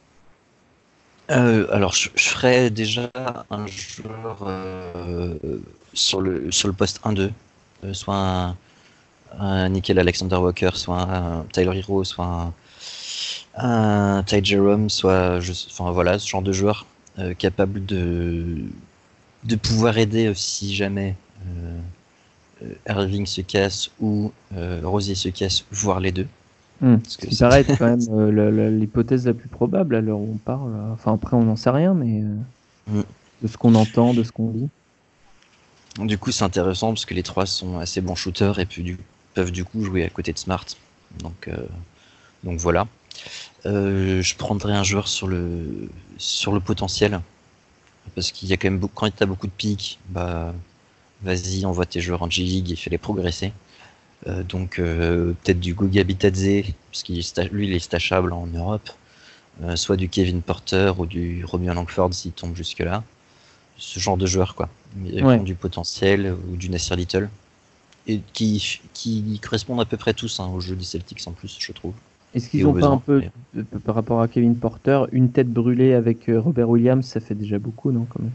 euh, alors, je, je ferais déjà un joueur euh, sur le sur le poste un deux, euh, soit un, un Nickel Alexander Walker, soit un Tyler Hero, soit un, un Ty Jerome, soit je, enfin voilà, ce genre de joueur euh, capable de de pouvoir aider euh, si jamais euh, Irving se casse ou euh, Rosier se casse, voire les deux. Hmm. Parce Ce que qui c'est- paraît être quand même euh, la- la- l'hypothèse la plus probable à l'heure où on parle. Enfin, après, on n'en sait rien, mais euh, Mm. de ce qu'on entend, de ce qu'on dit. Du coup, c'est intéressant parce que les trois sont assez bons shooters et puis du, peuvent du coup jouer à côté de Smart. Donc, euh, donc voilà. Euh, je prendrais un joueur sur le sur le potentiel parce qu'il y a quand même beaucoup, quand tu as beaucoup de pics, bah vas-y, envoie tes joueurs en G-League et fais-les progresser. Euh, donc euh, peut-être du Goga Bitadze, parce qu'il est sta- lui il est stachable en Europe, euh, soit du Kevin Porter ou du Romeo Langford s'il tombe jusque là, ce genre de joueurs quoi, mais qui Ouais. ont du potentiel ou du Nasir Little et qui qui correspondent à peu près tous hein, au jeu des Celtics en plus je trouve. Est-ce Et qu'ils au n'ont pas un besoin, peu, mais- de- de- par rapport à Kevin Porter, une tête brûlée avec euh, Robert Williams, ça fait déjà beaucoup, non, quand même?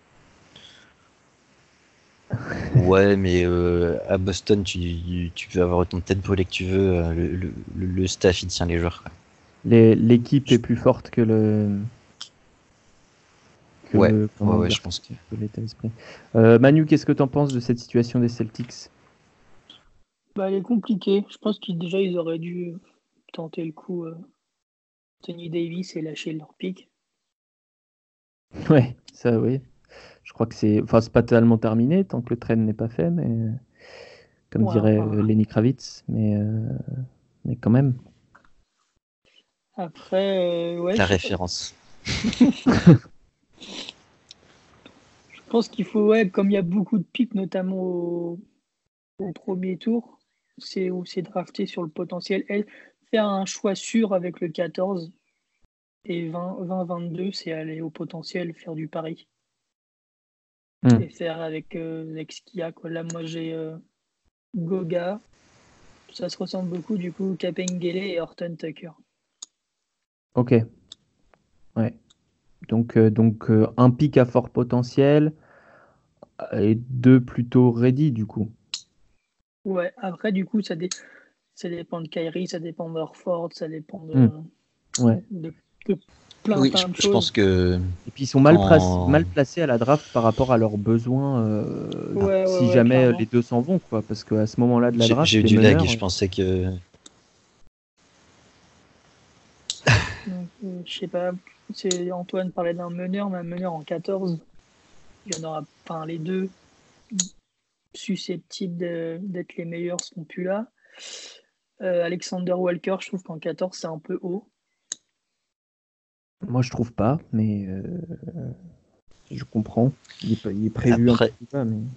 Ouais, mais euh, à Boston, tu, tu peux avoir autant de tête brûlée que tu veux. euh, Le, le, le staff, il tient les joueurs. Quoi. Les- L'équipe est plus forte que le. Que Ouais, le- comment ouais, ouais, dire, je pense que. que l'état d'esprit. Euh, Manu, qu'est-ce que tu en penses de cette situation des Celtics? Bah, elle est compliquée. Je pense qu'ils déjà ils auraient dû tenter le coup euh, Anthony Davis et lâcher leur pic. Ouais, ça, oui. Je crois que c'est. Enfin, c'est pas totalement terminé tant que le trade n'est pas fait, mais. euh, Comme Ouais, dirait enfin, euh, Lenny Kravitz, mais, euh, mais quand même. après, euh, ouais, La je sais pas. référence. Je pense qu'il faut, ouais, comme il y a beaucoup de pics, notamment au, au premier tour, c'est où c'est drafté sur le potentiel. Et faire un choix sûr avec le quatorze et vingt vingt-deux, c'est aller au potentiel, faire du pari. Hmm. Et faire avec, euh, avec ce qu'il y a. Quoi. Là, moi, j'ai euh, Goga. Ça se ressemble beaucoup, du coup, Kapengele et Horton Tucker. Ok. Ouais. Donc, euh, donc euh, un pic à fort potentiel euh, et deux plutôt ready, du coup. Ouais, après, du coup, ça, dé- ça dépend de Kyrie, ça dépend de Horford, ça dépend de, Hmm. Ouais. de, de plein, Oui, plein je, de je choses. pense que Et puis ils sont mal, Quand- placés, mal placés à la draft par rapport à leurs besoins euh, Ouais, ouais, si ouais, jamais clairement. les deux s'en vont, quoi. Parce qu'à ce moment-là de la j'ai draft, j'ai eu les du lag meneurs, et je pensais que. Donc, euh, je sais pas, c'est Antoine parlait d'un meneur, mais un meneur en quatorze, il y en aura, enfin les deux susceptibles de- d'être les meilleurs seront plus là. Euh, Alexander Walker, je trouve qu'en quatorze c'est un peu haut. moi je trouve pas, mais euh, je comprends. Il est, pas- il est prévu Après- un peu plus bas, mais...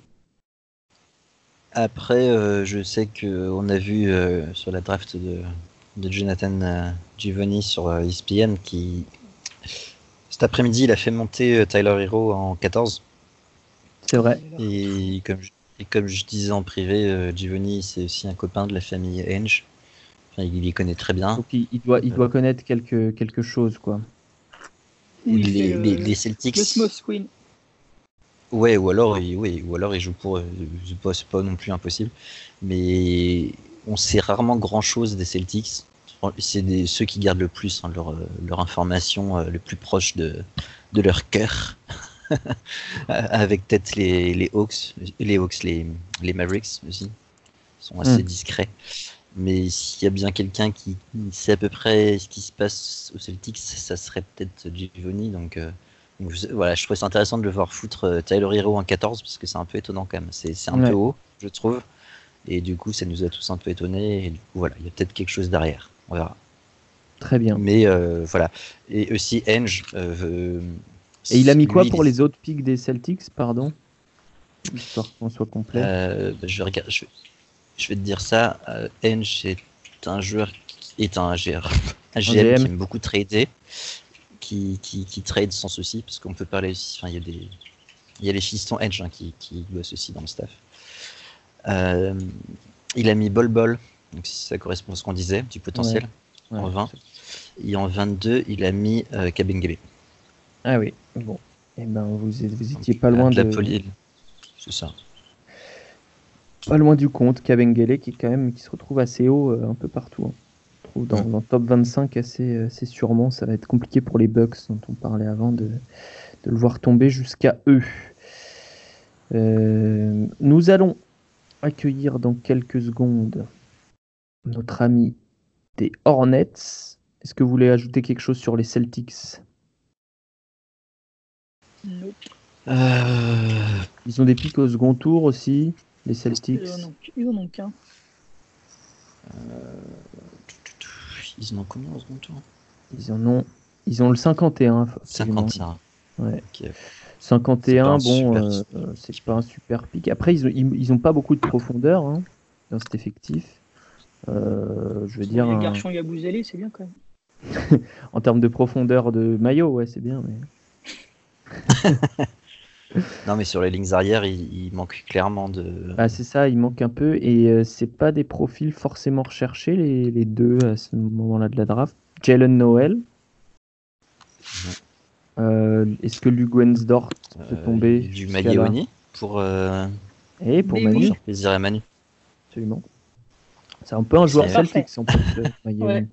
Après, euh, je sais qu'on a vu euh, sur la draft de, de Jonathan euh, Givony sur euh, E S P N qui. Cet après-midi, il a fait monter euh, Tyler Hero en quatorze. C'est vrai. Et comme je, et comme je disais en privé, euh, Givony, c'est aussi un copain de la famille Henge. Enfin, il y connaît très bien. Donc il, il doit, il doit connaître quelque, quelque chose, quoi. Ou il les, fait le, les, les Celtics. le Smooth Queen. Ouais, ou alors, il, ouais, ou alors il joue pour. euh, C'est pas, c'est pas non plus impossible. Mais on sait rarement grand chose des Celtics. C'est des, ceux qui gardent le plus hein, leur, euh, leur information euh, le plus proche de, de leur cœur. Avec peut-être les, les Hawks, les Hawks, les, les Mavericks aussi. Ils sont assez Mm. discrets. Mais s'il y a bien quelqu'un qui sait à peu près ce qui se passe aux Celtics, ça serait peut-être Givony. Donc, euh, donc je, voilà, je trouvais ça intéressant de le voir foutre euh, Tyler Hero en quatorze parce que c'est un peu étonnant quand même. C'est, c'est un Ouais. peu haut, je trouve. Et du coup, ça nous a tous un peu étonnés. Et du coup, voilà, il y a peut-être quelque chose derrière. On verra. Très bien. Mais euh, voilà. Et aussi, Henge. Euh, Et il a mis quoi lui, pour les autres picks des Celtics, pardon? Histoire qu'on soit complet. euh, bah, je, vais regarder, je, vais, je vais te dire ça. Euh, Henge est un joueur qui est un, G R, un G M, G M. qui aime beaucoup trader, qui, qui, qui trade sans souci, parce qu'on peut parler aussi. Enfin, il y a des, il y a les fistons Henge hein, qui, qui bossent aussi dans le staff. Euh, il a mis Bol Bol, donc si ça correspond à ce qu'on disait, du potentiel, Ouais. en Ouais. vingt. Et en vingt-deux, il a mis euh, Kabengele. Ah oui, bon. Eh ben, vous, vous étiez Donc, pas loin de la de, poly- C'est ça. pas loin du compte. Kabengele qui quand même qui se retrouve assez haut euh, un peu partout. hein. Je trouve dans, Mm. dans le top vingt-cinq assez, assez sûrement. Ça va être compliqué pour les Bucks dont on parlait avant de, de le voir tomber jusqu'à eux. Euh, nous allons accueillir dans quelques secondes notre ami des Hornets. Est-ce que vous voulez ajouter quelque chose sur les Celtics? Nope. Euh, Ils ont des pics au second tour aussi, les Celtics. Ils en ont, ils en ont qu'un. Ils en ont combien au second tour? Ils en ont, ils ont le cinquante et un. absolument. cinquante et un. Ouais. Ok. cinquante et C'est pas un, un bon, super euh, pick. euh, c'est pas un super pic. Après, ils ont, ils, ils ont pas beaucoup de profondeur hein, dans cet effectif. Euh, je veux Bon, dire, il y a un- Garchon Yabusele, c'est bien quand même. en termes de profondeur de maillot, ouais, c'est bien. Mais... Non, mais sur les lignes arrière, il, il manque clairement de. Bah, c'est ça, il manque un peu. Et euh, c'est pas des profils forcément recherchés, les, les deux à ce moment-là de la draft. Jalen Noel. Euh, Est-ce que Lugwensdorf peut euh, tomber du jusqu'à Maglioni pour, euh, Et pour Mais Manu, oui. faire plaisir à Manu. absolument. C'est un peu un joueur C'est Celtics en plus. euh, Maglioni. Ouais.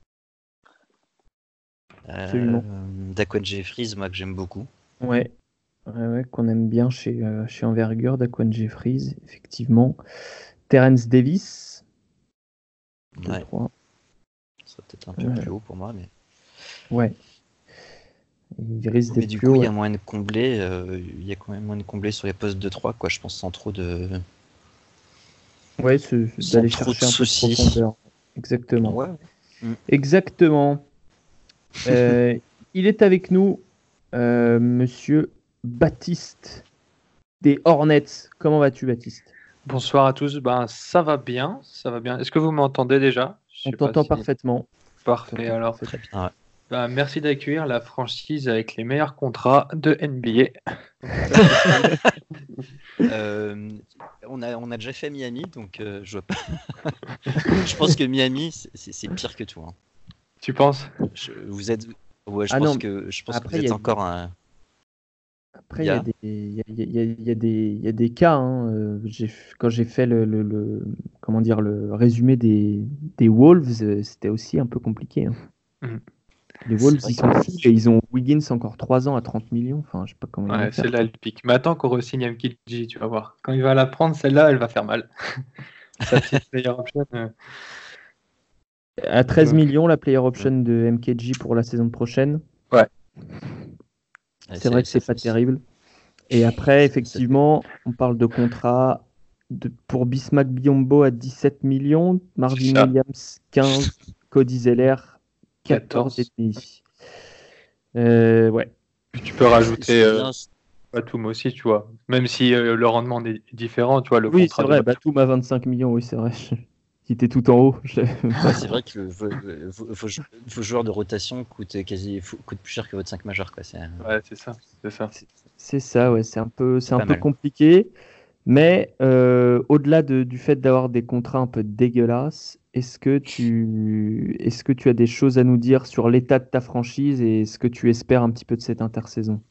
Absolument. Euh, Daquan Jeffries, moi que j'aime beaucoup. Ouais, ouais, ouais, qu'on aime bien chez, euh, chez Envergure, Daquan Jeffries, effectivement. Terence Davis, je Ouais, crois. ça serait peut-être un peu Ouais. plus haut pour moi, mais. Ouais. Il risque Mais d'être du plus coup, haut. il y a ouais. moyen de combler. euh, Il y a quand même moyen de combler sur les postes de trois, quoi. Je pense sans trop de. Ouais, c'est- c'est Sans d'aller trop de chercher un peu de soucis. profondeur. Exactement. Ouais. Exactement. Euh, il est avec nous, euh, monsieur Baptiste des Hornets. Comment vas-tu, Baptiste? Bonsoir à tous. Ben, ça va bien, ça va bien. Est-ce que vous m'entendez déjà? Je On sais pas t'entend si- parfaitement. Parfait. T'entends Alors, Très parfaitement. bien. Ouais. ben, merci d'accueillir la franchise avec les meilleurs contrats de N B A. Donc, ça, c'est cool. Euh, on, a, on a déjà fait Miami, donc euh, je vois pas. Je pense que Miami, c'est- c'est c'est pire que tout. hein. Tu penses? Je- vous êtes. Ouais, je Ah pense non, que je pense après, que vous il y êtes a- encore un. Après, il y a Ya. des, il y a, il y a- il y a des, il y a des cas. hein, euh, j'ai f- quand j'ai fait le, le- le- comment dire, le résumé des, des Wolves, euh, c'était aussi un peu compliqué. hein. Les Wolves, C'est vrai ils sont que- fous et ils ont Wiggins encore trois ans à trente millions. Enfin, je sais pas comment ils vont Ouais, faire. c'est là le pic. Mais attends qu'on re-signe M K G, tu vas voir. Quand il va la prendre, celle-là, elle va faire mal. Sa petite player option. euh, À treize Donc, millions, la player option de M K G pour la saison prochaine. Ouais. Ouais, C'est vrai que c'est ça pas fait- terrible. Et après, ça- effectivement, on parle de contrat de, pour Bismack Biombo à dix-sept millions, Marvin ça. Williams quinze, Cody Zeller quatorze et demi. Euh, ouais. Puis tu peux rajouter c'est euh, bien, Batum aussi, tu vois. Même si euh, le rendement est différent, tu vois, le Oui, contrat c'est vrai, de Batum. Batum à vingt-cinq millions, oui, c'est vrai. Qui était tout en haut. je l'avais même pas- c'est vrai que le, vos, vos- vos- vos joueurs de rotation coûtent quasi coûtent plus cher que votre cinq majeur, quoi. C'est Ouais, c'est ça, c'est ça. C'est ça, ouais, c'est un peu, c'est un pas peu mal. compliqué. Mais euh, au-delà de- du fait d'avoir des contrats un peu dégueulasses, est-ce que tu, est-ce que tu as des choses à nous dire sur l'état de ta franchise et ce que tu espères un petit peu de cette intersaison?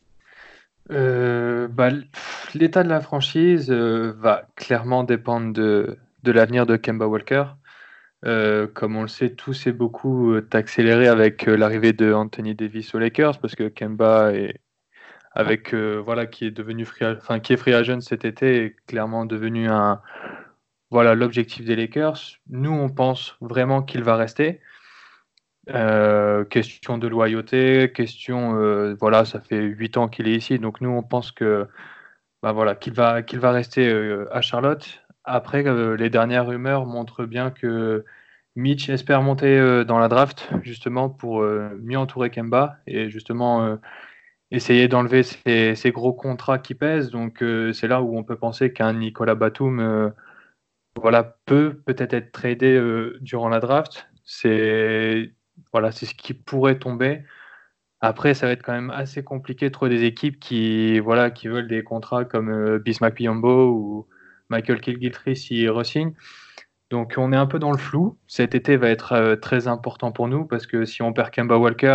Euh, bah, l- pff, l'état de la franchise euh, va clairement dépendre de, de l'avenir de Kemba Walker. Euh, comme on le sait, tout s'est beaucoup euh, accéléré avec euh, l'arrivée de Anthony Davis aux Lakers, parce que Kemba est avec euh, voilà qui est devenu free, enfin qui est free agent cet été, est clairement devenu un voilà l'objectif des Lakers. Nous, on pense vraiment qu'il va rester. Euh, question de loyauté, question euh, voilà, ça fait huit ans qu'il est ici, donc nous on pense que bah voilà qu'il va qu'il va rester euh, à Charlotte. Après, euh, les dernières rumeurs montrent bien que Mitch espère monter euh, dans la draft justement pour euh, mieux entourer Kemba et justement euh, essayer d'enlever ces, ces gros contrats qui pèsent. Donc euh, c'est là où on peut penser qu'un Nicolas Batum euh, voilà, peut peut-être être tradé euh, durant la draft. C'est voilà, c'est ce qui pourrait tomber. Après, ça va être quand même assez compliqué de trouver des équipes qui voilà qui veulent des contrats comme euh, Bismack Biyombo ou Michael Kilgilchrist s'il re-signe. Donc on est un peu dans le flou. Cet été va être euh, très important pour nous parce que si on perd Kemba Walker,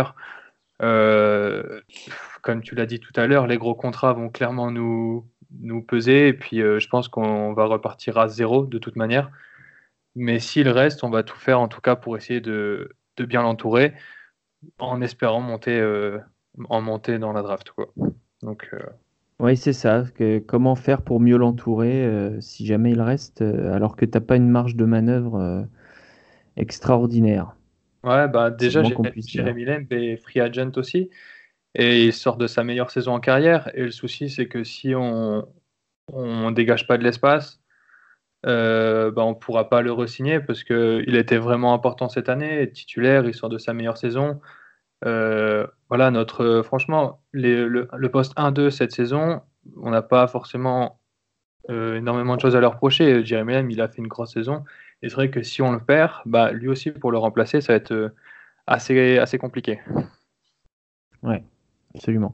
euh, comme tu l'as dit tout à l'heure, les gros contrats vont clairement nous, nous peser. Et puis euh, je pense qu'on va repartir à zéro de toute manière. Mais s'il reste, on va tout faire en tout cas pour essayer de, de bien l'entourer en espérant monter, euh, en monter dans la draft, quoi. Donc, euh, Oui, c'est ça. Que- comment faire pour mieux l'entourer euh, si jamais il reste, euh, alors que t'as pas une marge de manœuvre euh, extraordinaire. ouais, bah C'est le déjà, moins Jé- qu'on puisse dire. Jérémy Lemb est free agent aussi. Et il sort de sa meilleure saison en carrière. Et le souci, c'est que si on on dégage pas de l'espace, euh, bah, on ne pourra pas le re-signer parce qu'il était vraiment important cette année, titulaire, il sort de sa meilleure saison. Euh, voilà, notre, euh, franchement, les- le, le poste un deux cette saison, on n'a pas forcément euh, énormément de choses à leur reprocher. Jérémy Lamb, il a fait une grosse saison. Et c'est vrai que si on le perd, bah, lui aussi, pour le remplacer, ça va être euh, assez, assez compliqué. Ouais, absolument.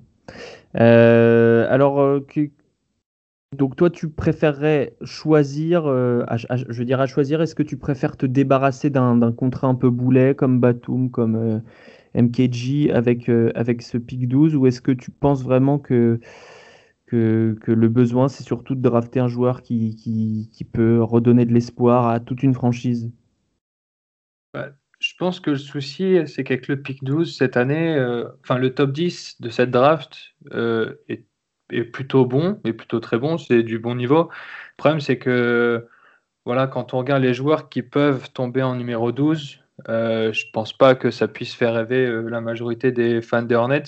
Euh, alors, euh, que- donc toi, tu préférerais choisir, euh, à- à- je veux dire à choisir, est-ce que tu préfères te débarrasser d'un d'un contrat un peu boulet comme Batum, comme euh, M K G avec, euh, avec ce pick douze, ou est-ce que tu penses vraiment que, que, que le besoin, c'est surtout de drafter un joueur qui, qui, qui peut redonner de l'espoir à toute une franchise? Bah, je pense que le souci, c'est qu'avec le pick douze cette année, euh, enfin le top dix de cette draft euh, est, est plutôt bon, est plutôt très bon, c'est du bon niveau. Le problème, c'est que voilà, quand on regarde les joueurs qui peuvent tomber en numéro douze, euh, je pense pas que ça puisse faire rêver euh, la majorité des fans des Hornets.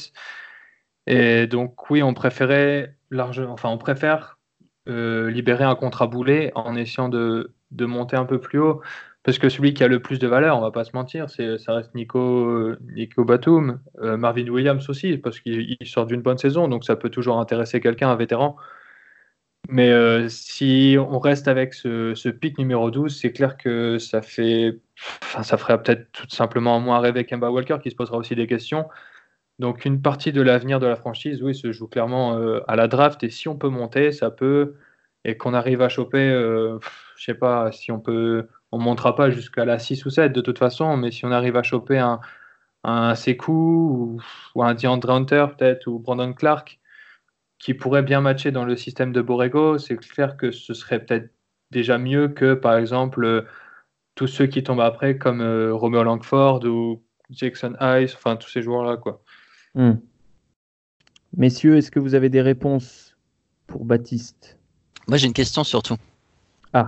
Et donc oui, on préférait largement, enfin on préfère euh, libérer un contrat boulet en essayant de, de monter un peu plus haut, parce que celui qui a le plus de valeur, on va pas se mentir, c'est ça reste Nico, Nico Batum, euh, Marvin Williams aussi, parce qu'il il sort d'une bonne saison, donc ça peut toujours intéresser quelqu'un, un vétéran. Mais euh, si on reste avec ce, ce pic numéro douze, c'est clair que ça fait, enfin, ça ferait peut-être tout simplement moins rêver Kemba Walker, qui se posera aussi des questions. Donc une partie de l'avenir de la franchise, oui, se joue clairement euh, à la draft. Et si on peut monter, ça peut, et qu'on arrive à choper, euh, pff, je sais pas si on peut, on montera pas jusqu'à la six ou sept de toute façon, mais si on arrive à choper un, un Sekou ou, ou un DeAndre Hunter peut-être, ou Brandon Clark, qui pourrait bien matcher dans le système de Borrego, c'est clair que ce serait peut-être déjà mieux que, par exemple, euh, tous ceux qui tombent après, comme euh, Romeo Langford ou Jackson Hayes, enfin tous ces joueurs-là, quoi. Hmm. Messieurs, est-ce que vous avez des réponses pour Baptiste? Moi, j'ai une question surtout. Ah.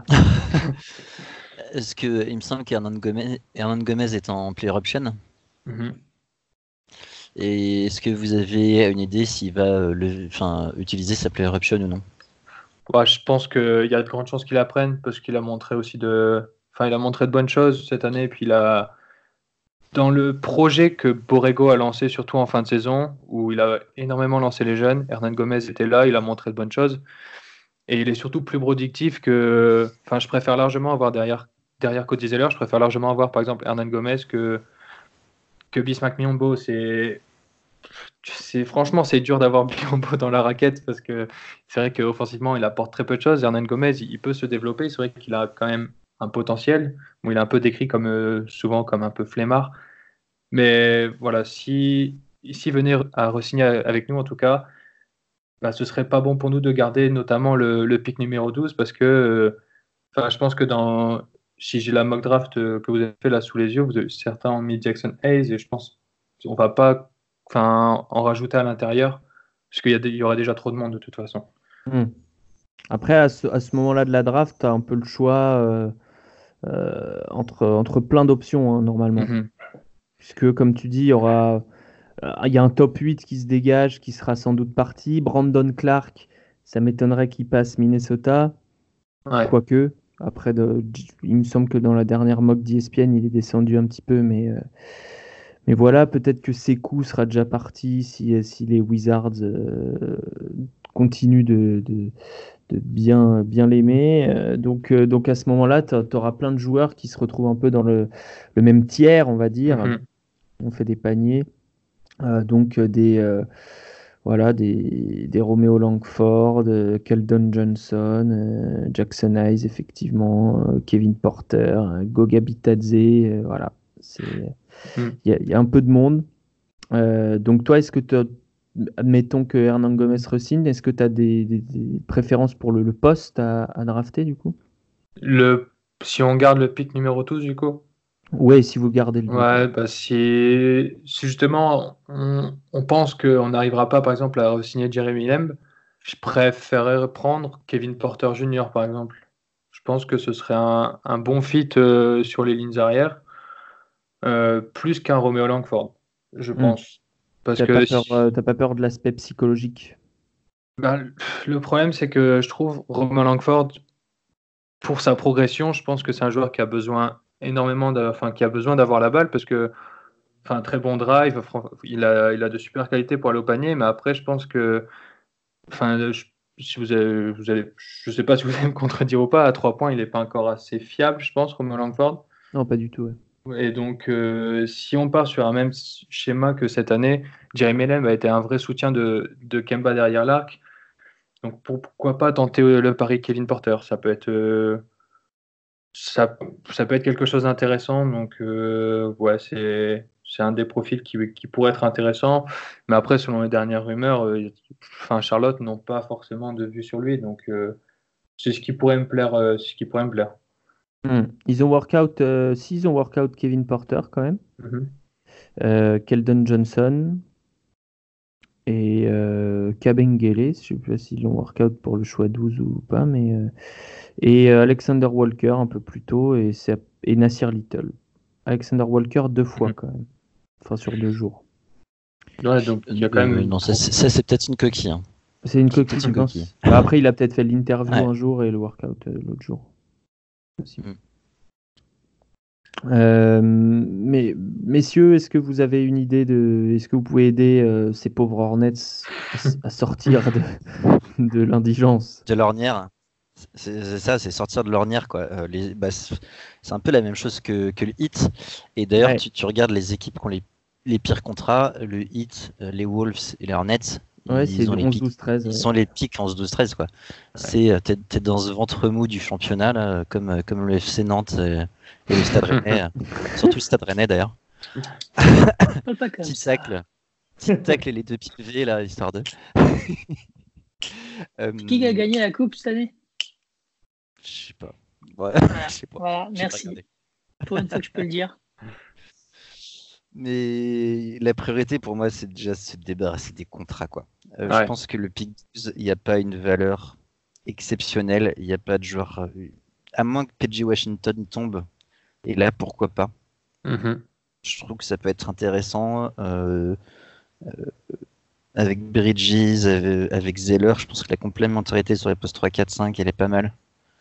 Est-ce que il me semble qu'Hernan Gomez, Hernan Gomez est en player option? Mm-hmm. Et est-ce que vous avez une idée s'il va euh, le, enfin, utiliser sa player option ou non? Ouais, je pense qu'il y a de grandes chances qu'il apprenne parce qu'il a montré aussi de, enfin, il a montré de bonnes choses cette année. Et puis il a, dans le projet que Borrego a lancé, surtout en fin de saison, où il a énormément lancé les jeunes, Hernan Gomez était là, il a montré de bonnes choses. Et il est surtout plus productif que, enfin, je préfère largement avoir derrière, derrière Cody Zeller, je préfère largement avoir par exemple Hernan Gomez que que Bismack Biyombo. C'est C'est, franchement, c'est dur d'avoir Biyombo dans la raquette parce que c'est vrai qu'offensivement, il apporte très peu de choses. Hernan Gomez, il peut se développer. C'est vrai qu'il a quand même un potentiel. Bon, il est un peu décrit comme, euh, souvent comme un peu flemmard. Mais voilà, si, s'il venait à re-signer avec nous, en tout cas, bah, ce serait pas bon pour nous de garder notamment le, le pick numéro douze parce que euh, enfin, je pense que dans, si j'ai la mock draft euh, que vous avez fait là sous les yeux, vous avez, certains ont mis Jackson Hayes et je pense qu'on va pas enfin, en rajouter à l'intérieur parce qu'il y, a des- il y aurait déjà trop de monde de toute façon. Hmm. Après, à ce, à ce moment-là de la draft, tu as un peu le choix euh, euh, entre, entre plein d'options, hein, normalement. Mhm. Puisque, comme tu dis, il y aura, euh, il y a un top huit qui se dégage, qui sera sans doute parti. Brandon Clark, ça m'étonnerait qu'il passe Minnesota. Ouais. Quoique, après, de, il me semble que dans la dernière mock d'E S P N, il est descendu un petit peu, mais, euh, mais voilà, peut-être que Sekou sera déjà parti si, si les Wizards euh, continuent de, de, de bien, bien l'aimer. Euh, donc, euh, donc à ce moment-là, tu auras plein de joueurs qui se retrouvent un peu dans le, le même tiers, on va dire. Mhm. On fait des paniers. Euh, donc euh, des, euh, voilà, des, des Romeo Langford, euh, Keldon Johnson, euh, Jackson Hayes, effectivement, euh, Kevin Porter, euh, Goga Bitadze, euh, voilà. C'est, Mhm. il y, a- il y a un peu de monde. Euh, donc toi, est-ce que tu admettons que Hernan Gomez re-signe, est-ce que tu as des, des- des préférences pour le, le poste à, à drafter du coup? Le, si on garde le pick numéro douze du coup, Ouais, si vous gardez le douze. ouais, bah si, si justement on, on pense qu'on n'arrivera pas par exemple à re-signer Jeremy Lamb, je préférerais prendre Kevin Porter junior par exemple. Je pense que ce serait un, un bon fit euh, sur les lignes arrière, euh, plus qu'un Romeo Langford, je Hmm. pense. Parce T'as pas que peur, si- euh, t'as pas peur de l'aspect psychologique? bah, le problème, c'est que je trouve Romeo Langford, pour sa progression, je pense que c'est un joueur qui a besoin énormément, de, enfin, qui a besoin d'avoir la balle parce que, enfin, très bon drive, fran- il a, il a de super qualités pour aller au panier, mais après, je pense que, enfin, je, si vous avez, vous allez, je sais pas si vous allez me contredire ou pas, à trois points, il n'est pas encore assez fiable, je pense, Romeo Langford. Non, pas du tout. Ouais. Et donc, euh, si on part sur un même schéma que cette année, Jeremy Lamb a été un vrai soutien de, de Kemba derrière l'arc. Donc, pour- pourquoi pas tenter le pari Kevin Porter? Ça peut être, euh, ça, ça peut être quelque chose d'intéressant. Donc, euh, ouais, c'est, c'est un des profils qui, qui pourrait être intéressant. Mais après, selon les dernières rumeurs, euh, enfin, Charlotte n'ont pas forcément de vue sur lui. Donc, euh, c'est ce qui pourrait me plaire. euh, ce qui pourrait me plaire. Hmm. Ils ont workout, euh, s'ils ont workout Kevin Porter quand même, Mhm. euh, Keldon Johnson et euh, Kabengele, je sais pas s'ils l'ont workout pour le choix douze ou pas, mais euh, et euh, Alexander Walker un peu plus tôt et, c'est- et Nasir Little. Alexander Walker deux fois Mhm. quand même, enfin sur deux jours. Ouais, donc il y a quand même Euh, une non, ça, grosse- c'est ça, c'est peut-être une coquille. hein. C'est une C'est coquille, peut-être tu une penses? coquille. Bah, après, il a peut-être fait l'interview Ouais. un jour et le workout euh, l'autre jour. Possible. Mm. Euh, mais messieurs, est-ce que vous avez une idée de, est-ce que vous pouvez aider euh, ces pauvres Hornets à, s- à sortir de, de l'indigence? De l'ornière, c'est c'est ça, c'est sortir de l'ornière, quoi. Euh, les, bah, c'est c'est un peu la même chose que, que le Heat. Et d'ailleurs, Ouais. tu, tu regardes les équipes qui ont les, les pires contrats, le Heat, euh, les Wolves et les Hornets, Ouais, ils, c'est ont les onze pics, douze treize. ils ouais. sont les pics en douze treize, quoi. C'est, euh, t'es, t'es dans ce ventre mou du championnat, là, comme, euh, comme le F C Nantes euh, et le Stade Rennais. euh, surtout le Stade Rennais, d'ailleurs. Parle pas comme Petit ça. tacle. Petit tacle et les deux pieds levés, là, histoire de. Euh, Qui a gagné la coupe cette année? Je sais pas. Ouais, Voilà, je sais pas. voilà, J'ai pas merci. regardé. Pour une fois que je peux le dire. Mais la priorité pour moi, c'est déjà se débarrasser des contrats, quoi. Euh, Ouais. Je pense que le pick douze, il n'y a pas une valeur exceptionnelle. Il n'y a pas de joueur. euh, À moins que P J Washington tombe. Et là, pourquoi pas? Mhm. Je trouve que ça peut être intéressant. euh, avec Bridges, avec, avec Zeller, je pense que la complémentarité sur les postes trois, quatre, cinq, elle est pas mal.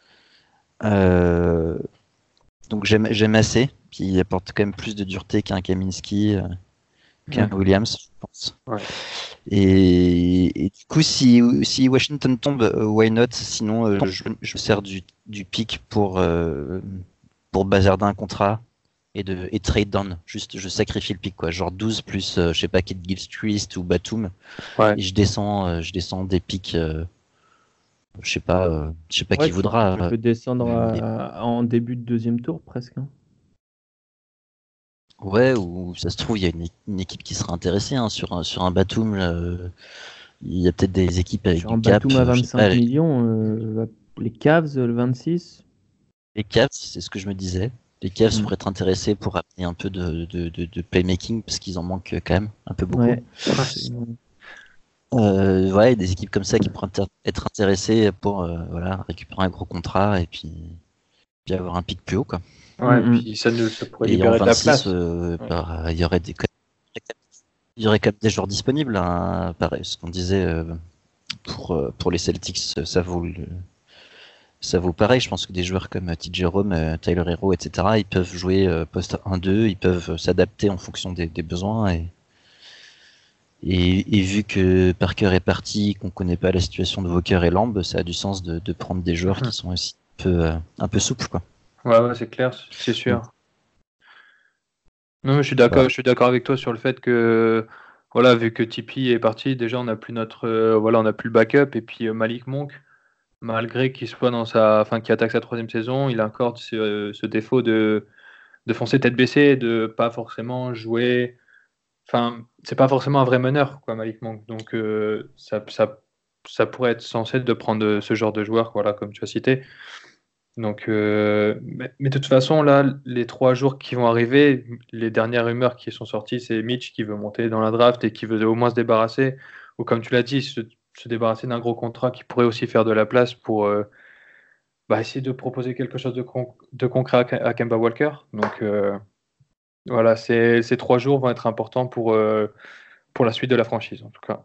Euh, donc j'aime j'aime assez. Puis il apporte quand même plus de dureté qu'un Kaminski, euh, qu'un Mhm. Williams, je pense. Ouais. Et, et du coup, si, si Washington tombe, euh, why not? Sinon, euh, je, je me sers du, du pick pour, euh, pour bazarder un contrat et, de, et trade down. Juste, je sacrifie le pick, quoi. Genre douze plus, euh, je sais pas, Kid Gilchrist ou Batum. Ouais. Et je descends, euh, je descends des picks, euh, je sais pas, euh, je sais pas Ouais, qui tu, voudra. tu euh, peux descendre mais- à- en début de deuxième tour presque. hein. Ouais, ou ça se trouve, il y a une, é- une équipe qui sera intéressée hein, sur, un, sur un Batum. euh, Il y a peut-être des équipes avec Sur du un cap. Batum à euh, je sais pas, vingt-cinq millions, euh, les Cavs, le vingt-six. les Cavs, c'est ce que je me disais. Les Cavs Mm. pourraient être intéressés pour amener un peu de, de, de, de playmaking parce qu'ils en manquent quand même un peu beaucoup. Ouais, absolument. Euh, ouais, des équipes comme ça qui pourraient intér- être intéressées pour euh, voilà, récupérer un gros contrat et puis, puis avoir un pic plus haut, quoi. Ouais, Mhm. puis ça, nous, ça pourrait Et en libérer de la vingt-six, place. euh, Ouais. bah, il y aurait des il y aurait quand même des joueurs disponibles. Hein, pareil, ce qu'on disait euh, pour euh, pour les Celtics, ça vaut le, ça vaut pareil. Je pense que des joueurs comme T. Jerome, euh, Tyler Hero, et cetera, ils peuvent jouer euh, poste un deux, ils peuvent euh, s'adapter en fonction des, des besoins. Et, et, et vu que Parker est parti, qu'on connaît pas la situation de Walker et Lamb, ça a du sens de, de prendre des joueurs qui sont aussi un peu, euh, un peu souples, quoi. Ouais, ouais, c'est clair, c'est sûr. Non, mais je suis d'accord, Ouais. je suis d'accord avec toi sur le fait que, voilà, vu que Tipeee est parti, déjà on n'a plus notre, euh, voilà, on n'a plus le backup et puis euh, Malik Monk, malgré qu'il soit dans sa, enfin, qu'il attaque sa troisième saison, il a encore ce, ce défaut de, de foncer tête baissée, de pas forcément jouer, enfin, c'est pas forcément un vrai meneur, quoi, Malik Monk. Donc euh, ça, ça, ça pourrait être censé de prendre ce genre de joueur, voilà, comme tu as cité. Donc, euh, mais, mais de toute façon, là, les trois jours qui vont arriver, les dernières rumeurs qui sont sorties, c'est Mitch qui veut monter dans la draft et qui veut au moins se débarrasser, ou comme tu l'as dit, se, se débarrasser d'un gros contrat qui pourrait aussi faire de la place pour euh, bah, essayer de proposer quelque chose de, con- de concret à, à Kemba Walker. Donc, euh, voilà, ces, ces trois jours vont être importants pour, euh, pour la suite de la franchise, en tout cas.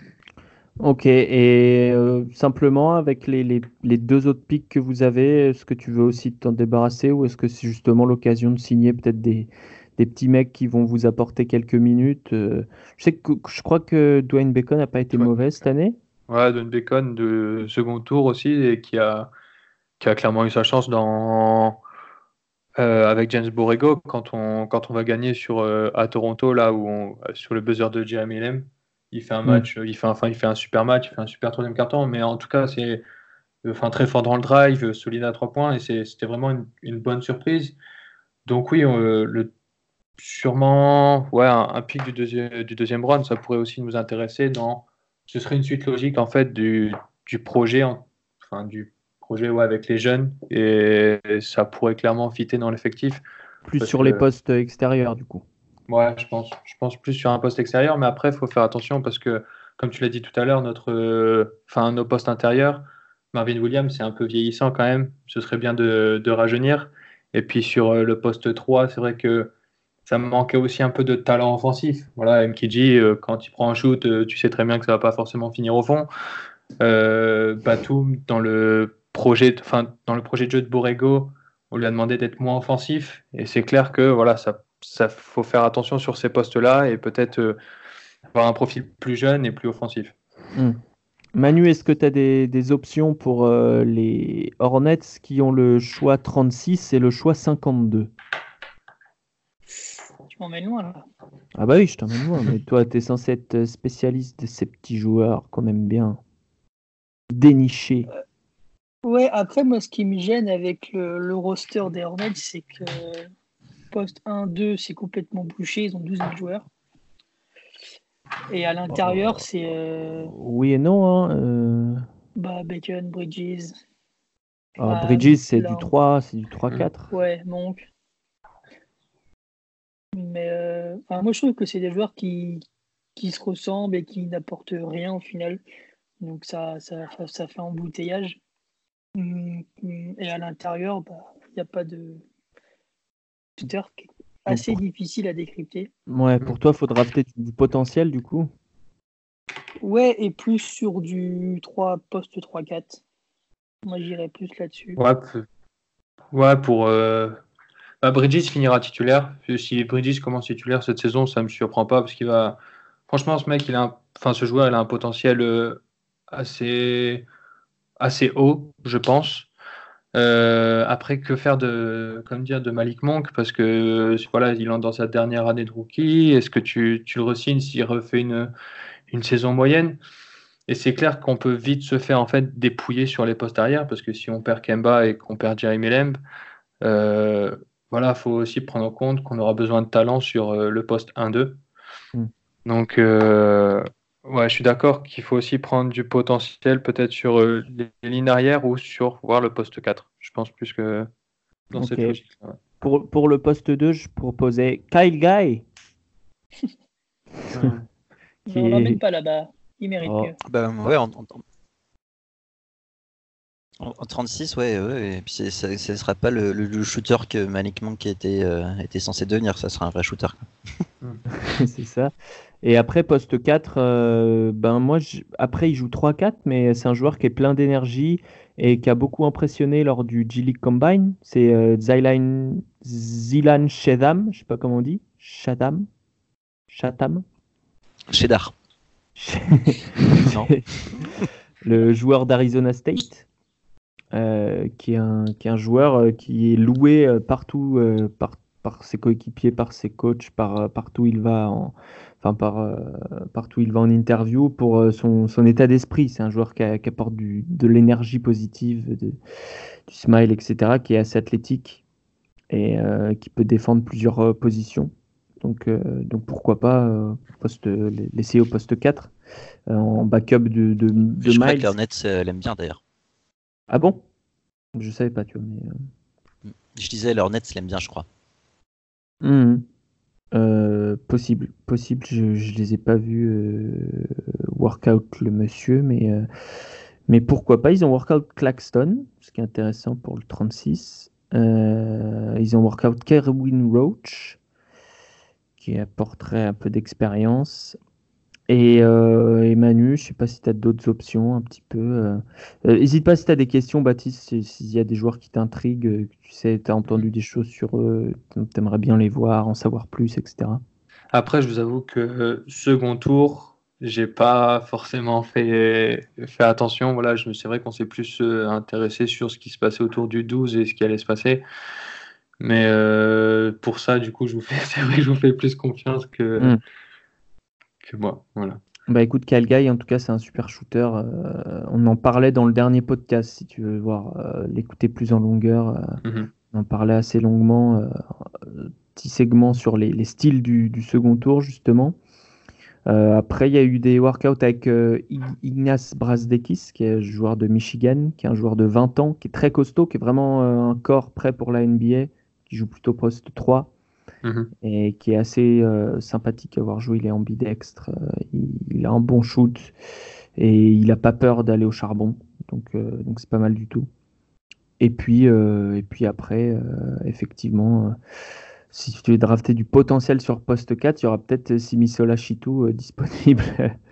Ok, et euh, simplement avec les, les, les deux autres pics que vous avez, est-ce que tu veux aussi t'en débarrasser ou est-ce que c'est justement l'occasion de signer peut-être des, des petits mecs qui vont vous apporter quelques minutes? euh, Je sais que je crois que Dwayne Bacon n'a pas été Ouais. mauvais cette année. Ouais, Don Bacon de second tour aussi, et qui a, qui a clairement eu sa chance dans. Euh, avec James Borrego, quand on, quand on va gagner sur, euh, à Toronto, là où on- sur le buzzer de Jeremy Lamb, il fait un Mm. match, il fait, enfin, il fait un super match, il fait un super troisième carton, mais en tout cas, c'est enfin, très fort dans le drive, solide à trois points, et c'est- c'était vraiment une, une bonne surprise. Donc oui, euh, le, sûrement ouais, un, un pic du, deuxième du deuxième round, ça pourrait aussi nous intéresser dans. Ce serait une suite logique en fait du, du projet, en- enfin du projet ouais, avec les jeunes, et ça pourrait clairement fitter dans l'effectif. Plus Parce sur les que, postes extérieurs du coup. ouais, je pense, je pense plus sur un poste extérieur, mais après, il faut faire attention parce que, comme tu l'as dit tout à l'heure, notre, euh, enfin, nos postes intérieurs, Marvin Williams, c'est un peu vieillissant quand même. Ce serait bien de, de rajeunir. Et puis sur euh, le poste trois, c'est vrai que ça me manquait aussi un peu de talent offensif. Voilà, M K G, euh, quand il prend un shoot, euh, tu sais très bien que ça va pas forcément finir au fond. Euh, Batum, dans le projet, enfin, dans le projet de jeu de Borrego, on lui a demandé d'être moins offensif. Et c'est clair que voilà, ça, ça faut faire attention sur ces postes-là et peut-être euh, avoir un profil plus jeune et plus offensif. Mm. Manu, est-ce que tu as des, des options pour euh, les Hornets qui ont le choix trente-six et le choix cinquante-deux? Tu m'emmènes loin là. Ah bah oui, je t'emmène loin, mais toi, tu es censé être spécialiste de ces petits joueurs quand même bien dénichés. Ouais, après, moi, ce qui me gêne avec le, le roster des Hornets, c'est que poste un deux, c'est complètement bouché. Ils ont douze mille joueurs. Et à l'intérieur, c'est euh, Oui et non. Hein, euh, bah, Bacon, Bridges. ah, Graham, Bridges, c'est du Lamb. trois, c'est du trois quatre. Ouais, Monk. Mais euh, enfin, moi, je trouve que c'est des joueurs qui, qui se ressemblent et qui n'apportent rien au final. Donc ça, ça, ça fait embouteillage. Et à l'intérieur, bah, il n'y a pas de shooter qui est assez pour... difficile à décrypter. Ouais, pour toi, il faut drafter du potentiel du coup. Ouais, et plus sur du trois poste trois quatre. Moi, j'irais plus là-dessus. Ouais, p- ouais pour. Euh... Bah, Bridges finira titulaire. Si Bridges commence titulaire cette saison, ça me surprend pas parce qu'il va. Franchement, ce mec, il a un... enfin, ce joueur, il a un potentiel euh, assez assez haut, je pense. Euh, après, que faire de, comme dire, de Malik Monk parce que voilà, il est dans sa dernière année de rookie. Est-ce que tu, tu le re-signes s'il refait une, une saison moyenne? Et c'est clair qu'on peut vite se faire en fait dépouiller sur les postes arrière parce que si on perd Kemba et qu'on perd Jeremy Lamb, euh, voilà, faut aussi prendre en compte qu'on aura besoin de talent sur euh, le poste un deux. Mm. Donc, euh, ouais, je suis d'accord qu'il faut aussi prendre du potentiel peut-être sur euh, les lignes arrière ou sur voir le poste quatre. Je pense plus que dans Ok. cette logique. Ouais. Pour, pour le poste deux, je proposais Kyle Guy. qui On est... l'emmène pas là-bas. Il mérite Oh. mieux. Bah, ouais, en, en- en- en trente-six, ouais, ouais, et puis c'est- ça ne sera pas le, le- le shooter que Malik Monk était, euh, était censé devenir, ça sera un vrai shooter, quoi. C'est ça. Et après, poste quatre, euh, ben moi, je- après, il joue trois quatre, mais c'est un joueur qui est plein d'énergie et qui a beaucoup impressionné lors du G League Combine. C'est euh, Zilan, Zilan Shedam, je sais pas comment on dit. Shadam Chatham Cheddar. Non. Le joueur d'Arizona State, euh, qui est un, qui est un joueur euh, qui est loué euh, partout euh, par, par ses coéquipiers, par ses coachs, par, euh, partout où il va en, enfin par, euh, partout où il va en interview pour euh, son, son état d'esprit. C'est un joueur qui, a- qui apporte du, de l'énergie positive, de- du smile, et cetera, qui est assez athlétique et euh, qui peut défendre plusieurs euh, positions. Donc, euh, donc pourquoi pas euh, poste, l'essayer au poste quatre euh, en backup de, de, de Je crois que Miles. les Hornets euh, l'aiment bien d'ailleurs. Ah bon? Je savais pas, tu vois, mais. euh, Je disais, les Hornets l'aiment bien, je crois. Mhm. Euh, possible, possible. Je, je les ai pas vus euh, workout le monsieur, mais, euh, mais pourquoi pas. Ils ont workout Claxton, ce qui est intéressant pour le trente-six. Euh, ils ont workout Kerwin Roach, qui apporterait un peu d'expérience. Et, euh, et Manu, je sais pas si tu as d'autres options un petit peu. euh. Euh, N'hésite pas si tu as des questions, Baptiste, si- s'il y a des joueurs qui t'intriguent, euh, que tu sais, tu as entendu des choses sur eux, tu aimerais bien les voir, en savoir plus, et cetera. Après, je vous avoue que euh, second tour, j'ai pas forcément fait, fait attention. Voilà, je- c'est vrai qu'on s'est plus euh, intéressé sur ce qui se passait autour du douze et ce qui allait se passer. Mais euh, pour ça, du coup, je vous fais, c'est vrai que je vous fais plus confiance que, Hmm. que moi. Voilà. Bah écoute, Kyle Guy, en tout cas, c'est un super shooter. euh, on en parlait dans le dernier podcast, si tu veux voir, euh, l'écouter plus en longueur. euh, Mhm. on en parlait assez longuement, euh, euh, petit segment sur les, les styles du, du second tour, justement. Euh, après, il y a eu des workouts avec euh, Ig- Ignace Brazdeikis, qui est joueur de Michigan, qui est un joueur de vingt ans, qui est très costaud, qui est vraiment euh, un corps prêt pour la N B A, qui joue plutôt poste trois Mhm. et qui est assez euh, sympathique à avoir joué. Il est ambidextre, euh, il, il a un bon shoot et il n'a pas peur d'aller au charbon. Donc, euh, donc c'est pas mal du tout. Et puis, euh, et puis après, euh, effectivement, euh, si tu veux drafter du potentiel sur poste quatre, il y aura peut-être Simisola Chitou euh, disponible,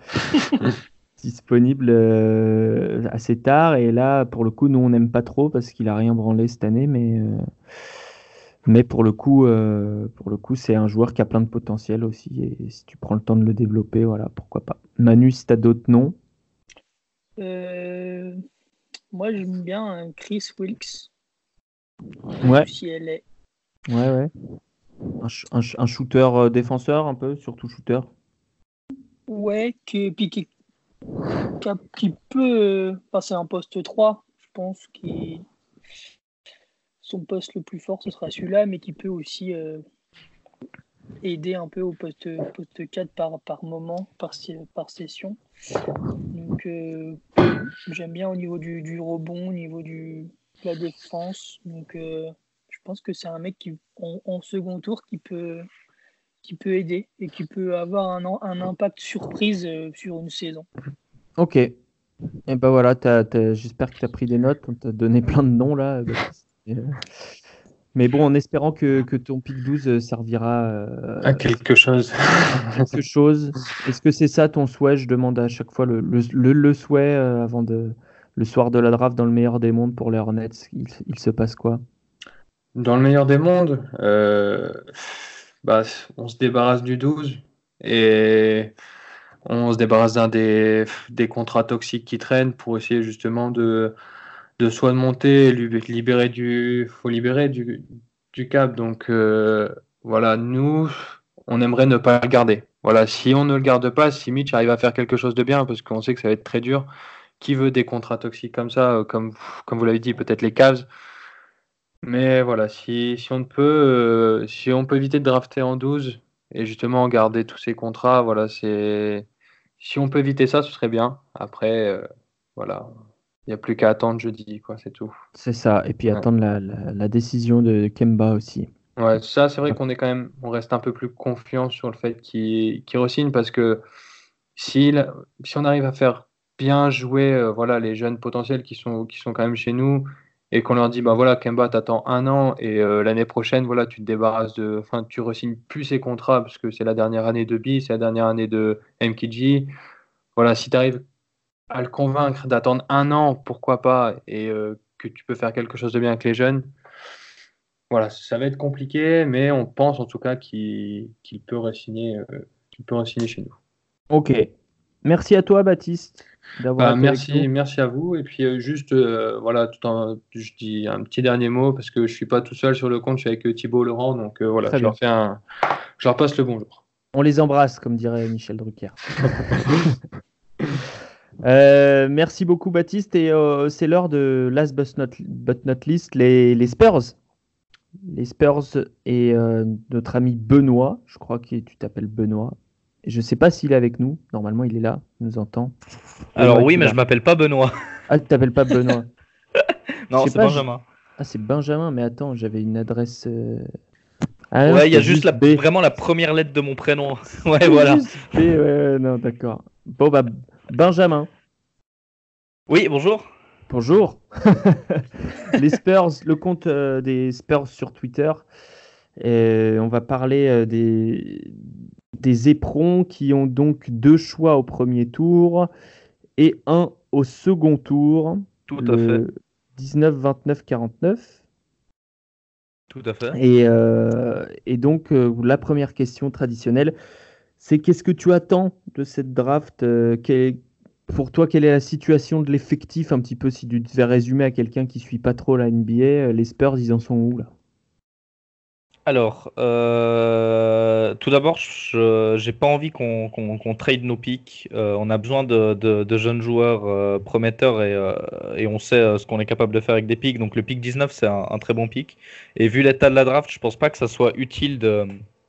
disponible euh, assez tard. Et là, pour le coup, nous, on n'aime pas trop parce qu'il a rien branlé cette année. Mais, euh, mais pour le coup, euh, pour le coup, c'est un joueur qui a plein de potentiel aussi. Et si tu prends le temps de le développer, voilà, pourquoi pas. Manu, si tu as d'autres noms. Euh, moi, j'aime bien un Chris Wilkes Ouais, du C L A. ouais, ouais. Un, sh- un sh- un shooter euh, défenseur, un peu, surtout shooter. Ouais, qui, puis qui, qui, a- qui peut euh, passer en poste trois. Je pense que son poste le plus fort, ce sera celui-là, mais qui peut aussi euh, aider un peu au poste, poste quatre par, par moment, par, par session. Donc, euh, j'aime bien au niveau du, du rebond, au niveau du, de la défense. Donc, euh, je pense que c'est un mec qui, en, en second tour qui peut, qui peut aider et qui peut avoir un, un impact surprise euh, sur une saison. Ok. Et ben voilà, t'as, t'as, j'espère que tu as pris des notes. On t'a donné plein de noms là. Et, euh, mais bon, en espérant que, que ton pick douze servira euh, à quelque chose. à quelque chose. Est-ce que c'est ça ton souhait? Je demande à chaque fois le, le, le, le souhait euh, avant de le soir de la draft dans le meilleur des mondes pour les Hornets. Il, il se passe quoi? Dans le meilleur des mondes, euh, bah, on se débarrasse du douze et on se débarrasse d'un des, des contrats toxiques qui traînent pour essayer justement de, de soit de monter et libérer du, faut libérer du, du cap. Donc euh, voilà, nous, on aimerait ne pas le garder. Voilà, si on ne le garde pas, si Mitch arrive à faire quelque chose de bien, parce qu'on sait que ça va être très dur, qui veut des contrats toxiques comme ça, comme, comme vous l'avez dit, peut-être les Cavs. Mais voilà, si, si on peut, euh, si on peut éviter de drafter en douze et justement garder tous ces contrats, voilà, c'est si on peut éviter ça, ce serait bien. Après, euh, voilà, il n'y a plus qu'à attendre jeudi, quoi, c'est tout. C'est ça. Et puis Ouais. attendre la, la, la décision de Kemba aussi. Ouais, ça, c'est vrai qu'on est quand même, on reste un peu plus confiant sur le fait qu'il qu'il re-signe parce que si, si on arrive à faire bien jouer, euh, voilà, les jeunes potentiels qui sont, qui sont quand même chez nous et qu'on leur dit, bah voilà, Kemba, t'attends un an et euh, l'année prochaine, voilà, tu te débarrasses de, enfin, tu re-signes plus ces contrats parce que c'est la dernière année de B, c'est la dernière année de M K G. Voilà, si tu arrives à le convaincre d'attendre un an, pourquoi pas, et euh, que tu peux faire quelque chose de bien avec les jeunes. Voilà, ça va être compliqué, mais on pense en tout cas qu'il qu'il peut re-signer, euh, qu'il peut re-signer chez nous. Ok. Merci à toi, Baptiste, d'avoir Bah, été merci, avec nous. merci à vous. Et puis euh, juste, euh, voilà, tout en, je dis un petit dernier mot parce que je suis pas tout seul sur le compte, je suis avec euh, Thibaut Laurent, donc euh, voilà, Très je bien. leur fais un, je leur passe le bonjour. On les embrasse, comme dirait Michel Drucker. euh, merci beaucoup, Baptiste. Et euh, c'est l'heure de last but not, but not least, les, les Spurs. Les Spurs et euh, notre ami Benoît, je crois que tu t'appelles Benoît. Et je ne sais pas s'il est avec nous. Normalement, il est là, il nous entend. Alors Benoît, oui, es-tu mais là? je m'appelle pas Benoît. Ah, tu t'appelles pas Benoît. Non, Je sais c'est pas, Benjamin. je- Ah, c'est Benjamin, mais attends, j'avais une adresse. euh, Ah, non, Ouais, il y a c'était juste la, B. vraiment la première lettre de mon prénom. Ouais, C'est voilà. juste B, ouais, ouais, non, d'accord. Bon, bah, Benjamin, Oui, bonjour. bonjour. Les Spurs, le compte euh, des Spurs sur Twitter. Et on va parler euh, des, des éperons qui ont donc deux choix au premier tour et un au second tour. Tout à fait. Le dix-neuf, vingt-neuf, quarante-neuf. Tout à fait. Et, euh, et donc, euh, la première question traditionnelle, c'est qu'est-ce que tu attends de cette draft? euh, quel- Pour toi, quelle est la situation de l'effectif, un petit peu, si tu devais résumer à quelqu'un qui suit pas trop la N B A, euh, les Spurs, ils en sont où là? Alors, euh, tout d'abord, je j'ai pas envie qu'on qu'on qu'on trade nos picks. Euh, on a besoin de, de, de jeunes joueurs euh, prometteurs et, euh, et on sait euh, ce qu'on est capable de faire avec des picks. Donc le pick dix-neuf, c'est un, un très bon pick. Et vu l'état de la draft, je pense pas que ça soit utile de,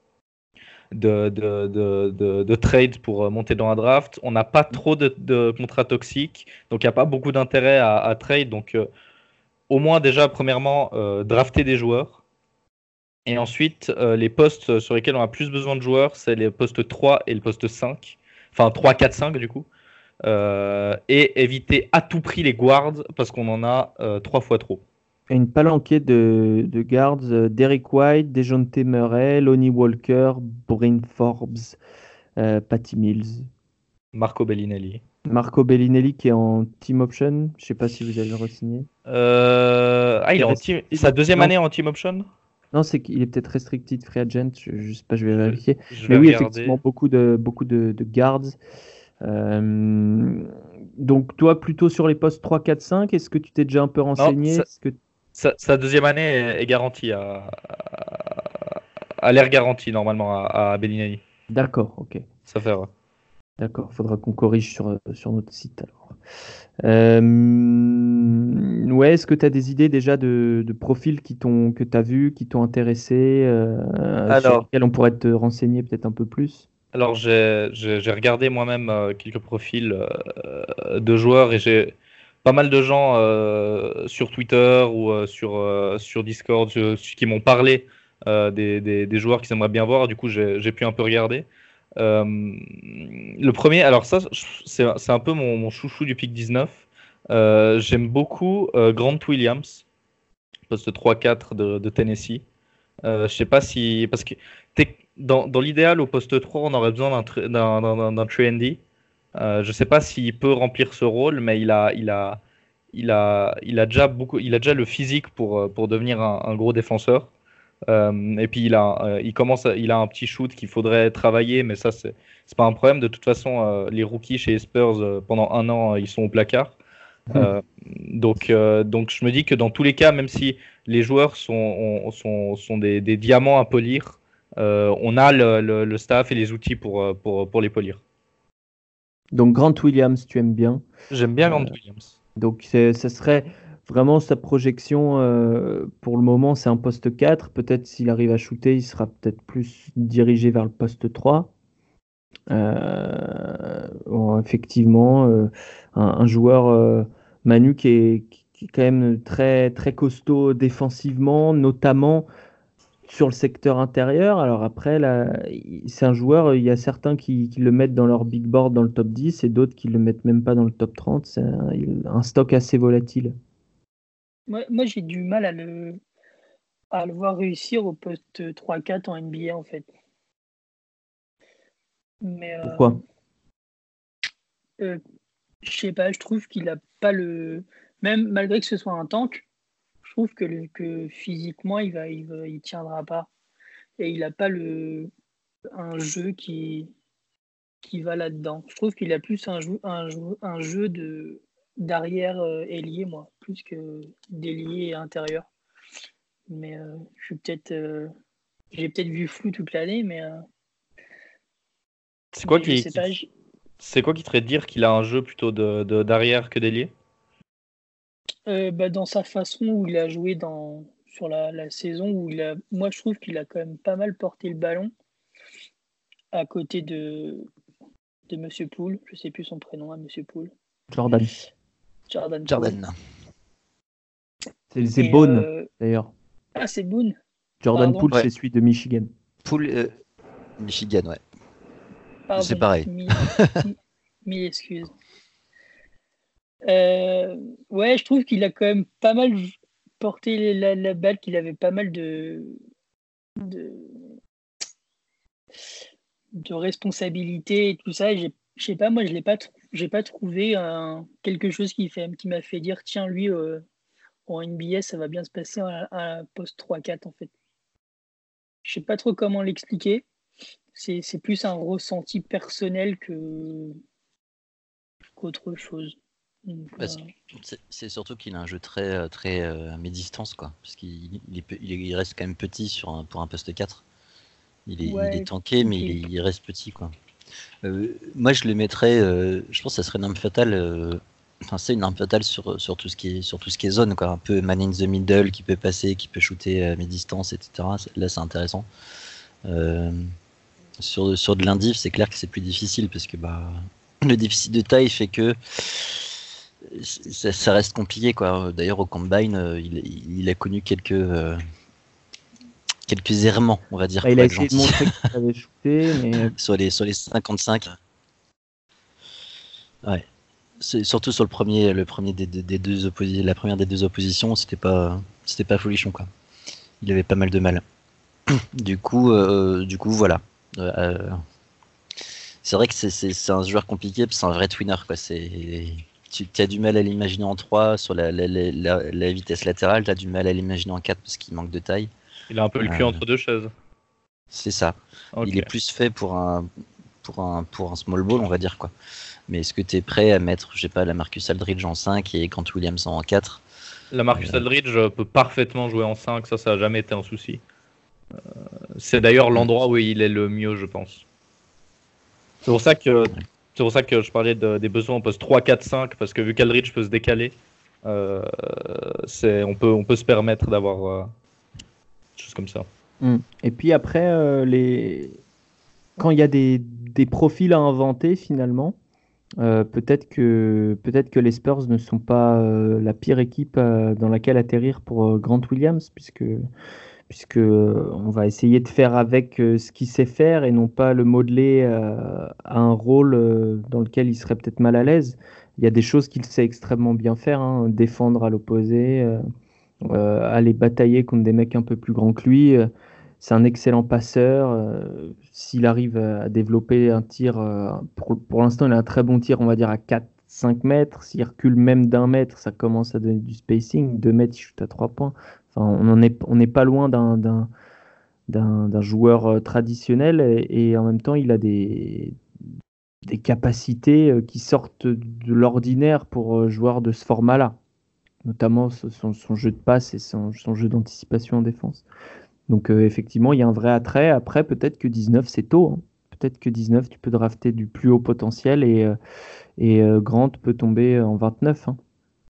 de, de, de, de, de trade pour euh, monter dans la draft. On n'a pas trop de, de contrats toxiques, donc il n'y a pas beaucoup d'intérêt à, à trade. Donc euh, au moins déjà, premièrement, euh, drafter des joueurs. Et ensuite, euh, les postes sur lesquels on a plus besoin de joueurs, c'est les postes trois et le poste cinq. Enfin, trois, quatre, cinq du coup. Euh, et éviter à tout prix les guards parce qu'on en a euh, trois fois trop. Et une palanquée de, de guards, euh, Derek White, Dejounte Murray, Lonnie Walker, Bryn Forbes, euh, Patty Mills, Marco Bellinelli. Marco Bellinelli qui est en team option. Je sais pas si vous allez le re-signer. Euh... Ah, il est en reste- team... Sa deuxième Non. année en team option. Non, c'est qu'il est peut-être restricted free agent. Je, je sais pas, je vais vérifier. Je Mais vais oui, regarder. effectivement, beaucoup de, beaucoup de, de guards. Euh, donc, toi, plutôt sur les postes trois, quatre, cinq, est-ce que tu t'es déjà un peu renseigné? ça- Est-ce que... Sa, sa deuxième année est, est garantie à, à, à l'air garantie normalement à, à Bellinelli. D'accord, ok. Ça fait ouais. D'accord, faudra qu'on corrige sur, sur notre site alors. Euh, ouais, est-ce que tu as des idées déjà de, de profils qui t'ont, que tu as vus, qui t'ont intéressé, euh, sur Alors. lesquels on pourrait te renseigner peut-être un peu plus? Alors j'ai j'ai- j'ai regardé moi-même euh, quelques profils euh, de joueurs et j'ai pas mal de gens euh, sur Twitter ou euh, sur, euh, sur Discord euh, qui m'ont parlé euh, des, des, des joueurs qu'ils aimeraient bien voir. Du coup, j'ai, j'ai pu un peu regarder. Euh, le premier, alors ça, c'est, c'est un peu mon, mon chouchou du pick dix-neuf. Euh, j'aime beaucoup euh, Grant Williams, poste trois quatre de, de Tennessee. Euh, je sais pas si. Parce que dans, dans l'idéal, au poste trois, on aurait besoin d'un, tr- d'un, d'un, d'un trois and D. Euh, je sais pas s'il peut remplir ce rôle, mais il a, il a, il a, il a déjà beaucoup, il a déjà le physique pour, euh, pour devenir un, un gros défenseur. Euh, et puis il a, euh, il commence, à- il a un petit shoot qu'il faudrait travailler, mais ça c'est, c'est pas un problème. De toute façon, euh, les rookies chez les Spurs euh, pendant un an, euh, ils sont au placard. Euh, donc, euh, donc je me dis que dans tous les cas, même si les joueurs sont, on- sont, sont des, des diamants à polir, euh, on a le, le, le staff et les outils pour, euh, pour, pour les polir. Donc Grant Williams, tu aimes bien. J'aime bien Grant Euh, Williams. Donc c'est- ça serait vraiment sa projection euh, pour le moment, c'est un poste quatre. Peut-être s'il arrive à shooter, il sera peut-être plus dirigé vers le poste trois. Euh, bon, effectivement, euh, un, un joueur euh, Manu qui est, qui est quand même très, très costaud défensivement, notamment sur le secteur intérieur. Alors après, là, il- c'est un joueur, il y a certains qui, qui le mettent dans leur big board dans le top dix et d'autres qui le mettent même pas dans le top trente. C'est un, il- un stock assez volatile. Moi, moi, j'ai du mal à le, à le voir réussir au poste trois quatre en N B A, en fait. Mais euh, Pourquoi? euh, je sais pas, je trouve qu'il a pas le. Même malgré que ce soit un tank, je trouve que, le, que physiquement, il va, il va, il tiendra pas. Et il a pas le, un jeu qui, qui va là-dedans. Je trouve qu'il a plus un jeu, un jeu, un jeu de, d'arrière euh, ailier, moi, plus que d'ailier intérieur. Mais euh, je suis peut-être. euh, j'ai peut-être vu flou toute l'année, mais, euh, C'est quoi mais je qui, sais qui- pas. j'- c'est quoi qui te ferait dire qu'il a un jeu plutôt de, de- d'arrière que d'ailier? euh, bah, dans sa façon où il a joué dans, sur la, la saison, où il a, moi je trouve qu'il a quand même pas mal porté le ballon à côté de, de Monsieur Poole. Je sais plus son prénom à Monsieur Poole. Jordan. Jordan Poole. Jordan. C'est c'est Et, Bone, euh, d'ailleurs. Ah, c'est Boone. Jordan Pardon. Poole, Ouais. c'est celui de Michigan. Pool, euh, Michigan, ouais. Pardon. C'est pareil. Mille, mille excuses. Euh, ouais, je trouve qu'il a quand même pas mal porté la, la balle, qu'il avait pas mal de, de, de responsabilités et tout ça. Et j'ai- je sais pas, moi, je l'ai pas, tr- j'ai pas trouvé un- quelque chose qui fait, qui m'a fait dire, tiens, lui, euh, en N B A, ça va bien se passer à, à poste trois quatre, en fait. Je sais pas trop comment l'expliquer. C'est, c'est plus un ressenti personnel que, qu'autre chose. Donc, Bah, euh, c'est- c'est c'est surtout qu'il a un jeu très, euh, très euh, à mi-distance, quoi. Parce qu'il il est pe- il est- il reste quand même petit sur un, pour un poste quatre. Il est, il ouais, est tanké, mais il, est- il reste petit, quoi. Euh, moi, je le mettrais. euh, je pense que ça serait une arme fatale. euh, Enfin, c'est une arme fatale sur, sur, tout ce qui est, sur tout ce qui est zone, quoi. Un peu man in the middle, qui peut passer, qui peut shooter à mi-distance, et cetera. C'est- Là, c'est intéressant. Euh, sur, sur de l'indiv, c'est clair que c'est plus difficile parce que bah, le déficit de taille fait que ça, ça reste compliqué, quoi. D'ailleurs, au combine, euh, il, il a connu quelques, euh, quelques errements, on va dire. Bah, il pour a être essayé de gentil. montrer qu'il avait shooté, mais sur les sur les cinquante-cinq. Ouais. C'est surtout sur le premier le premier des, des, des deux opposi- la première des deux oppositions, c'était pas c'était pas folichon, quoi. Il avait pas mal de mal. Du coup euh, du coup voilà. Euh, c'est vrai que c'est c'est c'est un joueur compliqué, c'est un vrai twinner, quoi. C'est tu as du mal à l'imaginer en trois sur la, la, la, la, la vitesse latérale, tu as du mal à l'imaginer en quatre parce qu'il manque de taille. Il a un peu le cul Euh, entre deux chaises. C'est ça. Ok. Il est plus fait pour un, pour un, pour un small ball, on va dire, quoi. Mais est-ce que tu es prêt à mettre, je sais pas, la Marcus Aldridge en cinq et Grant Williams en quatre? La Marcus Euh, Aldridge peut parfaitement jouer en cinq, ça, ça n'a jamais été un souci. Euh, c'est d'ailleurs l'endroit où il est le mieux, je pense. C'est pour ça que, c'est pour ça que je parlais de- des besoins au poste trois, quatre, cinq, parce que vu qu'Aldridge peut se décaler, euh, c'est, on, peut, on peut se permettre d'avoir euh, des choses comme ça. Hmm. Et puis après, euh, les... quand il y a des, des profils à inventer, finalement, euh, peut-être que, peut-être que les Spurs ne sont pas euh, la pire équipe euh, dans laquelle atterrir pour euh, Grant Williams, puisque, puisque euh, on va essayer de faire avec euh, ce qu'il sait faire et non pas le modeler euh, à un rôle euh, dans lequel il serait peut-être mal à l'aise. Il y a des choses qu'il sait extrêmement bien faire, hein, défendre à l'opposé, euh, euh, aller batailler contre des mecs un peu plus grands que lui. euh, C'est un excellent passeur. euh, S'il arrive à développer un tir, euh, pour, pour l'instant, il a un très bon tir, on va dire, à quatre cinq mètres. S'il recule même d'un mètre, ça commence à donner du spacing. deux mètres, il shoot à trois points. Enfin, on en est, on n'est pas loin d'un, d'un, d'un, d'un joueur euh, traditionnel et, et en même temps, il a des, des capacités euh, qui sortent de l'ordinaire pour euh, joueur de ce format-là, notamment ce- son, son jeu de passe et son, son jeu d'anticipation en défense. Donc euh, effectivement, il y a un vrai attrait. Après, peut-être que dix-neuf, c'est tôt, hein. Peut-être que dix-neuf, tu peux drafter du plus haut potentiel et, euh, et euh, Grant peut tomber en vingt-neuf, hein.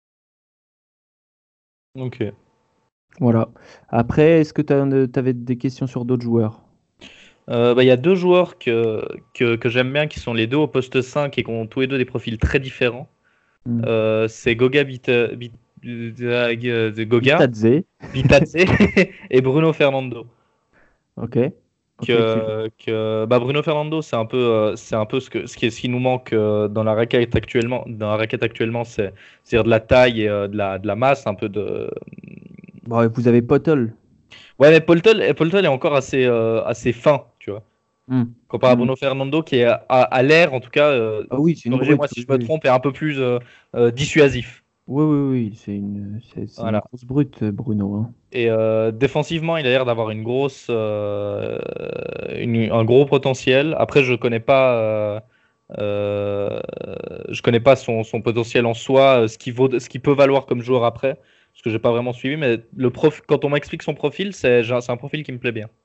Ok. Voilà. Après, est-ce que tu avais des questions sur d'autres joueurs? Euh, bah, il y a deux joueurs que, que, que j'aime bien qui sont les deux au poste cinq et qui ont tous les deux des profils très différents. Hmm. Euh, c'est Goga Bita, Bit- euh, Goga Bitadze. Bitadze et Bruno Fernando. Ok. Ok, Que, que bah Bruno Fernando, c'est un peu, euh, c'est un peu ce que ce qui, est- ce qui nous manque euh, dans la raquette actuellement. Dans la raquette actuellement, c'est c'est-à-dire de la taille et euh, de la de la masse, un peu de. Bon, vous avez Potel. Ouais, mais Poltol, Poltol est encore assez euh, assez fin, tu vois. Hmm. Comparé à Hmm. Bruno Fernando, qui est à, à l'air, en tout cas, euh, Ah oui, c'est une corrigez-moi brute. si je Oui, me oui. trompe, est un peu plus euh, euh, dissuasif. Oui, oui, oui, c'est une, c'est, c'est une Voilà. grosse brute, Bruno, hein. Et euh, défensivement, il a l'air d'avoir une grosse, euh, une- un gros potentiel. Après, je connais pas, euh, euh, je connais pas son, son potentiel en soi, euh, ce qui vaut, ce qui peut valoir comme joueur après, parce que j'ai pas vraiment suivi. Mais le prof, quand on m'explique son profil, c'est, j'ai- c'est un profil qui me plaît bien.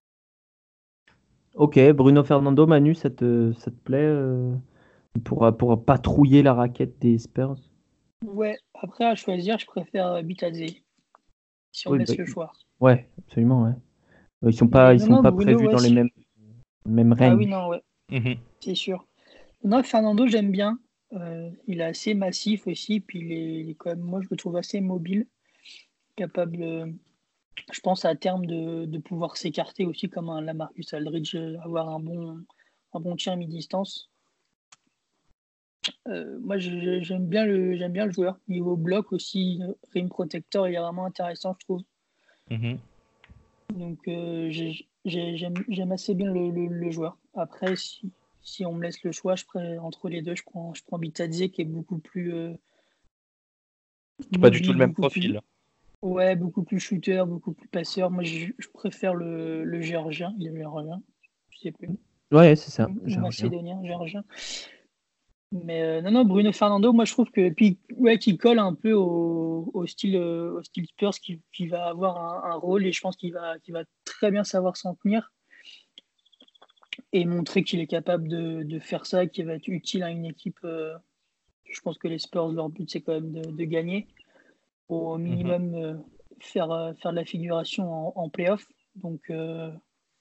Ok, Bruno Fernando, Manu, ça te, ça te plaît euh, pour, pour patrouiller la raquette des Spurs? Ouais, après à choisir, je préfère euh, Bitadze, si on Oui, me bah, laisse le choix. ouais, absolument, ouais. Ils sont pas, Mais ils non, sont non, pas Bruno, prévus ouais, dans les si- mêmes, mêmes Ah oui, ranges. non, ouais, Mhm. c'est sûr. Non, Fernando, j'aime bien. Euh, il est assez massif aussi, puis il est, il est quand même, moi, je le trouve assez mobile, capable, euh, je pense, à terme de, de pouvoir s'écarter aussi comme un Lamarcus Aldridge, euh, avoir un bon, un bon tir à mi-distance. Euh, moi, je- j'aime bien le, j'aime bien le joueur. Niveau bloc aussi, euh, rim protector, il est vraiment intéressant, je trouve. Mhm. Donc, euh, j'ai- j'ai- j'aime j'aime assez bien le, le- le joueur. Après, si, si on me laisse le choix, je prends, entre les deux, je prends, je prends Bitadze qui est beaucoup plus euh, C'est pas du tout mobile, le même beaucoup plus, profil. ouais, beaucoup plus shooter, beaucoup plus passeur. Moi, je, je préfère le, le géorgien. Il est géorgien, je sais plus. Ouais, c'est ça, Ou géorgien. macédonien, géorgien. Mais euh, non, non, Bruno Fernando, moi je trouve que puis ouais, qu'il colle un peu au, au style euh, au style Spurs, qui, qui va avoir un, un rôle et je pense qu'il va, qu'il va très bien savoir s'en tenir et montrer qu'il est capable de, de faire ça, qu'il va être utile à une équipe. euh, je pense que les Spurs, leur but c'est quand même de, de gagner, au minimum euh, faire, euh, faire de la figuration en, en playoff. Donc, euh,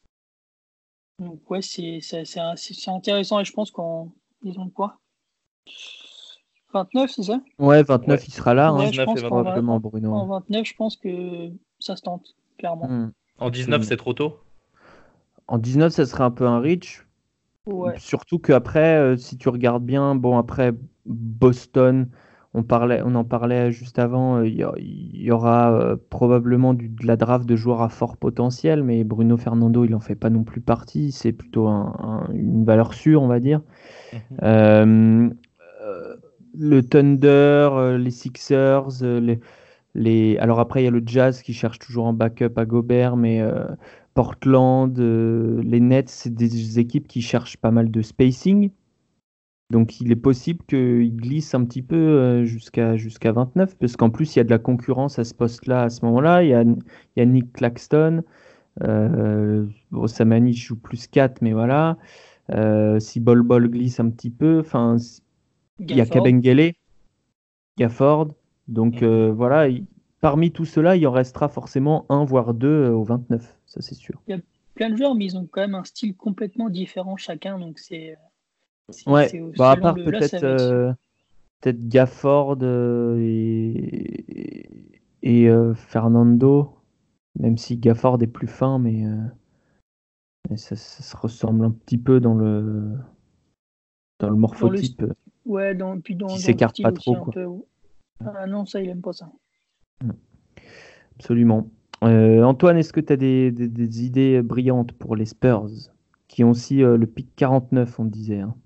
donc ouais, c'est, c'est, c'est, c'est intéressant et je pense qu'en disons quoi vingt-neuf, c'est ça? Ouais, vingt-neuf, Ouais. il sera là, hein, Ouais, je dix-neuf et pense qu'en vingt-neuf. vingt- probablement, en, Bruno. en vingt-neuf, je pense que ça se tente, clairement. Hmm, En dix-neuf, absolument. c'est trop tôt. En dix-neuf, ça serait un peu un reach. Ouais, Surtout qu'après, euh, si tu regardes bien, bon, après Boston, on parlait, on en parlait juste avant, euh, il y, a- il y aura euh, probablement du- de la draft de joueurs à fort potentiel, mais Bruno Fernando, il en fait pas non plus partie. C'est plutôt un- un- une valeur sûre, on va dire. Mhm. Euh, euh, le Thunder, euh, les Sixers, euh, les, les... alors après, il y a le Jazz qui cherche toujours en backup à Gobert, mais euh, Portland, euh, les Nets, c'est des équipes qui cherchent pas mal de spacing. Donc il est possible qu'ils glissent un petit peu euh, jusqu'à jusqu'à vingt-neuf, parce qu'en plus, il y a de la concurrence à ce poste-là, à ce moment-là. Il y a, il y a Nick Claxton. Euh, bon, Samani joue plus quatre, mais voilà. Euh, si Bol Bol glisse un petit peu, enfin, il y a Gafford. Kabengele, Gafford. Donc Mhm. euh, voilà, il- parmi tout cela, il en restera forcément un voire deux euh, au vingt-neuf, ça c'est sûr. Il y a plein de joueurs, mais ils ont quand même un style complètement différent chacun. Donc c'est c'est- Ouais, c'est bah à selon part le. Là, ça peut-être va être. euh, peut-être Gafford euh, et, et euh, Fernando. même si Gafford est plus fin, mais, euh, mais ça, ça se ressemble un petit peu dans le dans le Dans le morphotype. st- Ouais, dans, puis dans, Qui dans le s'écarte style pas aussi trop, un quoi. peu. Ah non, ça, il aime pas ça. Absolument. Euh, Antoine, est-ce que tu as des, des- des idées brillantes pour les Spurs, qui ont aussi euh, le pic quarante-neuf, on disait, hein.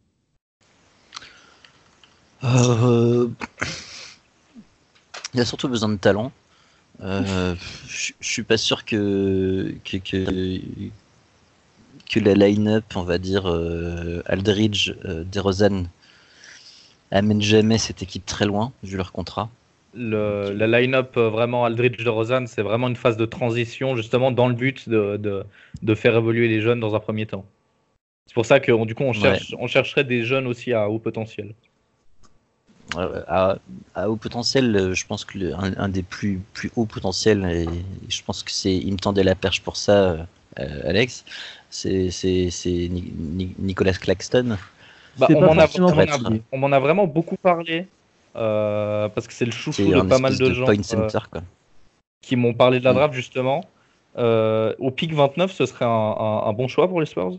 Euh, Il a surtout besoin de talent. Euh, Je je suis pas sûr que, que, que, que la line-up, on va dire, euh, Aldridge, euh, DeRozan, amène jamais cette équipe très loin, vu leur contrat. Le, la line-up euh, vraiment Aldridge de Rosanne, c'est vraiment une phase de transition, justement, dans le but de, de, de faire évoluer les jeunes dans un premier temps. C'est pour ça que on- du coup, on, cherche, on chercherait des jeunes aussi à haut potentiel. Euh, à, à haut potentiel, euh, je pense que le, un, un des plus, plus hauts potentiels, et je pense que c'est, il me tendait la perche pour ça, euh, Alex, c'est, c'est, c'est Ni- Ni- Nicolas Claxton. Bah, C'est on, pas m'en a, forcément on, m'en a, facile. on m'en a vraiment beaucoup parlé, euh, parce que c'est le chouchou C'est de un pas mal espèce de de gens point euh, center, quoi. qui m'ont parlé de la Mm. draft, justement. Euh, au pic vingt-neuf, ce serait un, un- un bon choix pour les Spurs?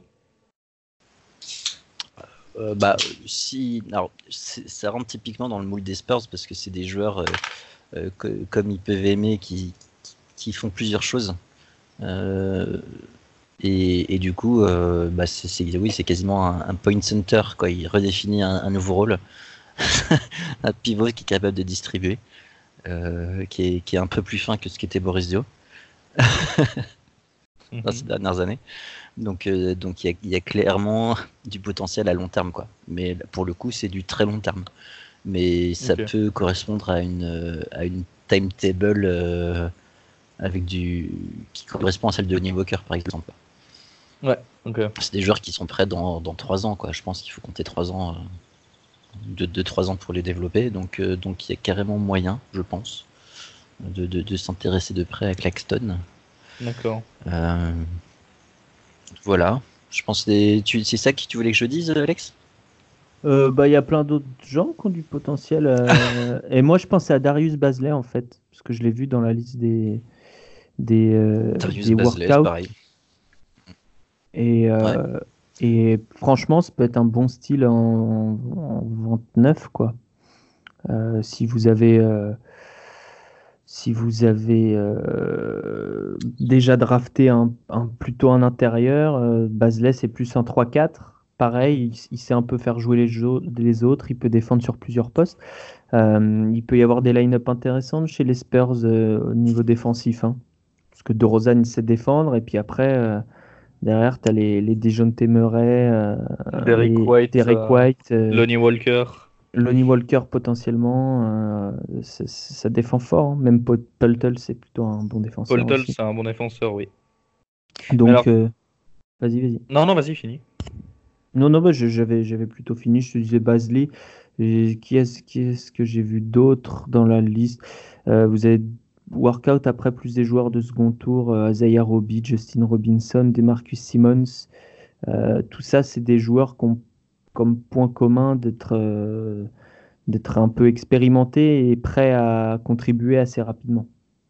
Euh, bah, si, alors, c'est- ça rentre typiquement dans le moule des Spurs parce que c'est des joueurs euh, euh, que- comme ils peuvent aimer qui, qui font plusieurs choses. Euh, et, et du coup, euh, bah, c'est, c'est- oui, c'est quasiment un, un point center, quoi. Il redéfinit un, un nouveau rôle. Un pivot qui est capable de distribuer, euh, qui, est, qui est un peu plus fin que ce qu'était Boris Dio dans ces dernières années. Donc, euh, donc il y, a- il y a clairement du potentiel à long terme, quoi. Mais pour le coup, c'est du très long terme. Mais ça Ok. peut correspondre à une, euh, à une timetable euh, avec du qui correspond à celle de Lonnie Walker, par exemple. Ouais, ok. C'est des joueurs qui sont prêts dans, dans trois ans, quoi. Je pense qu'il faut compter trois ans, euh, de, de trois ans pour les développer. Donc, euh, donc il y a carrément moyen, je pense, de, de, de s'intéresser de près à Claxton. D'accord. Euh, voilà. Je pense que tu, c'est ça que tu voulais que je dise, Alex? Euh, bah, il y a plein d'autres gens qui ont du potentiel. euh, Et moi, je pensais à Darius Bazley, en fait, parce que je l'ai vu dans la liste des, des, euh, Darius des Bazley, c'est workouts. pareil. Et, euh, et franchement, ça peut être un bon style en, en vingt-neuf, quoi. Euh, si vous avez, euh, si vous avez euh, déjà drafté un, un- plutôt un intérieur, euh, Bazley, c'est plus un trois quatre. Pareil, il, il sait un peu faire jouer les, jo- les autres, il peut défendre sur plusieurs postes. Euh, il peut y avoir des line-up intéressantes chez les Spurs euh, au niveau défensif, hein. Parce que DeRozan, il sait défendre, et puis après, euh, derrière, tu as les, les Dejounte Murray, euh, Derek les White, Derek euh, White, euh, Lonnie Walker. Lonnie Walker potentiellement. euh, ça, ça défend fort, hein. Même Paul Pultle, c'est plutôt un bon défenseur Paul Tull, aussi. c'est un bon défenseur, oui. Donc, alors- euh, vas-y, vas-y. Non, non, vas-y, fini. Non, non, bah, je- j'avais, j'avais plutôt fini. Je te disais Bazley. Et qui est-ce, qui est-ce que j'ai vu d'autres dans la liste? Euh, vous avez workout après plus des joueurs de second tour, euh, Isaiah Roby, Justin Robinson, DeMarcus Simmons. Euh, tout ça, c'est des joueurs qui ont comme point commun d'être euh, d'être un peu expérimentés et prêts à contribuer assez rapidement.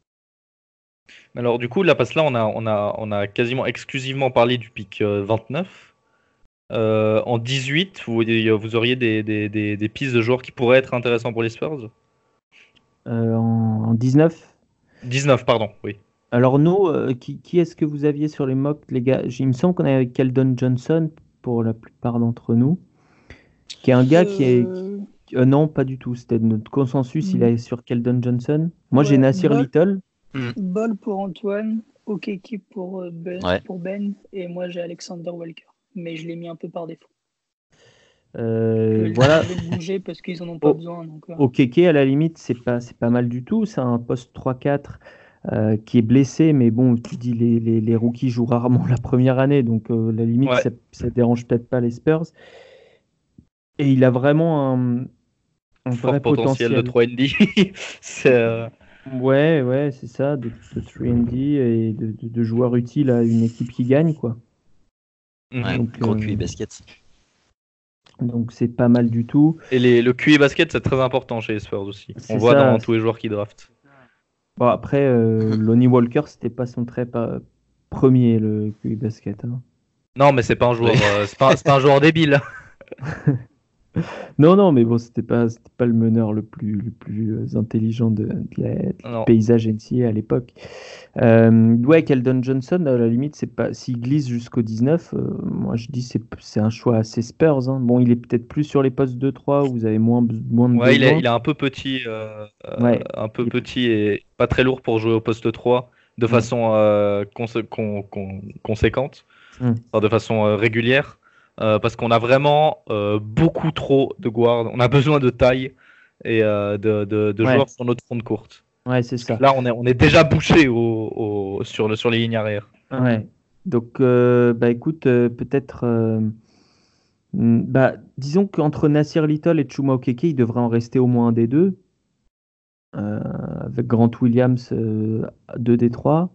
Alors du coup, là, parce que là, on a, on a, on a quasiment exclusivement parlé du pic euh, vingt-neuf. Euh, en dix-huit, vous, vous auriez des, des, des, des pistes de joueurs qui pourraient être intéressants pour les Spurs? Euh, en, en dix-neuf. dix-neuf, pardon, oui. Alors nous, euh, qui, qui est-ce que vous aviez sur les mocks, les gars? Il me semble qu'on avait Keldon Johnson pour la plupart d'entre nous, qui est un gars qui est... Euh, Euh, non, pas du tout. C'était notre consensus. Il Mm. est sur Keldon Johnson. Moi, j'ai Ouais, Nasir Ball. Little. Ball pour Antoine, Okeke pour, euh, ben, Ouais. pour Ben, et moi j'ai Alexander Walker. Mais je l'ai mis un peu par défaut. Euh, Je voilà. vais le bouger parce qu'ils en ont pas Oh. besoin. Donc, euh, Okeke, à la limite, c'est pas, c'est pas mal du tout. C'est un poste trois quatre euh, qui est blessé. Mais bon, tu dis les, les, les rookies jouent rarement la première année. Donc, euh, la limite, Ouais. ça, ça dérange peut-être pas les Spurs. Et il a vraiment un, un Fort vrai potentiel, potentiel. de trois N D. C'est, euh, Ouais, ouais, c'est ça, de, de trois and D et de, de, de joueurs utiles à une équipe qui gagne, quoi. Ouais, Donc, gros euh, Q I basket. Donc c'est pas mal du tout. Et les, le Q I basket, c'est très important chez les Spurs aussi. C'est On voit ça. dans tous les joueurs qui draftent. Bon, après, euh, Lonnie Walker, c'était pas son trait pas premier, le Q I basket. Hein. Non, mais c'est pas un joueur, euh, c'est pas, c'est pas un joueur débile. Non, non, mais bon, c'était pas, c'était pas le meneur le plus, le plus euh, intelligent de, de la- du Non. paysage N C A A à l'époque. Euh, ouais, Keldon Johnson, à la limite, c'est pas, s'il glisse jusqu'au dix-neuf, euh, moi je dis c'est, c'est un choix assez Spurs. Hein. Bon, il est peut-être plus sur les postes deux trois où vous avez moins, be- moins de Ouais, il est, besoin. il est un peu petit, euh, euh, Ouais, un peu il est- petit et pas très lourd pour jouer au poste trois de Mm. façon euh, consé- con- con- conséquente, Mm. enfin, de façon euh, régulière, euh, parce qu'on a vraiment euh, beaucoup trop de guards. On a besoin de taille et euh, de, de- de Ouais. joueurs sur notre front de courte. Ouais, c'est ça. Là, on est, on est déjà bouché au, au- sur, le, sur les lignes arrière. Ouais. Donc, euh, bah écoute, euh, peut-être. euh, hmm, bah, disons qu'entre Nasir Little et Chuma Okeke, il devrait en rester au moins un des deux. euh, avec Grant Williams, euh, deux des trois.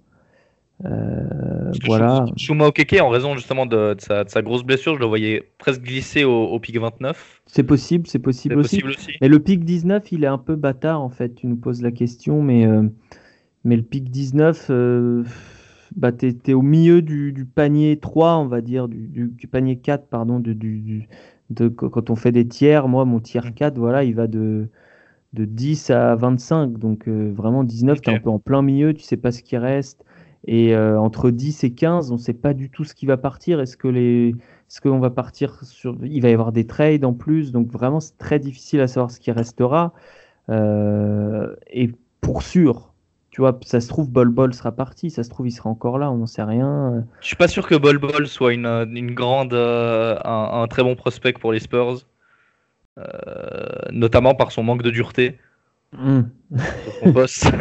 Euh, Parce que voilà. Chuma- Chuma Okeke, en raison justement de, de sa, de sa grosse blessure, je le voyais presque glisser au, au pick vingt-neuf. C'est possible, c'est C'est possible aussi. possible aussi. Mais le pick dix-neuf, il est un peu bâtard en fait. Tu nous poses la question, mais, euh, mais le pick dix-neuf, euh, bah, t'es, t'es au milieu du, du panier trois, on va dire, du, du- du panier quatre, pardon, de, du, du- de, quand on fait des tiers. Moi, mon tiers quatre, voilà, il va de, de dix à vingt-cinq. Donc euh, vraiment, dix-neuf, tu es Ok. un peu en plein milieu, tu sais pas ce qui reste. Et euh, entre dix et quinze, on sait pas du tout ce qui va partir. Est-ce que les... Est-ce qu'on va partir sur... Il va y avoir des trades en plus, donc vraiment, c'est très difficile à savoir ce qui restera. Euh, Et pour sûr, tu vois, ça se trouve, Bol Bol sera parti, ça se trouve, il sera encore là, on n'en sait rien. Je suis pas sûr que Bol Bol soit une, une grande, euh, un, un très bon prospect pour les Spurs, euh, notamment par son manque de dureté Hmm. sur son poste.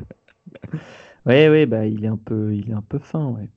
Ouais, ouais, bah, il est un peu, il est un peu fin, ouais.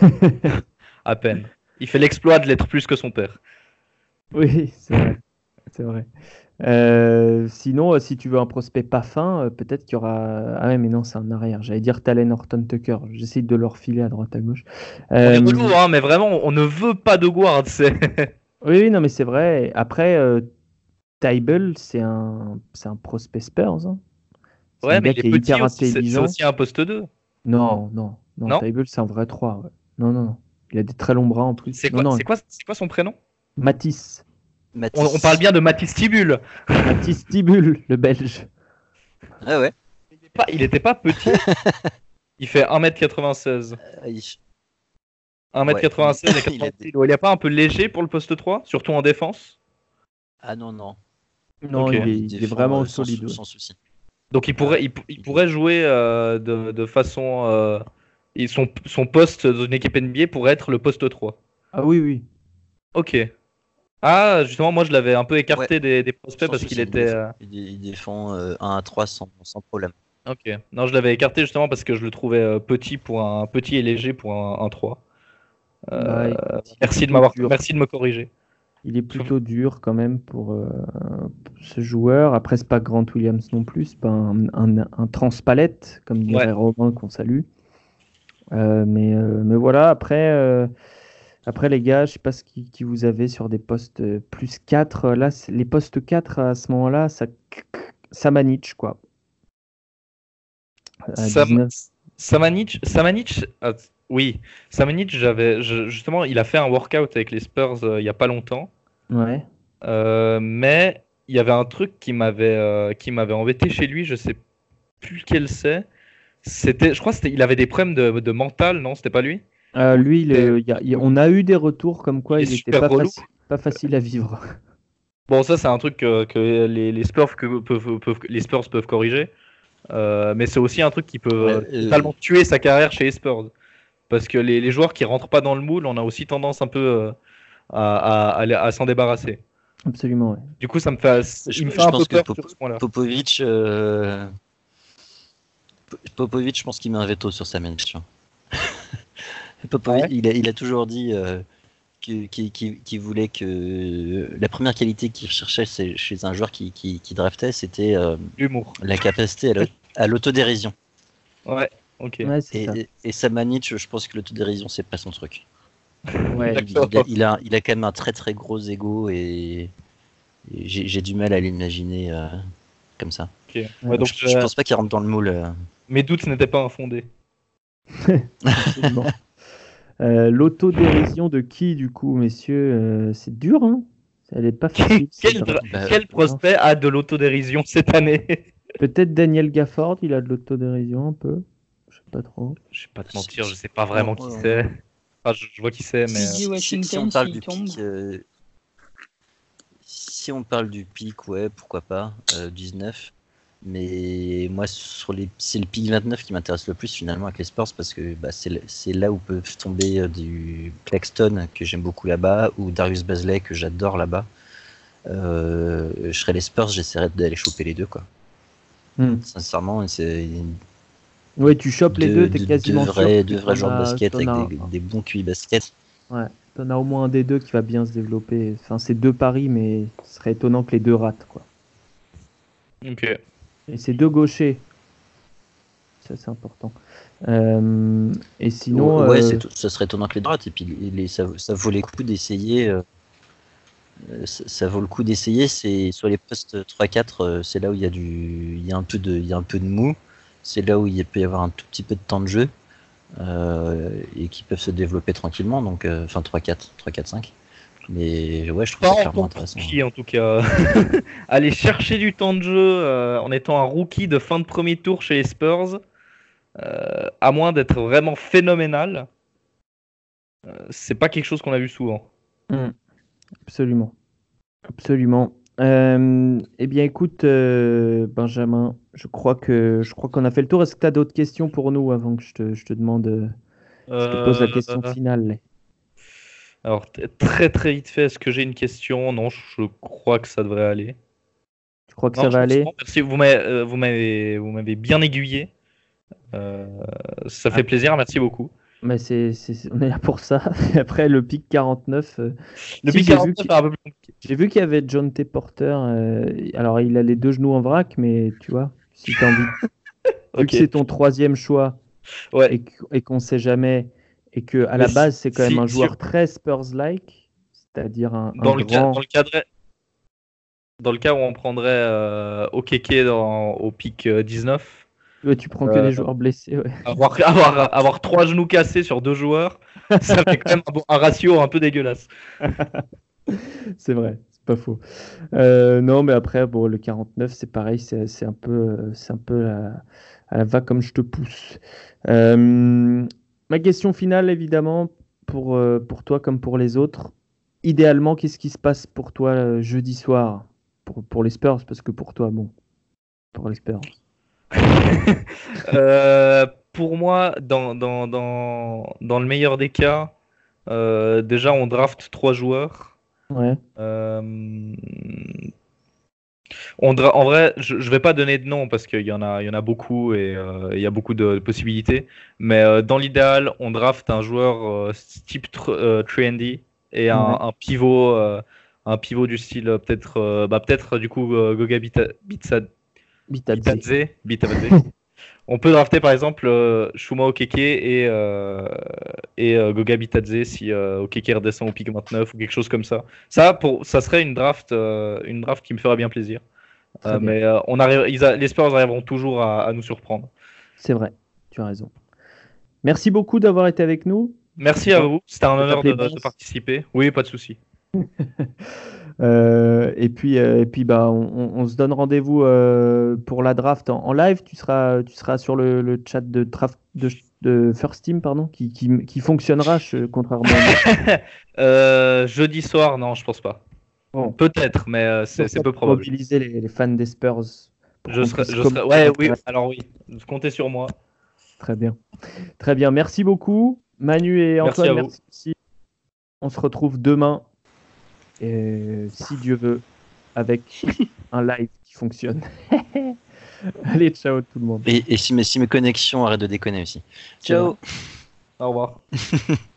À peine. Il fait l'exploit de l'être plus que son père. Oui, c'est vrai. C'est vrai. Euh, sinon, euh, si tu veux un prospect pas fin, euh, peut-être qu'il y aura. Ah ouais, mais non, c'est un arrière. J'allais dire Talen Horton Tucker. J'essaie de leur filer à droite à gauche. On est Euh, relou, hein, mais vraiment, on ne veut pas de guard. C'est... Oui, oui, non, mais c'est vrai. Après, euh, Tybal, c'est un, c'est un prospect Spurs. Hein. C'est Ouais, un mais gars il qui est est petit hyper aussi. C'est, c'est intelligent. aussi un poste deux. Non, non, non. Non Tybal, c'est un vrai trois. Ouais. Non, non, non. Il a des très longs bras en plus. C'est Non, quoi, non. c'est quoi, c'est quoi son prénom? Matisse. Matisse. on, on parle bien de Matisse Tibul. Matisse Tibul, le Belge. Ah ouais. Il était pas, il était pas petit. Il fait un mètre quatre-vingt-seize. Ah, il- un mètre quatre-vingt-seize et Il a quatre-vingts des- kilos. Il est pas un peu léger pour le poste trois, surtout en défense? Ah non, non. Non, Ok. il, est, il est défend, vraiment euh, sans, solide. ouais. sans souci. Donc il pourrait, il, il pourrait jouer euh, de, de façon. Euh, et son, son poste dans une équipe N B A pourrait être le poste trois. Ah oui, oui. Ok. Ah, justement, moi je l'avais un peu écarté des, des prospects Sans parce souci, qu'il il était. défend, euh, il dé- il défend euh, un à trois sans, sans problème. Ok. Non, je l'avais écarté justement parce que je le trouvais euh, petit pour un petit et léger pour un, un trois. Euh, Bah, écoute, il est merci de plutôt m'avoir, dur. merci de me corriger. Il est plutôt dur quand même pour, euh, pour ce joueur. Après, c'est pas Grant Williams non plus, c'est pas un, un, un transpalette, comme dirait Ouais. Romain qu'on salue. Euh, mais, euh, mais voilà, après, euh, après les gars, je sais pas ce qui, qui vous avez sur des postes euh, plus quatre. Là, c'est- les postes quatre à ce moment-là, ça, ça manage quoi. À Sam- dix-neuf. Samanic, Samanic, ah, oui, Samanic, j'avais je- justement, il a fait un workout avec les Spurs euh, il y a pas longtemps. Ouais. Euh, mais il y avait un truc qui m'avait euh, qui m'avait embêté chez lui, je sais plus lequel c'est. C'était, je crois, que c'était, il avait des problèmes de, de mental, non? C'était pas lui? Euh, lui, il, Et- euh, il y a- il- on a eu des retours comme quoi Il il est était super pas, relou. faci- pas facile à vivre. Bon, ça c'est un truc que, que les, les Spurs que, peuvent, peuvent- les Spurs peuvent corriger. Euh, mais c'est aussi un truc qui peut euh, Ouais, euh, totalement tuer sa carrière chez les Spurs. Parce que les, les joueurs qui rentrent pas dans le moule, on a aussi tendance un peu euh, à, à, à, les- à s'en débarrasser. Absolument, ouais. Du coup, ça me fait, Je- il me je fait un peu pense que peur Pop- sur ce point-là. Popovic, euh... P- Popovic, je pense qu'il met un veto sur sa mention. Popovic, Ah ouais il, a, il a toujours dit euh, que- qu'il qu'il- qu'il voulait que la première qualité qu'il recherchait c'est- chez un joueur qui, qui, qui draftait, c'était euh, L'humour. la capacité à l'au- à l'autodérision. Ouais, ok. Ouais, c'est ça. Et, et Samanic, je pense que l'autodérision, c'est pas son truc. Ouais. Il, il a, il, a, il a quand même un très très gros ego et, et j'ai j'ai du mal à l'imaginer euh, comme ça. Ok. Ouais, donc, je, je euh, pense pas qu'il rentre dans le moule. euh. Mes doutes n'étaient pas infondés. Absolument. Euh, L'autodérision de qui, du coup, messieurs? euh, C'est dur, hein? Elle est pas facile. Quel, cette dra- draft. quel prospect a de l'autodérision cette année? Peut-être Daniel Gafford, il a de l'autodérision un peu. Je sais pas trop. Je vais pas te mentir, je sais pas vraiment Non, qui non, c'est. non. Enfin, je, je vois qui c'est, mais. P J euh, Si, si Washington, on parle s'il du tombe. pic, euh, si on parle du pic, ouais, pourquoi pas, euh, dix-neuf. Mais moi, sur les, c'est le pic vingt-neuf qui m'intéresse le plus finalement avec les Spurs parce que bah, c'est, le- c'est là où peuvent tomber euh, du Claxton que j'aime beaucoup là-bas ou Darius Bazley que j'adore là-bas. Euh, je serais les Spurs, j'essaierais d'aller choper les deux quoi. Hmm. Sincèrement, c'est Ouais, tu chopes les deux, deux, t'es deux, quasiment deux sûr vrais, que deux vrais t'en joueurs de as- basket t'en avec as- des, des bons Q I basket. Ouais, t'en as au moins un des deux qui va bien se développer. Enfin, c'est deux paris, mais ce serait étonnant que les deux ratent, quoi. Ok. Et c'est deux gauchers. Ça, c'est important. Euh, et sinon, ouais, euh, c'est, ça serait étonnant que les deux ratent. Et puis les, ça, ça vaut le coup d'essayer. euh, Ça, ça vaut le coup d'essayer. C'est sur les postes trois quatre, euh, c'est là où il y a du, il y a un peu de, il y a un peu de mou. C'est là où il peut y avoir un tout petit peu de temps de jeu euh, et qui peuvent se développer tranquillement. Donc, euh, enfin trois quatre, trois quatre cinq. Mais ouais, je trouve Pas ça en clairement tant intéressant. que rookie, en tout cas. Aller chercher du temps de jeu euh, en étant un rookie de fin de premier tour chez les Spurs, euh, à moins d'être vraiment phénoménal, euh, c'est pas quelque chose qu'on a vu souvent. hmm, absolument. Absolument. Euh, eh bien, écoute, euh, Benjamin, je crois que je crois qu'on a fait le tour. Est-ce que tu as d'autres questions pour nous avant que je te, je te demande, euh, je te pose la question Euh, finale? là. Alors, t- très très vite fait, est-ce que j'ai une question? Non, je crois que ça devrait aller. Tu crois que Non, ça je va pense aller? non, merci. Vous m'avez, euh, vous m'avez, vous m'avez bien aiguillé. Euh, ça fait Ah. plaisir, merci beaucoup. Mais c'est, c'est- c'est- on est là pour ça. Après, le pic quarante-neuf. euh, Le si, pic j'ai vu quarante-neuf qu'il- est un peu plus compliqué. j'ai vu qu'il y avait John T. Porter. euh, alors, il a les deux genoux en vrac, mais tu vois, si tu as envie, vu Ok. que c'est ton troisième choix Ouais. et qu'- et qu'on ne sait jamais, et que à Mais la si- base, c'est quand même si- un joueur sur- très Spurs-like, c'est-à-dire un, un Dans le, cas, grand. dans, le cadre, dans le cas où on prendrait euh, Okeke dans, au pic euh, dix-neuf, Ouais, tu prends que Euh, des joueurs blessés. Ouais. avoir, avoir, avoir trois genoux cassés sur deux joueurs, ça fait quand même un, bon- un ratio un peu dégueulasse. C'est vrai, c'est pas faux. Euh, non, mais après, bon, le quarante-neuf, c'est pareil, c'est c'est un peu, euh, c'est un peu la, à la va comme je te pousse. Euh, ma question finale, évidemment, pour, euh, pour toi comme pour les autres. Idéalement, qu'est-ce qui se passe pour toi euh, jeudi soir? Pour, pour les Spurs, parce que pour toi, bon, pour les Spurs. Euh, pour moi, dans, dans, dans, dans le meilleur des cas, euh, déjà on draft trois joueurs. Ouais. Euh, on dra- en vrai, je, je vais pas donner de nom parce qu'il y en a, il y en a beaucoup et euh, il y a beaucoup de possibilités. Mais euh, dans l'idéal, on draft un joueur euh, type tr- euh, trendy et un, Ouais. un pivot, euh, un pivot du style euh, peut-être, euh, bah, peut-être du coup euh, Goga Bita- Bitsa- Bitadze. Bitadze. Bitadze. On peut drafter par exemple euh, Shuma Okeke et, euh, et euh, Goga Bitadze si euh, Okeke redescend au pic vingt-neuf ou quelque chose comme ça. Ça, pour, ça serait une draft, euh, une draft qui me ferait bien plaisir. Très Euh, bien. mais euh, on arrive, ils a- les Spurs arriveront toujours à, à nous surprendre. C'est vrai, tu as raison. Merci beaucoup d'avoir été avec nous. Merci à Bon, vous, c'était un je peux honneur de, t'appeler de Bas. participer. Oui, pas de souci. Euh, et puis, euh, et puis bah, on, on- on se donne rendez-vous euh, pour la draft en, en live. Tu seras, tu seras sur le, le chat de, draft, de, de First Team pardon, qui, qui, qui fonctionnera, je- contrairement à moi. Euh, jeudi soir, non, je pense pas. Bon, Peut-être, mais euh, c'est pour c'est ça, peu pour probable. mobiliser les, les fans des Spurs. Pour Je qu'on serai, puisse je serai, commenter ouais, en oui. direct. Alors oui, comptez sur moi. Très bien. Très bien. Merci beaucoup. Manu et Merci Antoine, à vous. merci aussi. On se retrouve demain, et, si Dieu veut, avec un live qui fonctionne. Allez, ciao tout le monde. Et, et si, mes, si mes connexions arrêtent de déconner aussi. C'est Ciao. Au revoir.